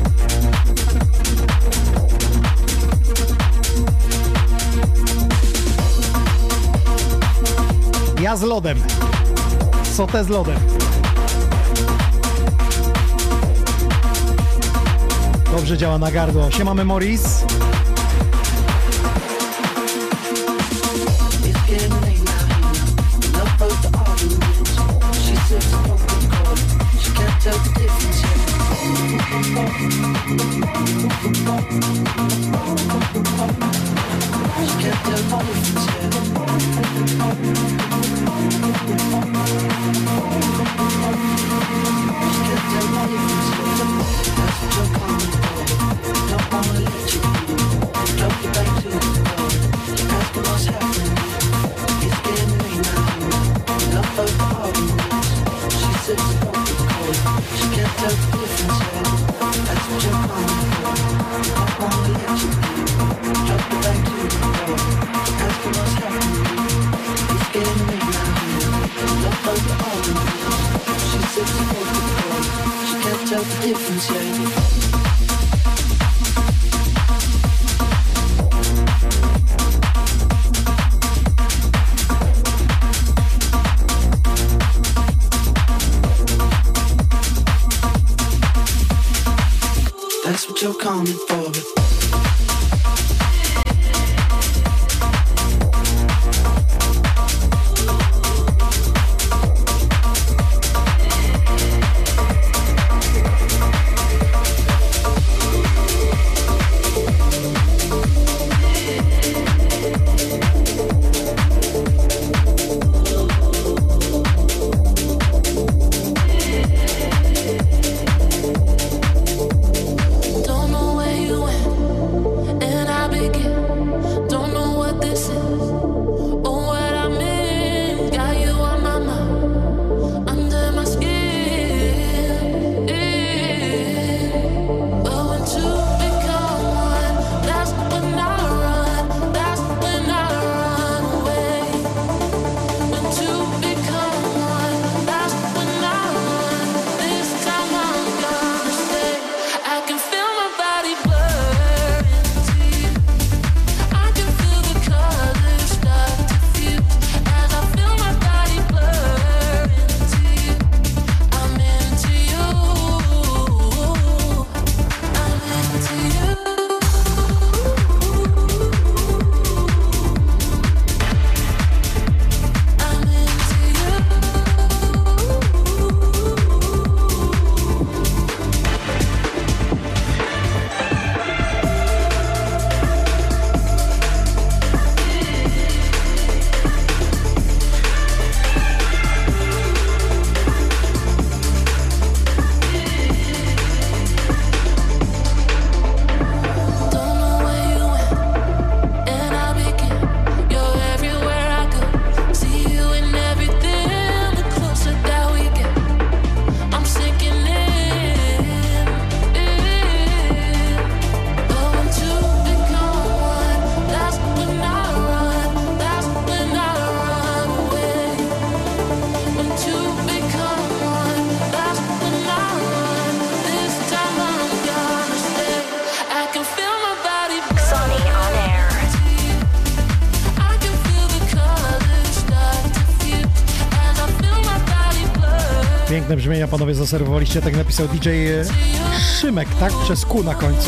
Ja z lodem. Sauté z lodem. Dobrze działa na gardło. Siemamy Morris. Tell the difference here. She can't tell the difference here. She can't tell the difference here. That's what you're calling for. Don't wanna let you be. Drop you back to the floor. You're asking what's happening. It's getting late now. Enough of the arguments. She sits alone. She can't tell the difference here. That's what you're calling for. Don't wanna let you be. Drop you back to the floor. Asking what's happening. felt the difference, yeah. That's what you're coming for, but Piękne brzmienia panowie zaserwowaliście, tak napisał D J Szymek, tak? Przez Q na końcu.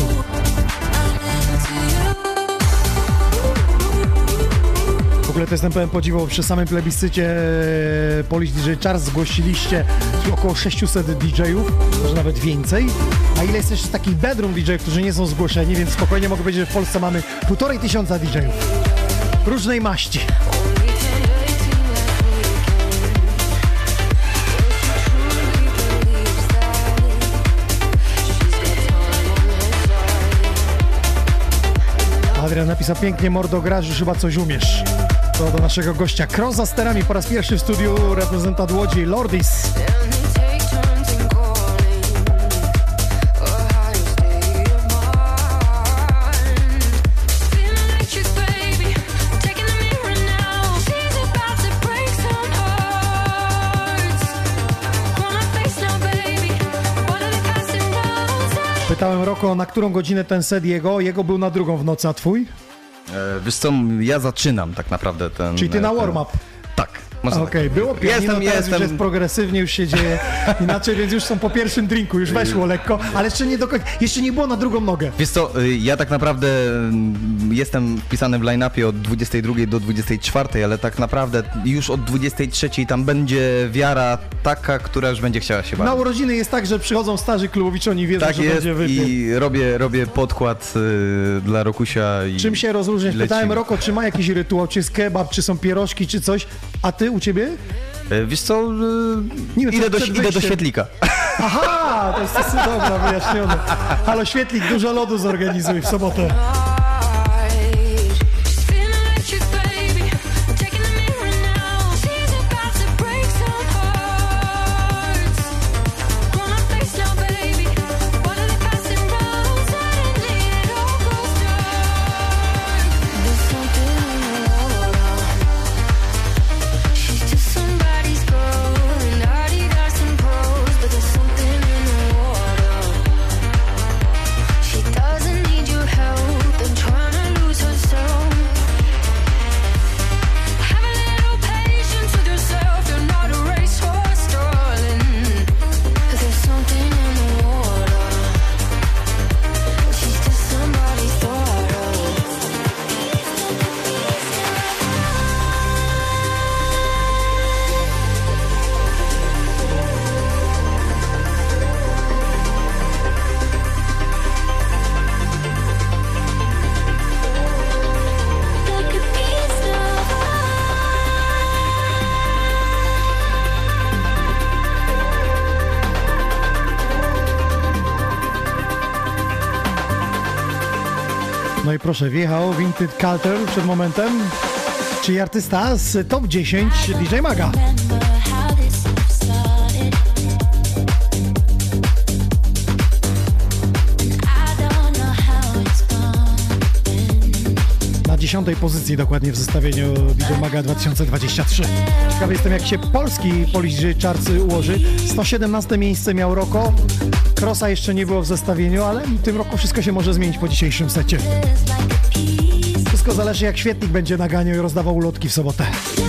W ogóle to jestem pełen podziwu, bo przy samym plebiscycie Polish D J Charts zgłosiliście około sześciuset D J-ów, może nawet więcej. A ile jest jeszcze takich bedroom D J-ów, którzy nie są zgłoszeni, więc spokojnie mogę powiedzieć, że w Polsce mamy półtorej tysiąca D J-ów. Różnej maści. Adrian napisał pięknie, mordo, grasz, już chyba coś umiesz. To do naszego gościa. Cross za sterami po raz pierwszy w studiu, reprezentant Łodzi, Lordis. Pytałem Roko, na którą godzinę ten set jego, jego był na drugą w nocy, a twój? E, wiesz co, ja zaczynam tak naprawdę ten... Czyli ty na ten... warm-up? Tak. Okej, okay, było pianino, jestem, teraz jestem. już jest progresywnie, już się dzieje inaczej, więc już są po pierwszym drinku, już weszło lekko, ale jeszcze nie do końca, jeszcze nie było na drugą nogę. Wiesz co, ja tak naprawdę jestem wpisany w line-upie od dwudziestej drugiej do dwudziestej czwartej, ale tak naprawdę już od dwudziestej trzeciej tam będzie wiara taka, która już będzie chciała się bawić. Na urodziny jest tak, że przychodzą starzy klubowicze, oni wiedzą, tak że jest będzie wypił. I robię, robię podkład y, dla Rokusia. I czym się rozróżniasz? Pytałem Roko, czy ma jakiś rytuał, czy jest kebab, czy są pierożki, czy coś, a ty u ciebie? Wiesz co, nie, no idę, do, idę do świetlika. Aha, to jest dobra, wyjaśnione. Halo Świetlik, dużo lodu zorganizuj w sobotę. Somebody's girl, and Adidas and pros, but there's something in the water. No i proszę, wjechał Vintage Culture przed momentem, czyli artysta z top dziesięć D J Maga. Na dziesiątej pozycji dokładnie w zestawieniu D J Maga dwa tysiące dwadzieścia trzy. Ciekawy jestem, jak się polski Polish D J Charts ułoży. sto siedemnaste miejsce miał Roko. Crossa jeszcze nie było w zestawieniu, ale w tym roku wszystko się może zmienić po dzisiejszym secie. Wszystko zależy, jak Świetlik będzie naganiał i rozdawał ulotki w sobotę.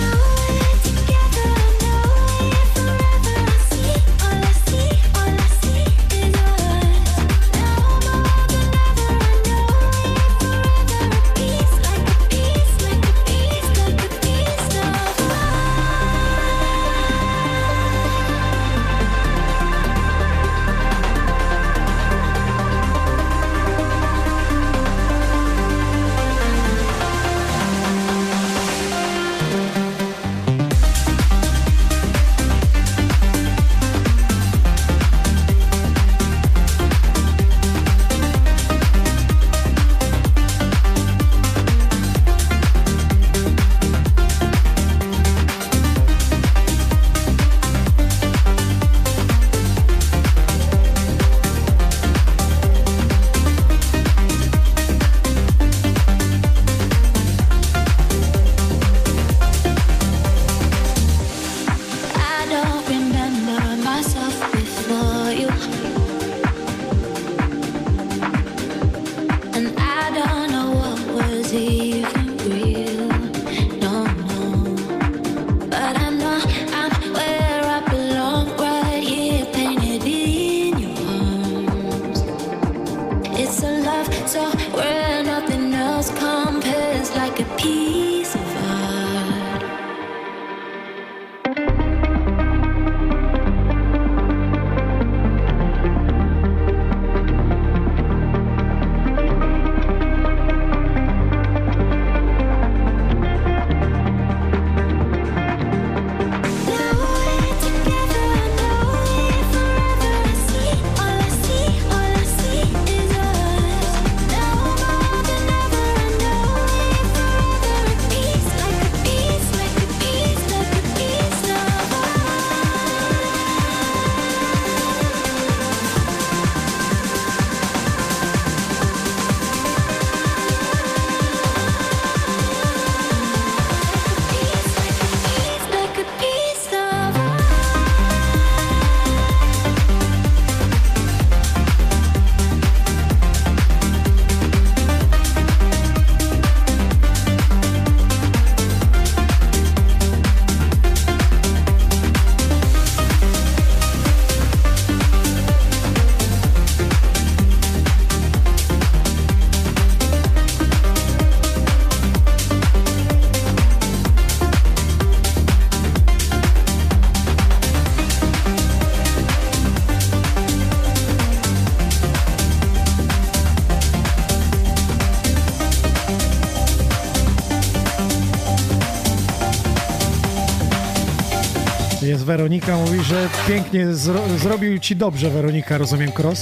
Jest Weronika, mówi, że pięknie zro- zrobił ci dobrze, Weronika, rozumiem, Cross.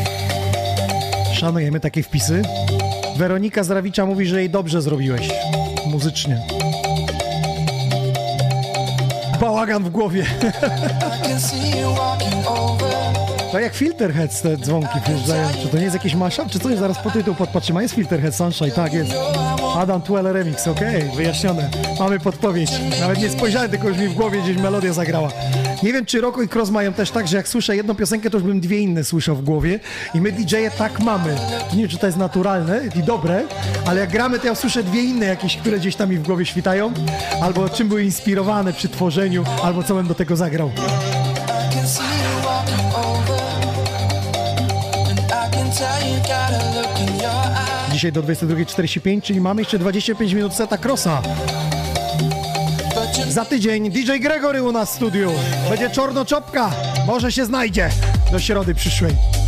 Szanujemy takie wpisy. Weronika z Rawicza mówi, że jej dobrze zrobiłeś muzycznie. Bałagan w głowie. To jak Filterheads te dzwonki wjeżdżają. Czy to nie jest jakiś mashup, czy coś? Zaraz po tytuł podpatrzymy. A jest Filterhead Sunshine, tak jest. Adam Twele Remix, okej, okay, wyjaśnione. Mamy podpowiedź. Nawet nie spojrzałem, tylko już mi w głowie gdzieś melodia zagrała. Nie wiem, czy Roko i Cross mają też tak, że jak słyszę jedną piosenkę, to już bym dwie inne słyszał w głowie. I my D J-e tak mamy. Nie wiem, czy to jest naturalne i dobre, ale jak gramy, to ja słyszę dwie inne jakieś, które gdzieś tam mi w głowie świtają. Albo czym były inspirowane przy tworzeniu, albo co bym do tego zagrał. Dzisiaj do dwudziestej drugiej czterdzieści pięć, czyli mamy jeszcze dwadzieścia pięć minut seta Crossa. Za tydzień D J Gregory u nas w studiu. Będzie czornoczopka. Może się znajdzie do środy przyszłej.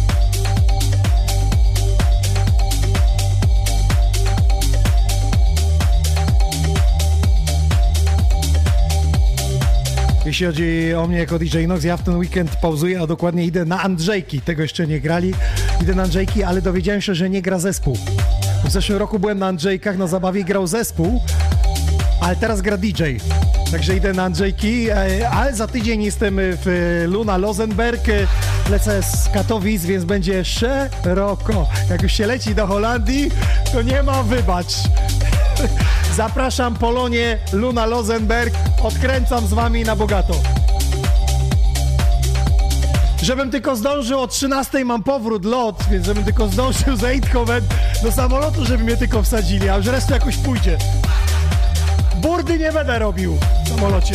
Jeśli chodzi o mnie jako D J Nox, ja w ten weekend pauzuję, a dokładnie idę na Andrzejki. Tego jeszcze nie grali. Idę na Andrzejki, ale dowiedziałem się, że nie gra zespół. W zeszłym roku byłem na Andrzejkach na zabawie i grał zespół, ale teraz gra D J. Także idę na Andrzejki, e, ale za tydzień jestem w Luna Lozenberg, e, lecę z Katowic, więc będzie szeroko. Jak już się leci do Holandii, to nie ma wybacz. Zapraszam Polonię, Luna Lozenberg, odkręcam z wami na bogato. Żebym tylko zdążył, o trzynastej mam powrót, lot, więc żebym tylko zdążył z Eindhoven do samolotu, żeby mnie tylko wsadzili, a już reszta jakoś pójdzie. Burdy nie będę robił w samolocie.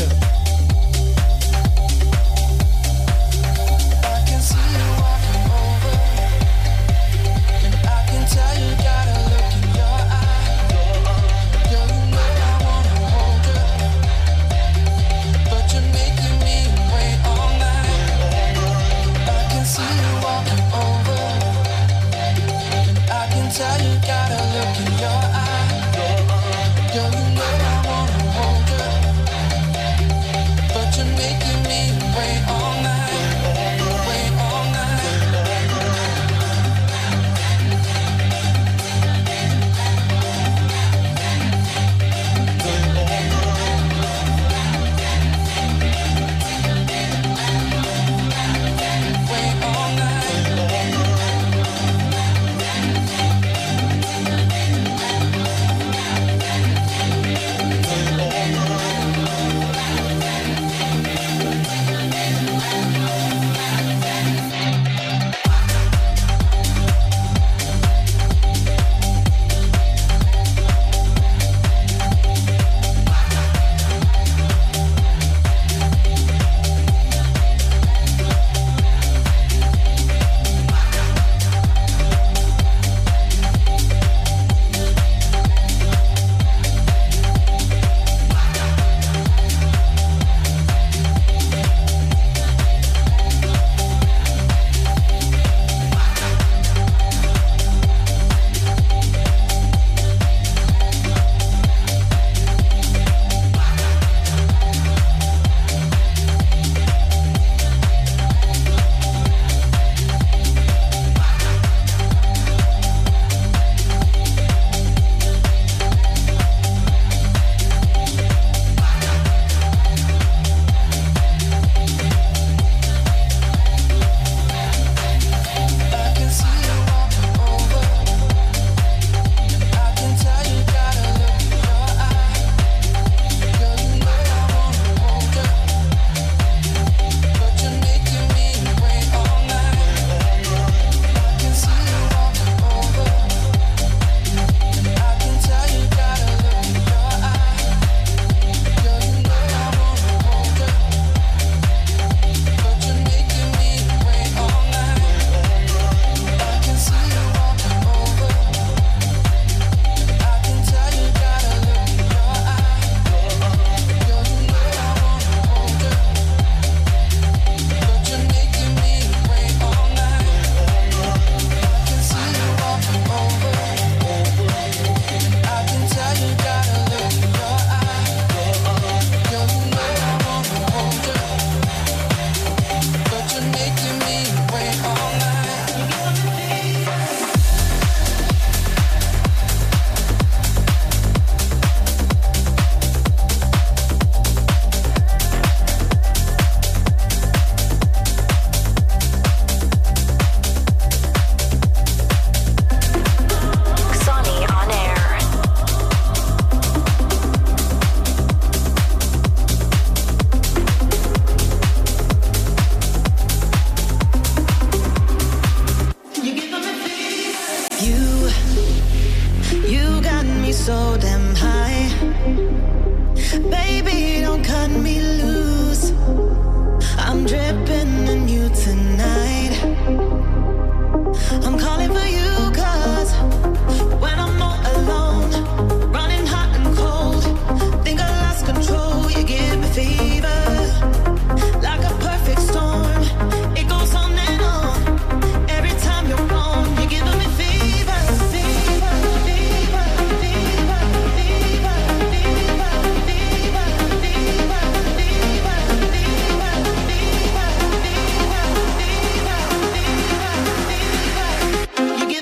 You give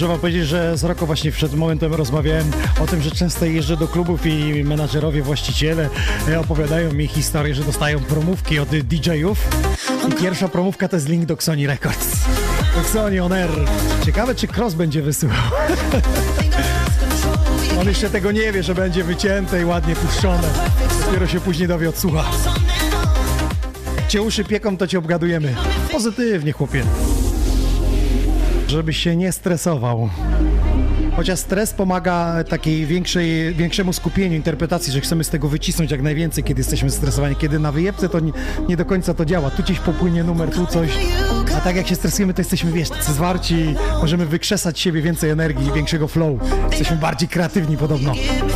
Muszę wam powiedzieć, że z Roko właśnie przed momentem rozmawiałem o tym, że często jeżdżę do klubów i menadżerowie, właściciele e, opowiadają mi historię, że dostają promówki od D J-ów i pierwsza promówka to jest link do Xoni Records. Do Xoni On Air. Ciekawe, czy Cross będzie wysyłał. On jeszcze tego nie wie, że będzie wycięte i ładnie puszczone. Dopiero się później dowie od słucha. Jak cię uszy pieką, to cię obgadujemy. Pozytywnie, chłopie. Żebyś się nie stresował. Chociaż stres pomaga takiej większej, większemu skupieniu interpretacji, że chcemy z tego wycisnąć jak najwięcej, kiedy jesteśmy stresowani. Kiedy na wyjebce to nie, nie do końca to działa. Tu gdzieś popłynie numer, tu coś. A tak jak się stresujemy, to jesteśmy, wiesz, zwarci, możemy wykrzesać z siebie więcej energii i większego flow. Jesteśmy bardziej kreatywni podobno.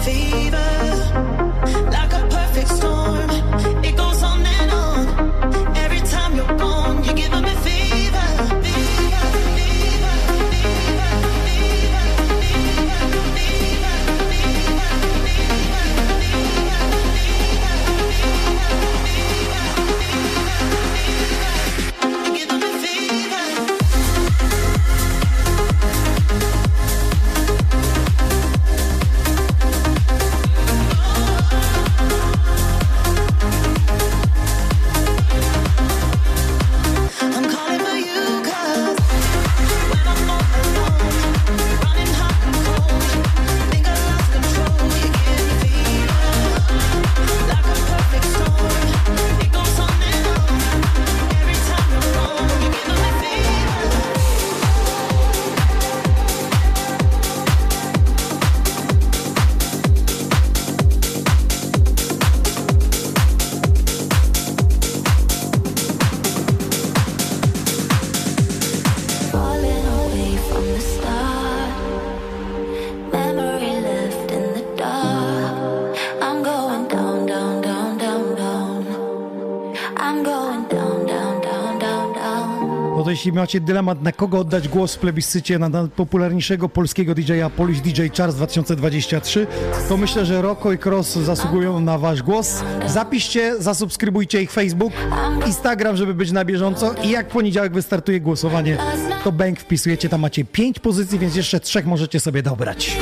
Jeśli macie dylemat, na kogo oddać głos w plebiscycie na najpopularniejszego polskiego D J-a Polish D J Charts dwa tysiące dwudziesty trzeci, to myślę, że Roko i Cross zasługują na wasz głos. Zapiszcie, zasubskrybujcie ich Facebook, Instagram, żeby być na bieżąco i jak w poniedziałek wystartuje głosowanie, to bank wpisujecie, tam macie pięć pozycji, więc jeszcze trzech możecie sobie dobrać.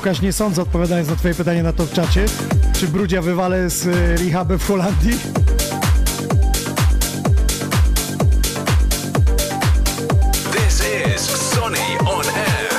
Łukasz, nie sądzę, odpowiadając na twoje pytanie na top czacie, czy Brudzia wywalę z y, rehaby w Holandii. This is Xoni on air.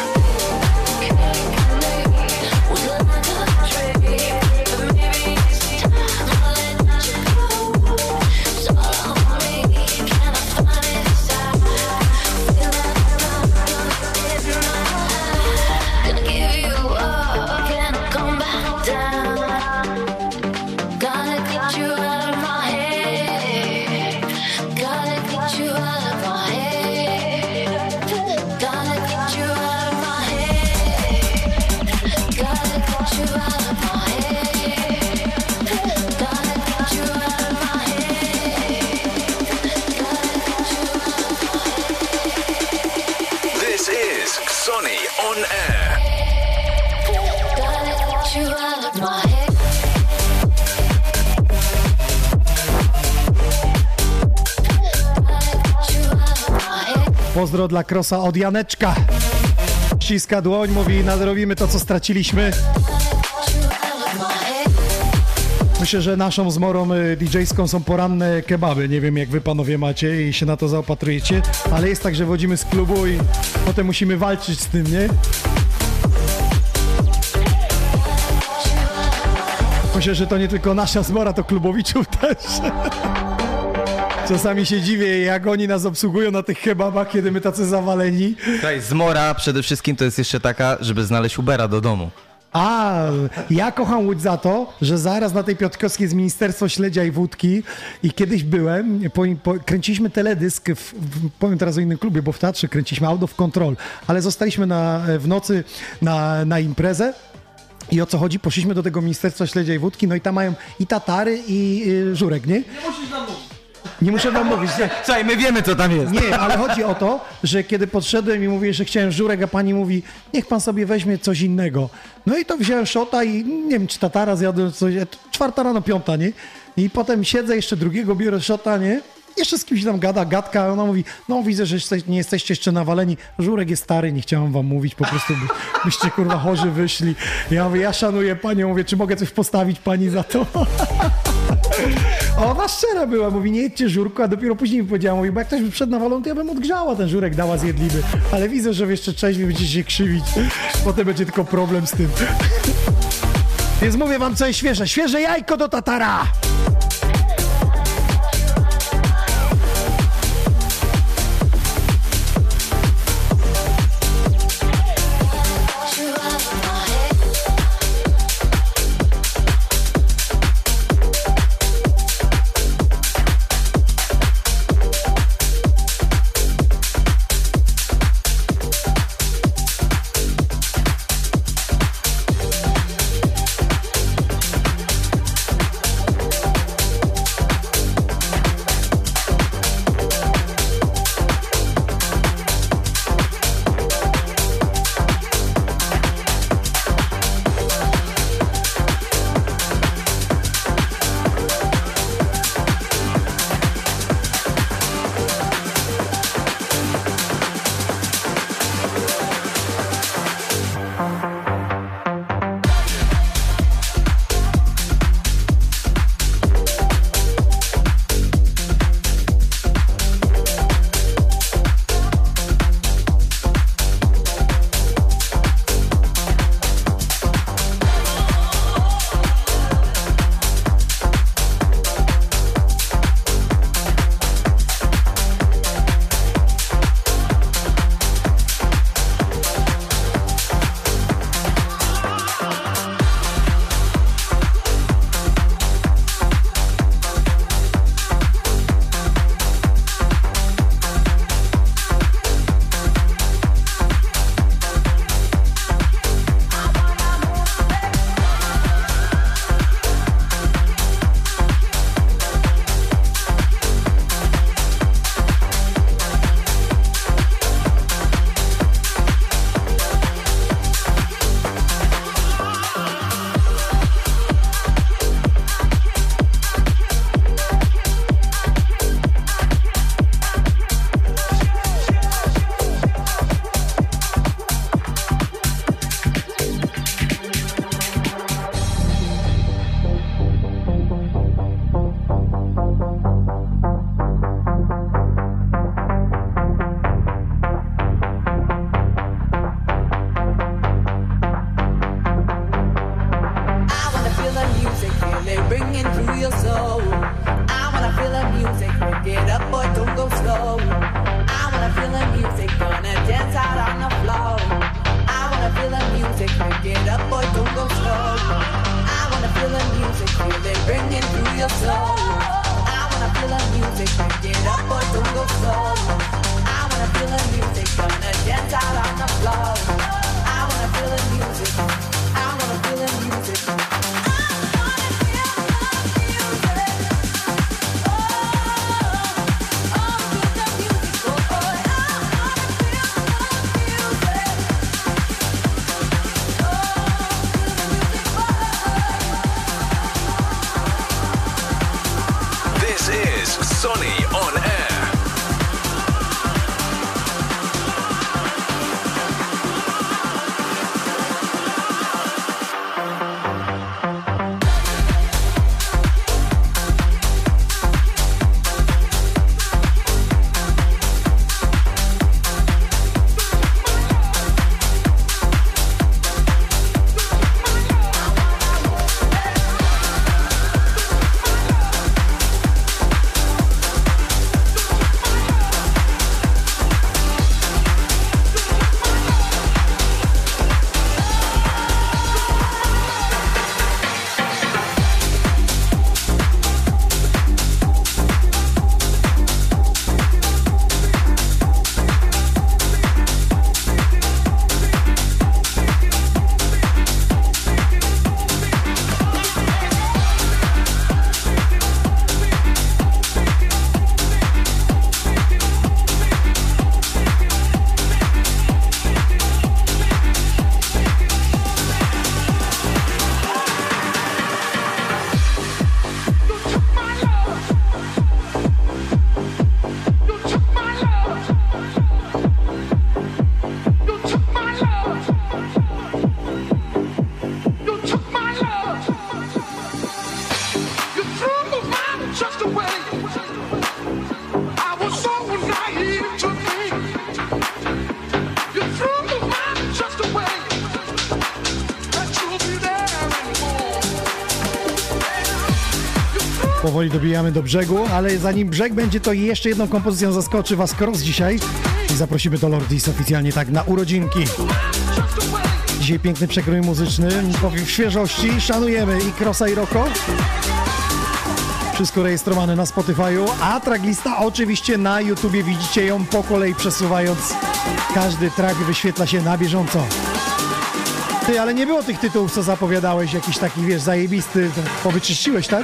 Pozdro dla Krosa od Janeczka. Ściska dłoń, mówi, nadrobimy to, co straciliśmy. Myślę, że naszą zmorą didżejską są poranne kebaby. Nie wiem, jak wy panowie macie i się na to zaopatrujecie, ale jest tak, że wchodzimy z klubu i potem musimy walczyć z tym, nie? Myślę, że to nie tylko nasza zmora, to klubowiczów też. Czasami się dziwię, jak oni nas obsługują na tych kebabach, kiedy my tacy zawaleni. Tutaj zmora przede wszystkim to jest jeszcze taka, żeby znaleźć Ubera do domu. A, ja kocham Łódź za to, że zaraz na tej Piotrkowskiej jest Ministerstwo Śledzia i Wódki i kiedyś byłem, po, po, kręciliśmy teledysk, w, w, powiem teraz o innym klubie, bo w teatrze kręciliśmy Out of Control, ale zostaliśmy na, w nocy na, na imprezę. I o co chodzi? Poszliśmy do tego Ministerstwa Śledzia i Wódki, no i tam mają i tatary, i y, żurek, nie? Nie musisz nam mówić. Nie muszę wam mówić, nie. Słuchaj, my wiemy, co tam jest. Nie, ale chodzi o to, że kiedy podszedłem i mówię, że chciałem żurek, a pani mówi, niech pan sobie weźmie coś innego. No i to wziąłem szota i nie wiem, czy tatara zjadłem coś, czwarta rano, piąta, nie? I potem siedzę, jeszcze drugiego biorę szota, nie? Jeszcze z kimś tam gada, gadka, a ona mówi, no widzę, że nie jesteście jeszcze nawaleni, żurek jest stary, nie chciałam wam mówić, po prostu by, byście kurwa chorzy wyszli. Ja mówię, ja szanuję panią, mówię, czy mogę coś postawić pani za to? A ona szczera była, mówi, nie jedźcie żurku, a dopiero później mi powiedziała, mówi, bo jak ktoś by przed nawalą, to ja bym odgrzała ten żurek, dała zjedliwy, ale widzę, że wy jeszcze trzeźwi będziecie się krzywić, potem będzie tylko problem z tym. Więc mówię wam, co jest świeże, świeże jajko do tatara! your soul. I wanna feel the music, crank it up or don't go slow. I wanna feel the music, gonna dance out on the floor. I wanna feel the music, I wanna feel the music. Sonny on air. Powoli dobijamy do brzegu, ale zanim brzeg będzie, to jeszcze jedną kompozycją zaskoczy was Cross dzisiaj i zaprosimy do Lordis oficjalnie tak na urodzinki. Dzisiaj piękny przekrój muzyczny, powiem w świeżości, szanujemy i Crossa i Rocco. Wszystko rejestrowane na Spotify'u, a tracklista oczywiście na YouTubie, widzicie ją po kolei przesuwając. Każdy track wyświetla się na bieżąco. Ty, ale nie było tych tytułów, co zapowiadałeś, jakiś taki, wiesz, zajebisty, to powyczyściłeś, tak?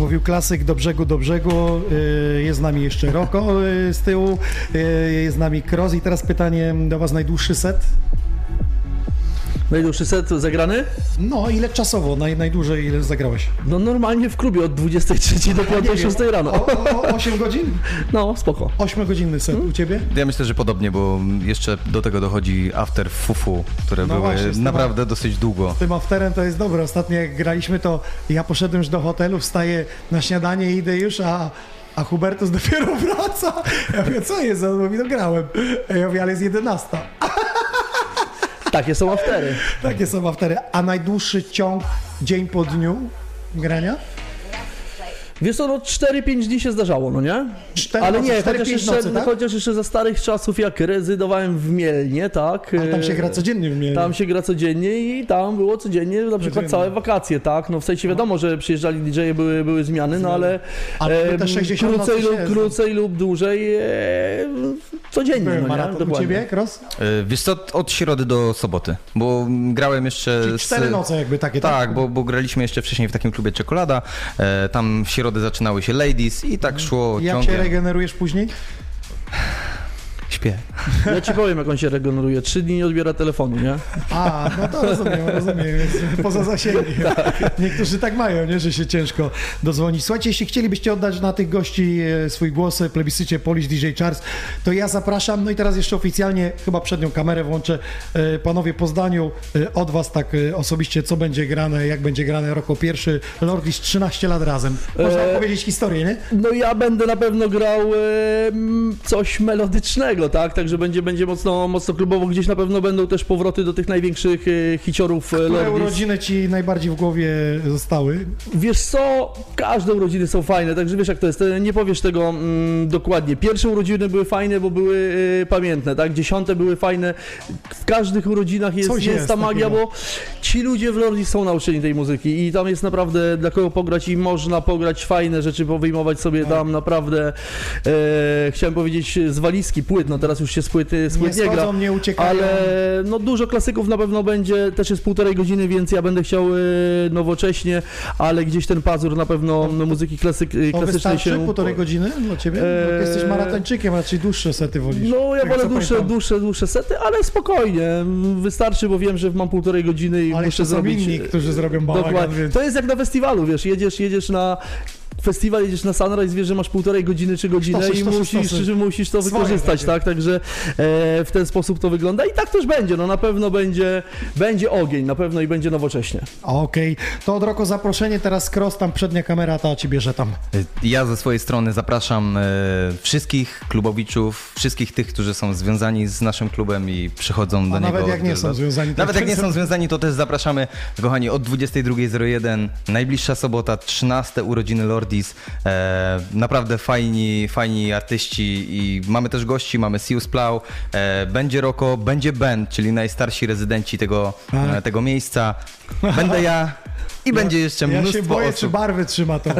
Mówił klasyk do brzegu, do brzegu. Y, Jest z nami jeszcze Roko y, z tyłu, y, jest z nami Kroos i teraz pytanie do was, najdłuższy set? Najdłuższy set zagrany? No, ile czasowo, naj, najdłużej ile zagrałeś? No normalnie w klubie od dwudziestej trzeciej do piątej, szóstej rano. O, o, o, osiem godzin? No, spoko. ośmiogodzinny set u ciebie? Ja myślę, że podobnie, bo jeszcze do tego dochodzi after fufu, które No były właśnie, z tym naprawdę a- dosyć długo. Z tym afterem to jest dobre. Ostatnio jak graliśmy, to ja poszedłem już do hotelu, wstaję na śniadanie i idę już, a, a Hubertus dopiero wraca. Ja mówię, co jest? On mówi, no grałem. Ja mówię, ale jest jedenasta. Takie są aftery. Takie są aftery. A najdłuższy ciąg dzień po dniu grania? Wiesz co, no cztery pięć dni się zdarzało, no nie? Cztery Ale nocy, nie, cztery, chociaż pięć jeszcze, nocy, tak? chociaż jeszcze za starych czasów, jak rezydowałem w Mielnie, tak? Ale tam się gra codziennie w Mielnie. Tam się gra codziennie i tam było codziennie, na przykład Codziennie. całe wakacje, tak? No w sensie wiadomo, że przyjeżdżali D J-e, były, były zmiany, no ale, Ale em, te sześćdziesiąt krócej, nocy lub, się- krócej lub dłużej, e, codziennie, Były no nie? maraton u Dokładnie. ciebie, Kroos? Y, Wiesz co, od środy do soboty, bo grałem jeszcze... Czyli cztery z... noce jakby takie, tak? Tak, bo, bo graliśmy jeszcze wcześniej w takim klubie Czekolada, e, tam w środę zaczynały się ladies i tak szło Jak ciągiem. się regenerujesz później? Śpię. Ja ci powiem, jak on się regeneruje. Trzy dni nie odbiera telefonu, nie? A, no to rozumiem, rozumiem, więc poza zasięgiem. Niektórzy tak mają, nie, że się ciężko dozwonić. Słuchajcie, jeśli chcielibyście oddać na tych gości e, swój głos w plebiscycie Polish D J Charts, to ja zapraszam, no i teraz jeszcze oficjalnie, chyba przednią kamerę włączę, e, panowie po zdaniu e, od was tak e, osobiście, co będzie grane, jak będzie grane Roko pierwszy, Lordis trzynaście lat razem. Można E, opowiedzieć historię, nie? No ja będę na pewno grał e, m, coś melodycznego, tak? Także będzie, będzie mocno, mocno klubowo. Gdzieś na pewno będą też powroty do tych największych e, hiciorów e, Które Lordis. urodziny ci najbardziej w głowie zostały? Wiesz co, każde urodziny są fajne, także wiesz jak to jest, e, nie powiesz tego mm, dokładnie. Pierwsze urodziny były fajne, bo były e, pamiętne, tak? Dziesiąte były fajne. W każdych urodzinach jest, Coś jest, jest ta magia, takiego. bo ci ludzie w Lordis są nauczeni tej muzyki i tam jest naprawdę dla kogo pograć i można pograć fajne rzeczy, powyjmować sobie tam naprawdę, e, chciałem powiedzieć z walizki płyt, no teraz już się z płyty, z Nie płyt nie gra. schodzą, nie uciekają. Ale no dużo klasyków na pewno będzie, też jest półtorej godziny, więc ja będę chciał e, nowocześnie, ale gdzieś ten pazur na pewno no, muzyki klasyk, To klasycznej wystarczy się... półtorej godziny dla ciebie? Bo ty Eee, jesteś maratończykiem, raczej dłuższe sety wolisz. No ja Tak, wolę co dłuższe, pamiętam. dłuższe, dłuższe sety, ale spokojnie, wystarczy, bo wiem, że mam półtorej godziny i Ale muszę jeszcze są zrobić... inni, którzy zrobią bałagan, Dokładnie. więc... To jest jak na festiwalu, wiesz, jedziesz, jedziesz na festiwal, jedziesz na Sunrise, wiesz, że masz półtorej godziny czy godzinę Sztosy, i sztosy, musisz, sztosy. że musisz to Swoje wykorzystać, takie. tak? Także e, w ten sposób to wygląda i tak też będzie, no na pewno będzie, będzie ogień, na pewno i będzie nowocześnie. Okej, to od Roko zaproszenie, teraz Kroos, tam przednia kamera, ta ci bierze tam. Ja ze swojej strony zapraszam e, wszystkich klubowiczów, wszystkich tych, którzy są związani z naszym klubem i przychodzą do A niego. nawet jak nie od- są związani, to Nawet jak nie też- są związani, to też zapraszamy, kochani, od dwudziestej drugiej zero jeden, najbliższa sobota, trzynaste urodziny Lordis. E, naprawdę fajni, fajni artyści i mamy też gości, mamy Sius Plow, e, będzie Roko, będzie Ben, czyli najstarsi rezydenci tego, Tak. e, tego miejsca. Będę ja i będzie jeszcze Ja mnóstwo się boję, osób. czy barwy trzyma to.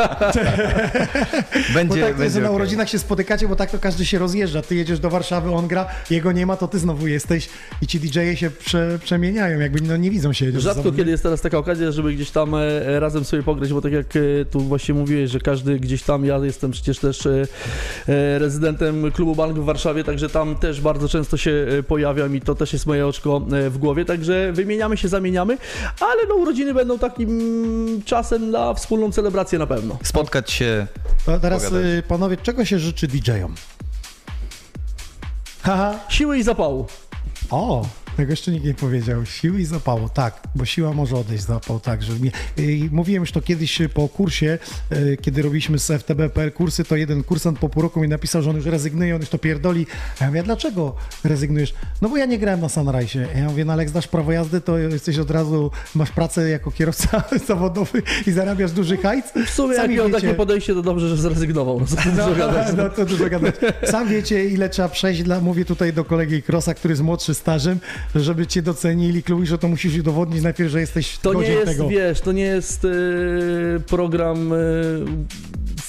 Będzie, Bo tak to jest, będzie że na okej. urodzinach się spotykacie, bo tak to każdy się rozjeżdża. Ty jedziesz do Warszawy, on gra, jego nie ma, to ty znowu jesteś i ci D J-e się prze, przemieniają, jakby no, nie widzą się. jedziesz ze Rzadko sobą. kiedy jest teraz taka okazja, żeby gdzieś tam e, razem sobie pograć, bo tak jak e, tu właśnie mówiłeś, że każdy gdzieś tam, ja jestem przecież też e, e, rezydentem klubu Bank w Warszawie, także tam też bardzo często się e, pojawiam i to też jest moje oczko e, w głowie, także wymieniamy się, zamieniamy, ale no urodziny będą takim mm, czasem na wspólną celebrację na pewno. Spotkać się. To teraz Pogadać. y, panowie, czego się życzy D J-om? Haha, Siły i zapału. o, tego jeszcze nikt nie powiedział. Siły i zapału, tak, bo siła może odejść zapał, tak, że mnie, y, mówiłem już to kiedyś po kursie, y, kiedy robiliśmy z F T B kropka P L kursy, to jeden kursant po pół roku mi napisał, że on już rezygnuje, on już to pierdoli. A ja mówię, dlaczego rezygnujesz? No bo ja nie grałem na Sunrise. Ja mówię, no ale jak zdasz prawo jazdy, to jesteś od razu, masz pracę jako kierowca zawodowy i zarabiasz duży hajs. W sumie jak Sami miał wiecie- takie podejście, to dobrze, że zrezygnował. No, co tu No, dużo gadać. no to dużo gadać. Sam wiecie, ile trzeba przejść dla, mówię tutaj do kolegi Krosa, który jest młodszy stażem, żeby cię docenili, klubi, że to musisz udowodnić najpierw, że jesteś To nie godzien jest, tego. wiesz, to nie jest e, program e,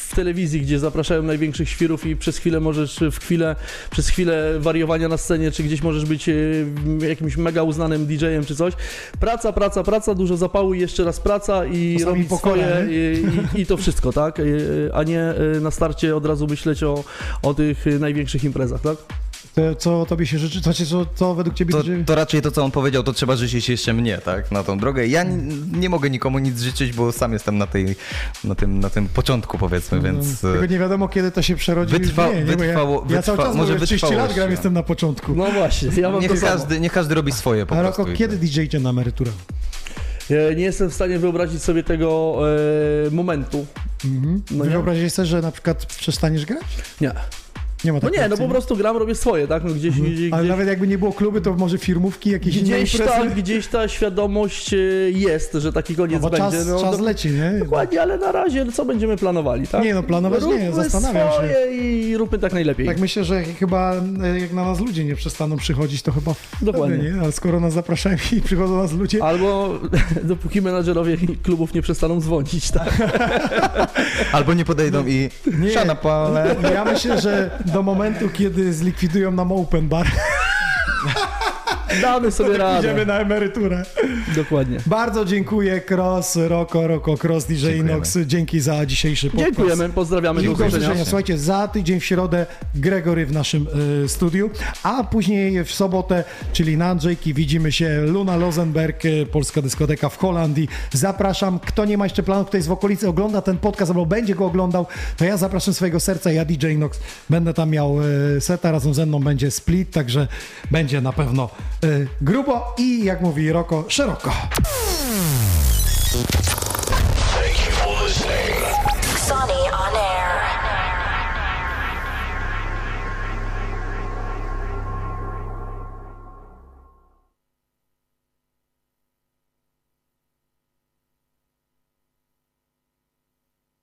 w telewizji, gdzie zapraszają największych świrów i przez chwilę możesz, w chwilę, przez chwilę wariowania na scenie, czy gdzieś możesz być e, jakimś mega uznanym D J-em czy coś. Praca, praca, praca, dużo zapału i jeszcze raz praca i Czasami robić pokoja, swoje nie? i, i, i to wszystko, tak? E, A nie e, na starcie od razu myśleć o, o tych e, największych imprezach, tak? To, co tobie się życzy? Znaczy, co, co według ciebie... To, D J? to raczej to, co on powiedział, to trzeba życzyć jeszcze mnie, tak, na tą drogę. Ja n- nie mogę nikomu nic życzyć, bo sam jestem na, tej, na, tym, na tym początku, powiedzmy, więc... Tylko nie wiadomo, kiedy to się przerodzi. Wytrwa- już nie, nie, bo wytrwało- ja, ja cały wytrwa- czas może mówię, trzydzieści lat wytrwałość, gram, no. jestem na początku. No właśnie, ja mam to Niech samo. każdy, niech każdy robi swoje po A prostu. Roko, i kiedy to- D J idzie na emeryturę? E, Nie jestem w stanie wyobrazić sobie tego e, momentu. Mhm. No Wy nie? wyobraźcie sobie, że na przykład przestaniesz grać? Nie. Nie ma No takiej nie, no opcji, po prostu gram, robię swoje, tak? No gdzieś, gdzieś, Ale gdzieś, nawet jakby nie było kluby, to może firmówki, jakieś inne gdzieś, imprezy? ta, gdzieś ta świadomość e, jest, że taki No koniec bo będzie. czas, no, czas do- leci, nie? Dokładnie, ale na razie no co będziemy planowali, tak? Nie, no planować nie, Róbmy zastanawiam się. swoje i róbmy tak najlepiej. Tak myślę, że chyba e, jak na nas ludzie nie przestaną przychodzić, to chyba Dokładnie. wtedy, nie? Ale skoro nas zapraszają i przychodzą nas ludzie... Albo dopóki menadżerowie klubów nie przestaną dzwonić, tak? Albo nie podejdą i... Nie. Szana pane. Ja myślę, że do momentu, kiedy zlikwidują nam open bar, Damy sobie radę. idziemy na emeryturę. Dokładnie. Bardzo dziękuję, Cross, Roko, Roko, Cross, D J Dziękujemy. Inox. Dzięki za dzisiejszy podcast. Dziękujemy, pozdrawiamy, do Dziękuję, do usłyszenia. usłyszenia. Słuchajcie, za tydzień w środę Gregory w naszym y, studiu, a później w sobotę, czyli na Andrzejki, widzimy się Luna Lozenberg, y, polska dyskoteka w Holandii. Zapraszam, kto nie ma jeszcze planów, kto jest w okolicy, ogląda ten podcast albo będzie go oglądał, to ja zapraszam swojego serca, ja D J Inox, będę tam miał y, seta, razem ze mną będzie split, także będzie na pewno y, grubo i jak mówi Roko, szeroko.